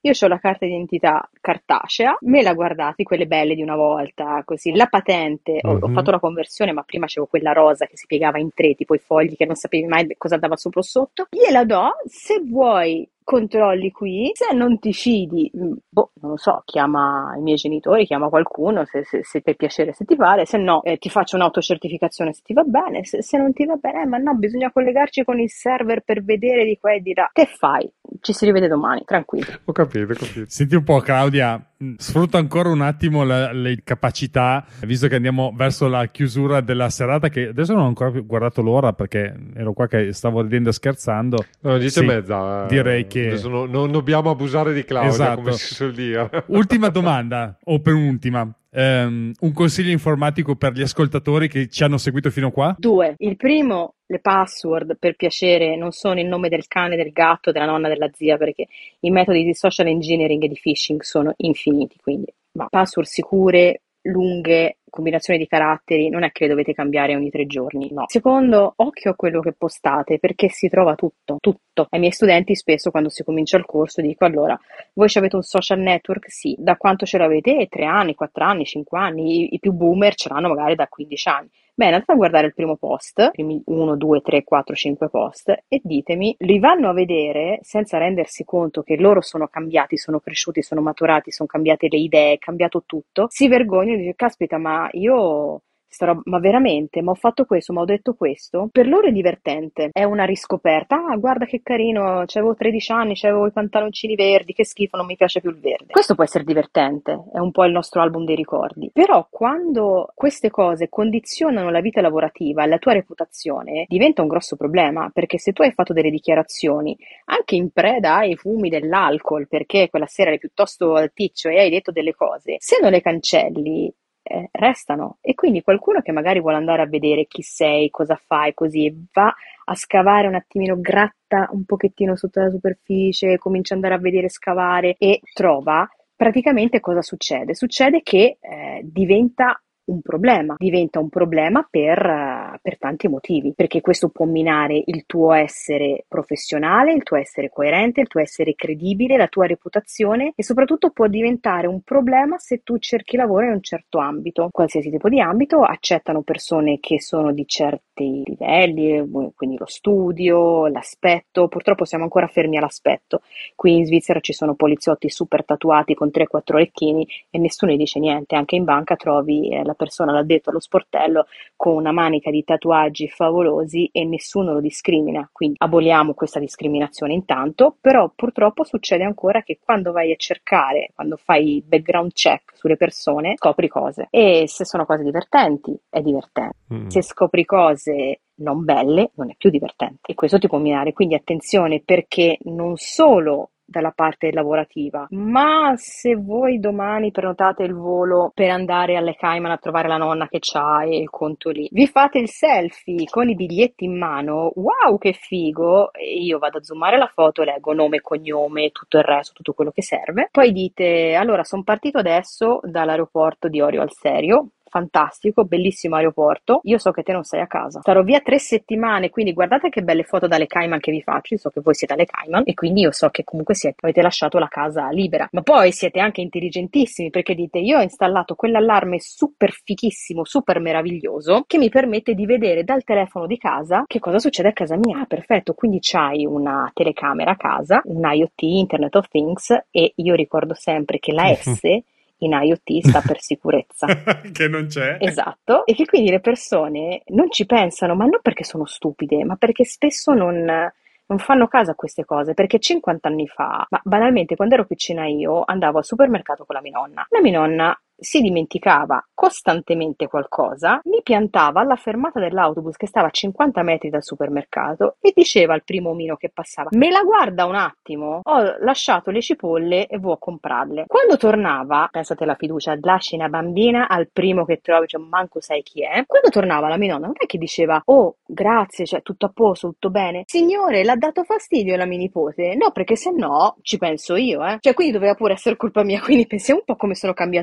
Io ho la carta d'identità cartacea, me la guardate, quelle belle di una volta, così. La patente, ho, Mhm. ho fatto la conversione, ma prima c'avevo quella rosa che si piegava in tre, tipo i fogli che non sapevi mai cosa andava sopra o sotto. Gliela do, se vuoi controlli qui, se non ti fidi, mh, boh, non lo so, chiama i miei genitori, chiama qualcuno, se, se, se per piacere, se ti pare, se no eh, ti faccio un'autocertificazione se ti va bene, se, se non ti va bene, eh, ma no, bisogna collegarci con il server per vedere di qua e di là. Che fai? Ci si rivede domani, tranquillo. Ho capito, ho capito. Senti un po', Claudia, mh, sfrutto ancora un attimo la- le capacità, visto che andiamo verso la chiusura della serata, che adesso non ho ancora più guardato l'ora perché ero qua che stavo ridendo e scherzando. No, dieci Sì, e mezza. eh, direi che- Adesso no- non dobbiamo abusare di Claudia, Esatto. come si suol dire. Ultima domanda, o penultima. Ehm, un consiglio informatico per gli ascoltatori che ci hanno seguito fino qua? Due, il primo, le password, per piacere, non sono il nome del cane, del gatto, della nonna, della zia, perché i metodi di social engineering e di phishing sono infiniti, quindi ma password sicure, lunghe, combinazioni di caratteri, non è che le dovete cambiare ogni tre giorni, no. Secondo, occhio a quello che postate, perché si trova tutto, tutto. Ai miei studenti spesso quando si comincia il corso dico, allora, voi ci avete un social network? Sì. Da quanto ce l'avete? tre anni, quattro anni, cinque anni, i, i più boomer ce l'hanno magari da quindici anni. Bene, andate a guardare il primo post, i primi uno, due, tre, quattro, cinque post e ditemi, li vanno a vedere senza rendersi conto che loro sono cambiati, sono cresciuti, sono maturati, sono cambiate le idee, è cambiato tutto, si vergognano e dicono, caspita, ma io... Starò, ma veramente, ma ho fatto questo, ma ho detto questo? Per loro è divertente, è una riscoperta. Ah, guarda che carino, c'avevo tredici anni, c'avevo i pantaloncini verdi, che schifo, non mi piace più il verde. Questo può essere divertente, è un po' il nostro album dei ricordi. Però quando queste cose condizionano la vita lavorativa e la tua reputazione, diventa un grosso problema, perché se tu hai fatto delle dichiarazioni, anche in preda ai fumi dell'alcol, perché quella sera eri piuttosto alticcio e hai detto delle cose, se non le cancelli, Eh, restano, e quindi qualcuno che magari vuole andare a vedere chi sei, cosa fai, così va a scavare un attimino, gratta un pochettino sotto la superficie, comincia ad andare a vedere, scavare e trova, praticamente cosa succede? Succede che eh, diventa un problema, diventa un problema per, uh, per tanti motivi, perché questo può minare il tuo essere professionale, il tuo essere coerente, il tuo essere credibile, la tua reputazione, e soprattutto può diventare un problema se tu cerchi lavoro in un certo ambito, qualsiasi tipo di ambito. Accettano persone che sono di certi livelli, quindi lo studio, l'aspetto. Purtroppo siamo ancora fermi all'aspetto. Qui in Svizzera ci sono poliziotti super tatuati con tre quattro orecchini e nessuno gli dice niente. Anche in banca trovi eh, la persona l'addetto allo sportello con una manica di tatuaggi favolosi e nessuno lo discrimina. Quindi aboliamo questa discriminazione intanto, però purtroppo succede ancora che quando vai a cercare, quando fai background check sulle persone, scopri cose, e se sono cose divertenti è divertente, Mm. se scopri cose non belle non è più divertente, e questo ti può minare. Quindi attenzione, perché non solo dalla parte lavorativa, ma se voi domani prenotate il volo per andare alle Cayman a trovare la nonna che c'ha e il conto lì, vi fate il selfie con i biglietti in mano, wow che figo, e io vado a zoomare la foto, leggo nome, cognome, tutto il resto, tutto quello che serve, poi dite, allora sono partito adesso dall'aeroporto di Orio al Serio, fantastico, bellissimo aeroporto, io so che te non sei a casa, starò via tre settimane, quindi guardate che belle foto dalle Cayman che vi faccio, io so che voi siete alle Cayman e quindi io so che comunque siete, avete lasciato la casa libera, ma poi siete anche intelligentissimi, perché dite, io ho installato quell'allarme super fichissimo, super meraviglioso, che mi permette di vedere dal telefono di casa che cosa succede a casa mia. Ah, perfetto, quindi c'hai una telecamera a casa, un IoT, Internet of Things, e io ricordo sempre che la S in IoT sta per sicurezza. Che non c'è. Esatto, e che quindi le persone non ci pensano, ma non perché sono stupide, ma perché spesso non, non fanno caso a queste cose, perché cinquanta anni fa, ma banalmente quando ero piccina io andavo al supermercato con la mia nonna, la mia nonna si dimenticava costantemente qualcosa, mi piantava alla fermata dell'autobus che stava a cinquanta metri dal supermercato e diceva al primo omino che passava, me la guarda un attimo, ho lasciato le cipolle e vo' a comprarle. Quando tornava, pensate alla fiducia, lasci una bambina al primo che trovi, cioè manco sai chi è, quando tornava la mia nonna non è che diceva, oh grazie, cioè tutto a posto, tutto bene, signore l'ha dato fastidio la mia nipote? No, perché se no ci penso io, eh. Cioè quindi doveva pure essere colpa mia, quindi pensiamo un po' come sono cambiate le cose.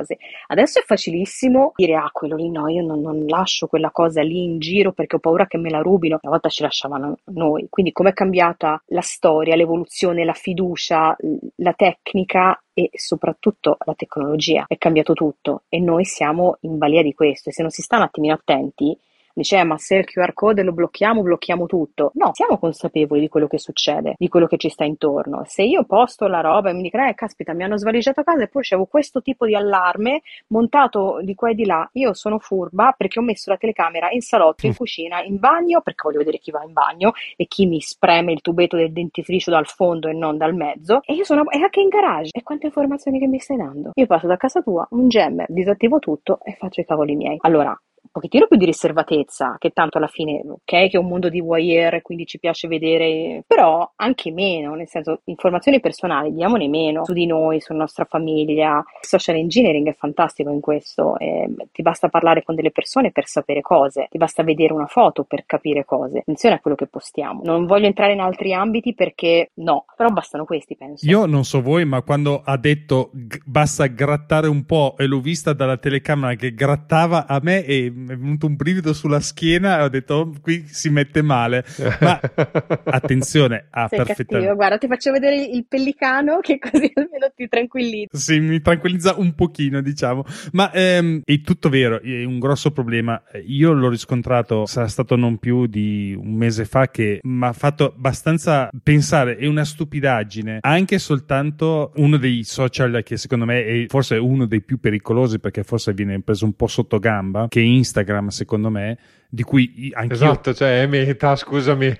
cose. Adesso è facilissimo dire, ah, quello lì no, io non, non lascio quella cosa lì in giro perché ho paura che me la rubino. Una volta ci lasciavano noi. Quindi com'è cambiata la storia, l'evoluzione, la fiducia, la tecnica e soprattutto la tecnologia. È cambiato tutto e noi siamo in balia di questo, e se non si sta un attimino attenti, dice, eh, ma se il Q R code lo blocchiamo, blocchiamo tutto. No, siamo consapevoli di quello che succede, di quello che ci sta intorno. Se io posto la roba e mi dicono, eh, caspita, mi hanno svaligiato a casa e poi c'avevo questo tipo di allarme montato di qua e di là, io sono furba perché ho messo la telecamera in salotto, in cucina, in bagno, perché voglio vedere chi va in bagno e chi mi spreme il tubetto del dentifricio dal fondo e non dal mezzo, e io sono e anche in garage. E quante informazioni che mi stai dando? Io passo da casa tua, un jammer, disattivo tutto e faccio i cavoli miei. Allora, un pochettino più di riservatezza, che tanto alla fine, ok, che è un mondo di voyeur, quindi ci piace vedere, però anche meno, nel senso, informazioni personali, diamone meno su di noi, sulla nostra famiglia. Social engineering è fantastico in questo, eh, ti basta parlare con delle persone per sapere cose, ti basta vedere una foto per capire cose. Attenzione a quello che postiamo. Non voglio entrare in altri ambiti perché no, però bastano questi, penso. Io non so voi, ma quando ha detto g- basta grattare un po' e l'ho vista dalla telecamera che grattava a me e è venuto un brivido sulla schiena e ho detto oh, qui si mette male, ma attenzione, ah, sei perfettamente cattivo. Guarda, ti faccio vedere il pellicano che così almeno ti tranquillizza. sì, mi tranquillizza un pochino, diciamo, ma ehm, è tutto vero, è un grosso problema. Io l'ho riscontrato, sarà stato non più di un mese fa, che mi ha fatto abbastanza pensare, è una stupidaggine, anche soltanto uno dei social che secondo me è forse uno dei più pericolosi, perché forse viene preso un po' sotto gamba, che è Instagram, secondo me, di cui anche esatto, cioè è meta, scusami,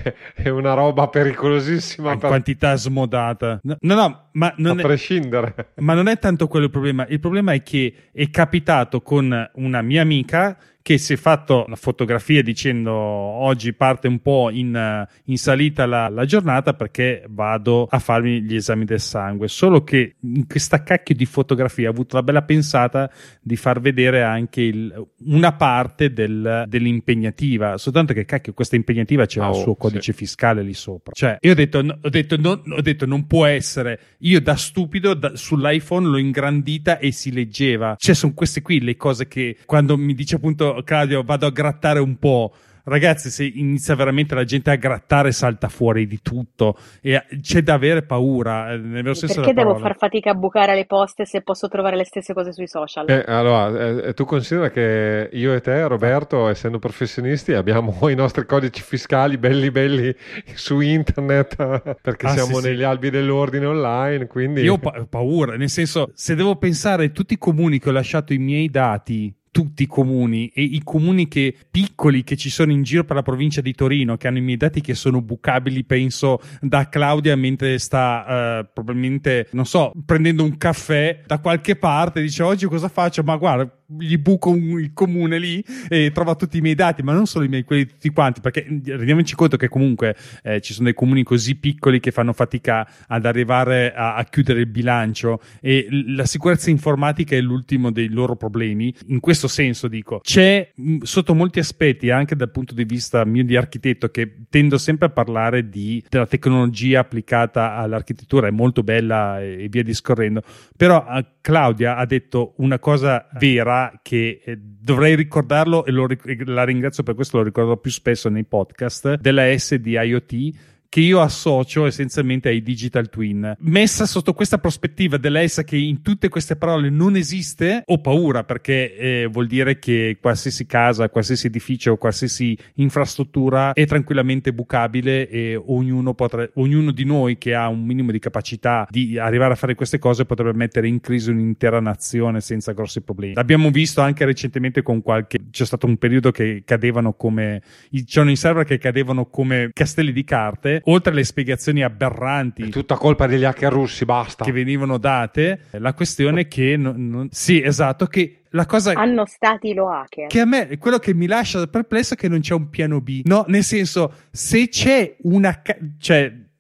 è una roba pericolosissima in per... quantità smodata. No, no, no, ma non a è, prescindere. ma non è tanto quello il problema. Il problema è che è capitato con una mia amica che si è fatto la fotografia dicendo oggi parte un po' in, in salita la, la giornata perché vado a farmi gli esami del sangue, solo che in questa cacchio di fotografia ha avuto la bella pensata di far vedere anche il, una parte del, dell'impegnativa, soltanto che cacchio questa impegnativa c'era oh, il suo codice sì. fiscale lì sopra, cioè io ho detto, no, ho detto, no, ho detto non può essere, io da stupido da, sull'iPhone l'ho ingrandita e si leggeva, cioè sono queste qui le cose che quando mi dice appunto Claudio vado a grattare un po', ragazzi, se inizia veramente la gente a grattare salta fuori di tutto e c'è da avere paura, nel vero senso perché della devo parola. far fatica a bucare le poste se posso trovare le stesse cose sui social? Eh, allora, eh, tu considera che io e te, Roberto, essendo professionisti, abbiamo i nostri codici fiscali belli belli su internet perché Ah, siamo sì, negli sì. albi dell'ordine online, quindi... Io ho pa- paura, nel senso, se devo pensare a tutti i comuni che ho lasciato i miei dati, tutti i comuni e i comuni che piccoli che ci sono in giro per la provincia di Torino che hanno i miei dati che sono bucabili, penso da Claudia mentre sta eh, probabilmente non so prendendo un caffè da qualche parte, dice oggi cosa faccio, ma guarda gli buco un, il comune lì e trova tutti i miei dati, ma non solo i miei, quelli tutti quanti, perché rendiamoci conto che comunque eh, ci sono dei comuni così piccoli che fanno fatica ad arrivare a, a chiudere il bilancio e la sicurezza informatica è l'ultimo dei loro problemi. In questo senso dico, c'è mh, sotto molti aspetti, anche dal punto di vista mio di architetto, che tendo sempre a parlare di, della tecnologia applicata all'architettura, è molto bella e, e via discorrendo, però eh, Claudia ha detto una cosa vera che eh, dovrei ricordarlo e lo, la ringrazio per questo, lo ricordo più spesso nei podcast, della S di IoT, che io associo essenzialmente ai digital twin. Messa sotto questa prospettiva dell'A S che in tutte queste parole non esiste, ho paura, perché eh, vuol dire che qualsiasi casa, qualsiasi edificio, qualsiasi infrastruttura è tranquillamente bucabile e ognuno, potre, ognuno di noi che ha un minimo di capacità di arrivare a fare queste cose potrebbe mettere in crisi un'intera nazione senza grossi problemi. L'abbiamo visto anche recentemente con qualche... c'è stato un periodo che cadevano come... c'erano i server che cadevano come castelli di carte. Oltre alle spiegazioni aberranti, è tutta colpa degli hacker russi, basta, che venivano date, la questione è che non, non, sì, esatto, che la cosa hanno stati lo hacker, che a me quello che mi lascia perplesso è che non c'è un piano B, no, nel senso, se c'è una ca- cioè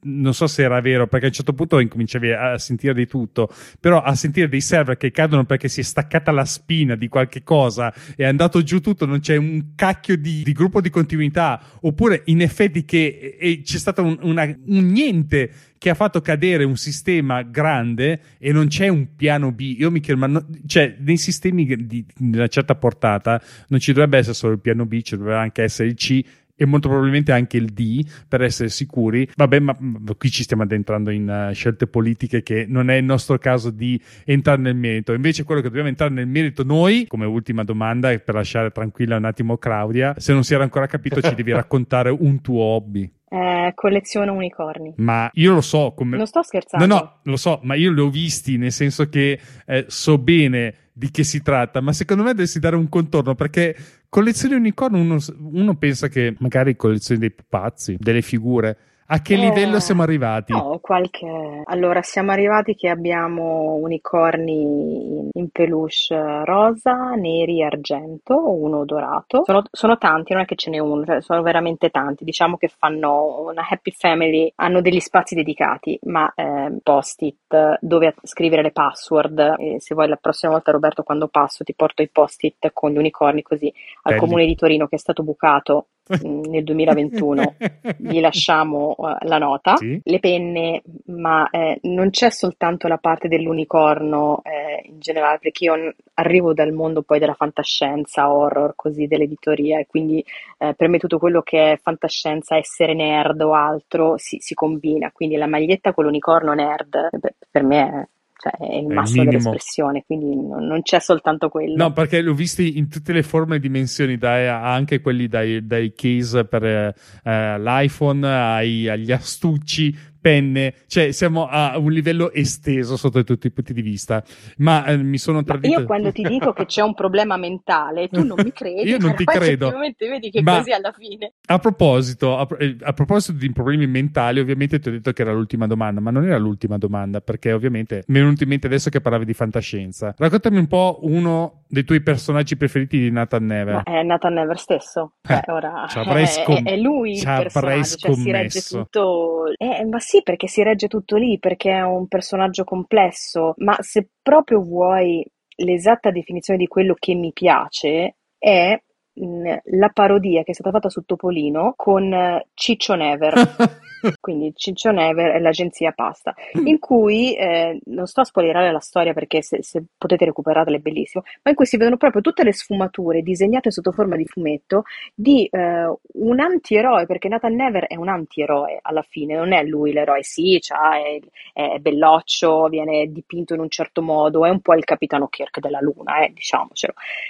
non so se era vero, perché a un certo punto incominciavi a sentire di tutto, però a sentire dei server che cadono perché si è staccata la spina di qualche cosa, è andato giù tutto, non c'è un cacchio di, di gruppo di continuità, oppure in effetti che e, c'è stato un, una, un niente che ha fatto cadere un sistema grande e non c'è un piano B. Io mi chiedo, ma no, cioè nei sistemi di, di una certa portata non ci dovrebbe essere solo il piano B, ci dovrebbe anche essere il C e molto probabilmente anche il D, per essere sicuri. Vabbè, ma qui ci stiamo addentrando in uh, scelte politiche che non è il nostro caso di entrare nel merito. Invece quello che dobbiamo entrare nel merito noi, come ultima domanda, e per lasciare tranquilla un attimo Claudia, se non si era ancora capito ci devi raccontare un tuo hobby. Eh, colleziono unicorni. Ma io lo so come... Non sto scherzando. No, no, lo so, ma io li ho visti, nel senso che eh, so bene di che si tratta, ma secondo me dovresti dare un contorno, perché collezioni unicorni uno, uno pensa che magari collezioni dei pupazzi, delle figure. A che Eh, livello siamo arrivati? No, qualche... Allora, siamo arrivati che abbiamo unicorni in, in peluche rosa, neri e argento, uno dorato. Sono, sono tanti, non è che ce n'è uno, cioè sono veramente tanti. Diciamo che fanno una happy family, hanno degli spazi dedicati, ma eh, post-it dove scrivere le password. E se vuoi la prossima volta, Roberto, quando passo ti porto i post-it con gli unicorni, così al Belli. comune di Torino che è stato bucato nel duemilaventuno gli lasciamo uh, la nota, Sì. le penne, ma eh, non c'è soltanto la parte dell'unicorno eh, in generale, perché io n- arrivo dal mondo poi della fantascienza, horror, così, dell'editoria, e quindi eh, per me tutto quello che è fantascienza, essere nerd o altro si, si combina, quindi la maglietta con l'unicorno nerd per, per me è cioè è il È il massimo minimo. dell'espressione, quindi non, non c'è soltanto quello. No, perché l'ho visti in tutte le forme e dimensioni, dai, anche quelli dai, dai case per eh, l'iPhone ai, agli astucci, penne, cioè siamo a un livello esteso sotto tutti i punti di vista. Ma eh, mi sono Ma tradito. io quando ti dico che c'è un problema mentale, tu non mi credi, Io non ti però credo. effettivamente vedi che Ma così alla fine. A proposito, a, eh, a proposito di problemi mentali, ovviamente ti ho detto che era l'ultima domanda, ma non era l'ultima domanda, perché ovviamente mi è venuto in mente adesso che parlavi di fantascienza. Raccontami un po' uno dei tuoi personaggi preferiti di Nathan Never. Ma è Nathan Never stesso, cioè, Eh, ora ci avrei è, scom- è- è lui il ci avrei personaggio, cioè si regge scommesso. tutto. Eh, ma sì, perché si regge tutto lì, perché è un personaggio complesso, ma se proprio vuoi l'esatta definizione di quello che mi piace è mh, la parodia che è stata fatta su Topolino con eh, Ciccio Never. Quindi Ciccio Never è l'agenzia pasta, in cui, eh, non sto a spoilerare la storia perché se, se potete recuperarla è bellissimo, ma in cui si vedono proprio tutte le sfumature disegnate sotto forma di fumetto di eh, un antieroe, perché Nathan Never è un antieroe alla fine, non è lui l'eroe, sì, c'ha, è, è belloccio, viene dipinto in un certo modo, è un po' il capitano Kirk della Luna, eh, diciamocelo.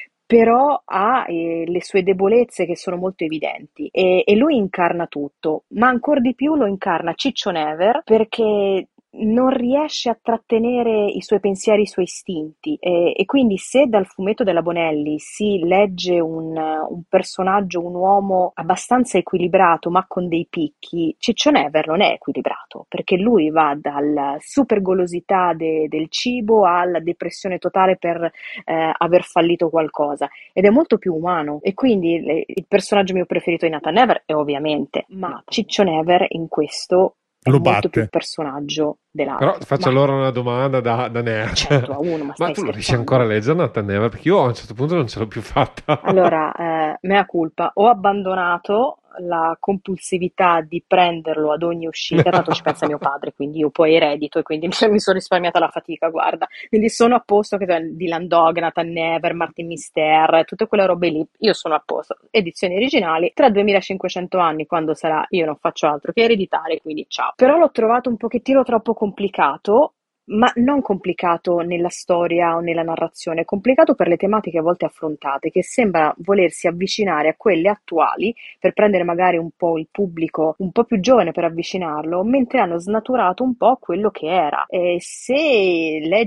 Però ha eh, le sue debolezze che sono molto evidenti e, e lui incarna tutto, ma ancora di più lo incarna Ciccio Never perché non riesce a trattenere i suoi pensieri, i suoi istinti e, e quindi se dal fumetto della Bonelli si legge un, un personaggio, un uomo abbastanza equilibrato ma con dei picchi, Ciccio Never non è equilibrato perché lui va dalla super golosità de, del cibo alla depressione totale per eh, aver fallito qualcosa ed è molto più umano e quindi le, il personaggio mio preferito di Nathan Never è ovviamente, ma Ciccio Never in questo è Lo molto batte. più personaggio dell'altro. Però ti faccio Ma- allora una domanda da, da nerd. Certo, a uno, ma Ma stai tu lo riesci scherzando? ancora a leggere Nathan Never? Perché io a un certo punto non ce l'ho più fatta. Allora, eh, mea culpa, ho abbandonato la compulsività di prenderlo ad ogni uscita, tanto ci pensa mio padre, quindi io poi eredito e quindi mi sono mi sono risparmiata la fatica, guarda. Quindi sono a posto che Dylan Dog, Nathan Never, Martin Mister, tutte quelle robe lì, io sono a posto. Edizioni originali, tra duemilacinquecento anni, quando sarà, io non faccio altro che ereditare, quindi ciao. Però l'ho trovato un pochettino troppo complicato, ma non complicato nella storia o nella narrazione, complicato per le tematiche a volte affrontate, che sembra volersi avvicinare a quelle attuali per prendere magari un po' il pubblico un po' più giovane per avvicinarlo, mentre hanno snaturato un po' quello che era. E se leggi il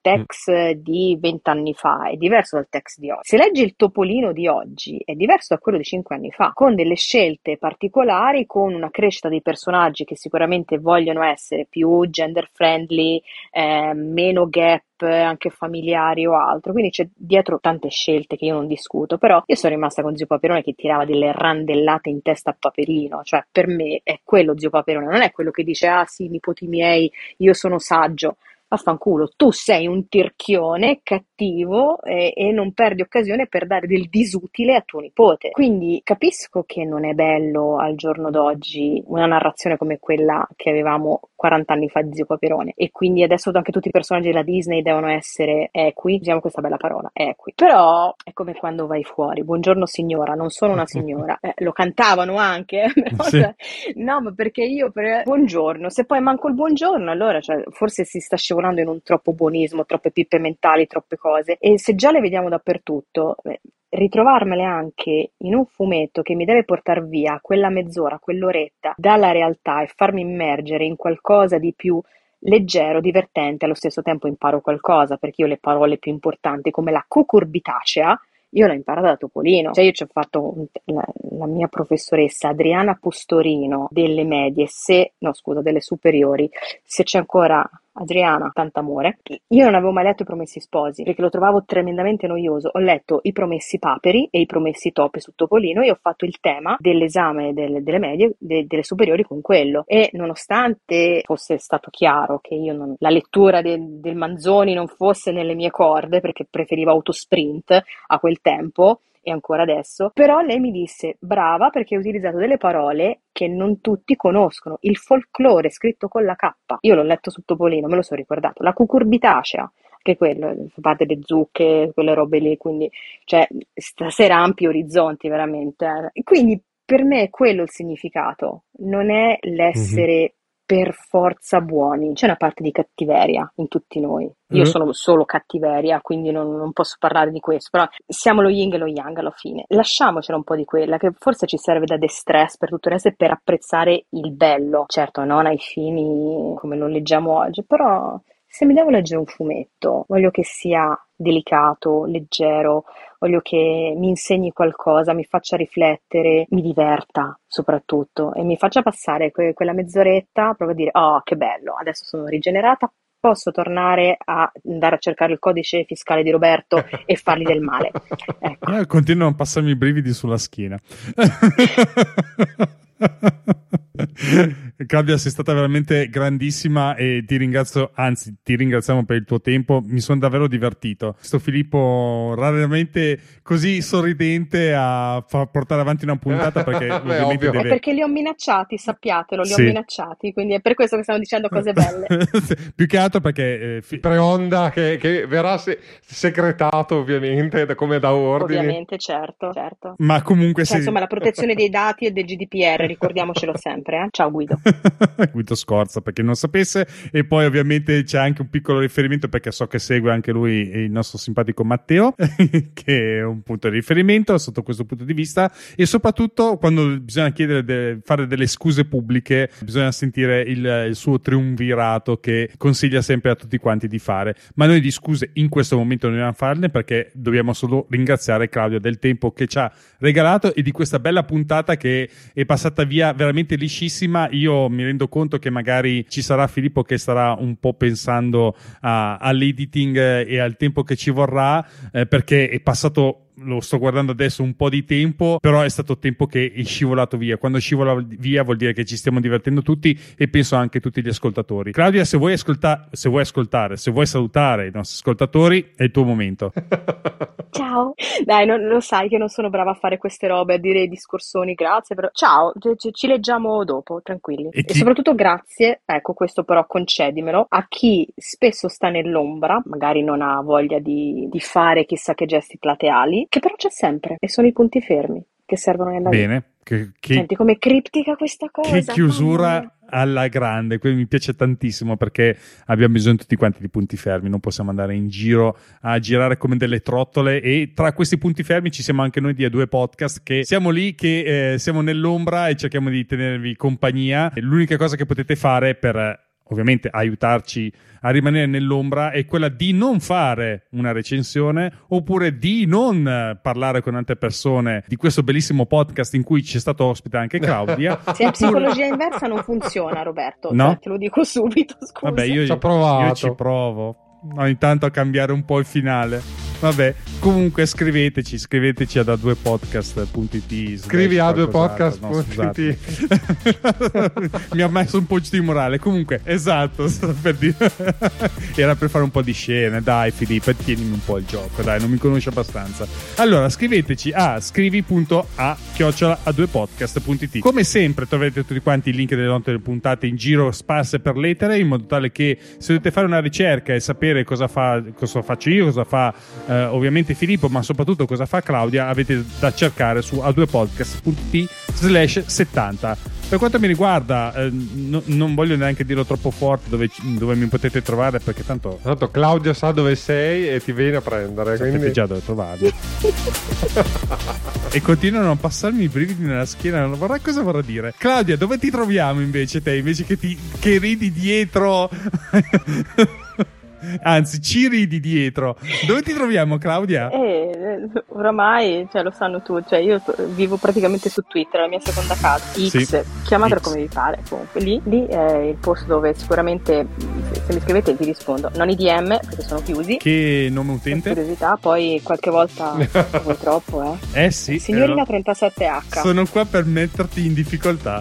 text mm. di vent'anni fa è diverso dal text di oggi. Se leggi il Topolino di oggi è diverso da quello di cinque anni fa, con delle scelte particolari, con una crescita dei personaggi che sicuramente vogliono essere più gender friendly, eh, meno gap anche familiari o altro, quindi c'è dietro tante scelte che io non discuto, però io sono rimasta con Zio Paperone che tirava delle randellate in testa a Paperino, cioè per me è quello Zio Paperone, non è quello che dice ah sì nipoti miei io sono saggio. Vaffanculo, tu sei un tirchione cattivo e, e non perdi occasione per dare del disutile a tuo nipote. Quindi capisco che non è bello al giorno d'oggi una narrazione come quella che avevamo quaranta anni fa di Zio Paperone, e quindi adesso anche tutti i personaggi della Disney devono essere equi, usiamo questa bella parola, equi. Però è come quando vai fuori, buongiorno signora, non sono una signora, eh, lo cantavano anche, però, sì. cioè, no, ma perché io per buongiorno, se poi manco il buongiorno, allora cioè, forse si sta scivolando in un troppo buonismo, troppe pippe mentali, troppe cose, e se già le vediamo dappertutto, beh, ritrovarmele anche in un fumetto che mi deve portare via quella mezz'ora, quell'oretta dalla realtà e farmi immergere in qualcosa di più leggero, divertente, allo stesso tempo imparo qualcosa, perché io le parole più importanti come la cucurbitacea io l'ho imparata da Topolino, cioè io ci ho fatto la, la mia professoressa Adriana Pustorino delle medie, se no scusa delle superiori, se c'è ancora Adriana, tanto amore, io non avevo mai letto I Promessi Sposi perché lo trovavo tremendamente noioso. Ho letto I Promessi Paperi e I Promessi Topi su Topolino e ho fatto il tema dell'esame delle, delle medie, de, delle superiori con quello, e nonostante fosse stato chiaro che io non, la lettura de, del Manzoni non fosse nelle mie corde perché preferivo autosprint a quel tempo e ancora adesso, però lei mi disse brava perché hai utilizzato delle parole che non tutti conoscono, il folklore scritto con la K, io l'ho letto su Topolino, me lo sono ricordato, la cucurbitacea, che quello fa parte delle zucche, quelle robe lì, quindi cioè stasera ampi orizzonti veramente, eh. Quindi per me è quello il significato, non è l'essere mm-hmm. per forza buoni, c'è una parte di cattiveria in tutti noi. Io mm. sono solo cattiveria, quindi non, non posso parlare di questo, però siamo lo yin e lo yang alla fine. Lasciamocela un po' di quella, che forse ci serve da de-stress per tutto il resto e per apprezzare il bello. Certo, non ai fini come lo leggiamo oggi, però se mi devo leggere un fumetto, voglio che sia delicato, leggero, voglio che mi insegni qualcosa, mi faccia riflettere, mi diverta soprattutto e mi faccia passare que- quella mezz'oretta proprio a dire oh che bello, adesso sono rigenerata, posso tornare a andare a cercare il codice fiscale di Roberto e fargli del male. Ecco. Eh, continuano a passarmi i brividi sulla schiena. Claudia, sei stata veramente grandissima e ti ringrazio, anzi ti ringraziamo per il tuo tempo, mi sono davvero divertito. Sto Filippo raramente così sorridente a far portare avanti una puntata perché Beh, ovviamente deve... È perché li ho minacciati, sappiatelo, li sì. ho minacciati, quindi è per questo che stiamo dicendo cose belle. Più che altro perché... Eh, fi... Preonda che, che verrà se- segretato ovviamente da, come da ordine. Ovviamente, certo, certo. Ma comunque cioè, se... insomma la protezione dei dati e del G D P R, ricordiamocelo sempre, eh? Ciao Guido. Guido Scorza, per chi non sapesse, e poi ovviamente c'è anche un piccolo riferimento perché so che segue anche lui il nostro simpatico Matteo che è un punto di riferimento sotto questo punto di vista, e soprattutto quando bisogna chiedere de- fare delle scuse pubbliche bisogna sentire il, il suo triumvirato che consiglia sempre a tutti quanti di fare, ma noi di scuse in questo momento non dobbiamo farne perché dobbiamo solo ringraziare Claudia del tempo che ci ha regalato e di questa bella puntata che è passata via veramente liscissima. Io mi rendo conto che magari ci sarà Filippo che starà un po' pensando a, all'editing e al tempo che ci vorrà, eh, perché è passato, lo sto guardando adesso, un po' di tempo, però è stato tempo che è scivolato via. Quando scivola via vuol dire che ci stiamo divertendo tutti e penso anche tutti gli ascoltatori. Claudia, se vuoi, ascolta- se vuoi ascoltare, se vuoi salutare i nostri ascoltatori, è il tuo momento. Ciao. Dai, non, lo sai che non sono brava a fare queste robe, a dire i discorsoni, grazie, però ciao, ci, ci leggiamo dopo, tranquilli. E, chi... e soprattutto grazie, ecco questo però concedimelo, a chi spesso sta nell'ombra, magari non ha voglia di, di fare chissà che gesti plateali, che però c'è sempre, e sono i punti fermi che servono nella vita. Bene. Che, che, Senti com'è criptica questa cosa. Che chiusura alla grande, quello mi piace tantissimo perché abbiamo bisogno tutti quanti di punti fermi, non possiamo andare in giro a girare come delle trottole, e tra questi punti fermi ci siamo anche noi di A due Podcast, che siamo lì, che eh, siamo nell'ombra e cerchiamo di tenervi compagnia. L'unica cosa che potete fare per ovviamente aiutarci a rimanere nell'ombra è quella di non fare una recensione oppure di non parlare con altre persone di questo bellissimo podcast in cui c'è stato ospite anche Claudia. Se è psicologia inversa non funziona, Roberto, no? Cioè, te lo dico subito, scusa. Vabbè, io, ci ho provato. io ci provo ogni tanto a cambiare un po' il finale. Vabbè, comunque scriveteci, scriveteci ad a due podcast punto it. Scrivi a due podcast punto it. Mi ha messo un po' di morale. Comunque, esatto, per dire. Era per fare un po' di scene. Dai, Filippo, tienimi un po' il gioco. Dai, non mi conosci abbastanza. Allora, scriveteci a scrivi punto a chiocciola a due podcast punto it. Come sempre, troverete tutti quanti i link delle note delle puntate in giro sparse per lettere, in modo tale che se dovete fare una ricerca e sapere cosa fa, cosa faccio io, cosa fa eh, ovviamente Filippo, ma soprattutto cosa fa Claudia, avete da cercare su a due podcast punto it slash settanta. Per quanto mi riguarda, eh, no, non voglio neanche dirlo troppo forte dove, dove mi potete trovare, perché tanto tanto Claudia sa dove sei e ti viene a prendere, sapete quindi già dove trovarmi. E continuano a passarmi i brividi nella schiena, non vorrà cosa vorrà dire. Claudia, dove ti troviamo invece te, invece che, ti, che ridi dietro? Anzi, ci ridi dietro. Dove ti troviamo, Claudia? Eh, oramai, cioè, lo sanno tutti. Cioè, io vivo praticamente su Twitter, la mia seconda casa. X, sì. Chiamatelo X. come vi pare. Comunque, lì, lì è il posto dove sicuramente, se mi scrivete, vi rispondo. Non i D M, perché sono chiusi. Che nome Per utente? curiosità, poi qualche volta vuoi troppo, eh. Eh sì. Signorina eh, trentasette H. sono qua per metterti in difficoltà.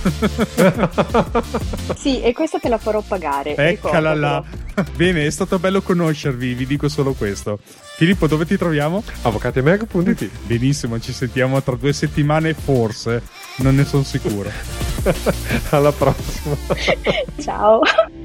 Sì, e questa te la farò pagare. Eccola là. ricordatelo. Bene, è stato bello conoscervi, vi dico solo questo. Filippo, dove ti troviamo? avvocati meg punto it. Benissimo, ci sentiamo tra due settimane, forse. Non ne sono sicuro. Alla prossima. Ciao.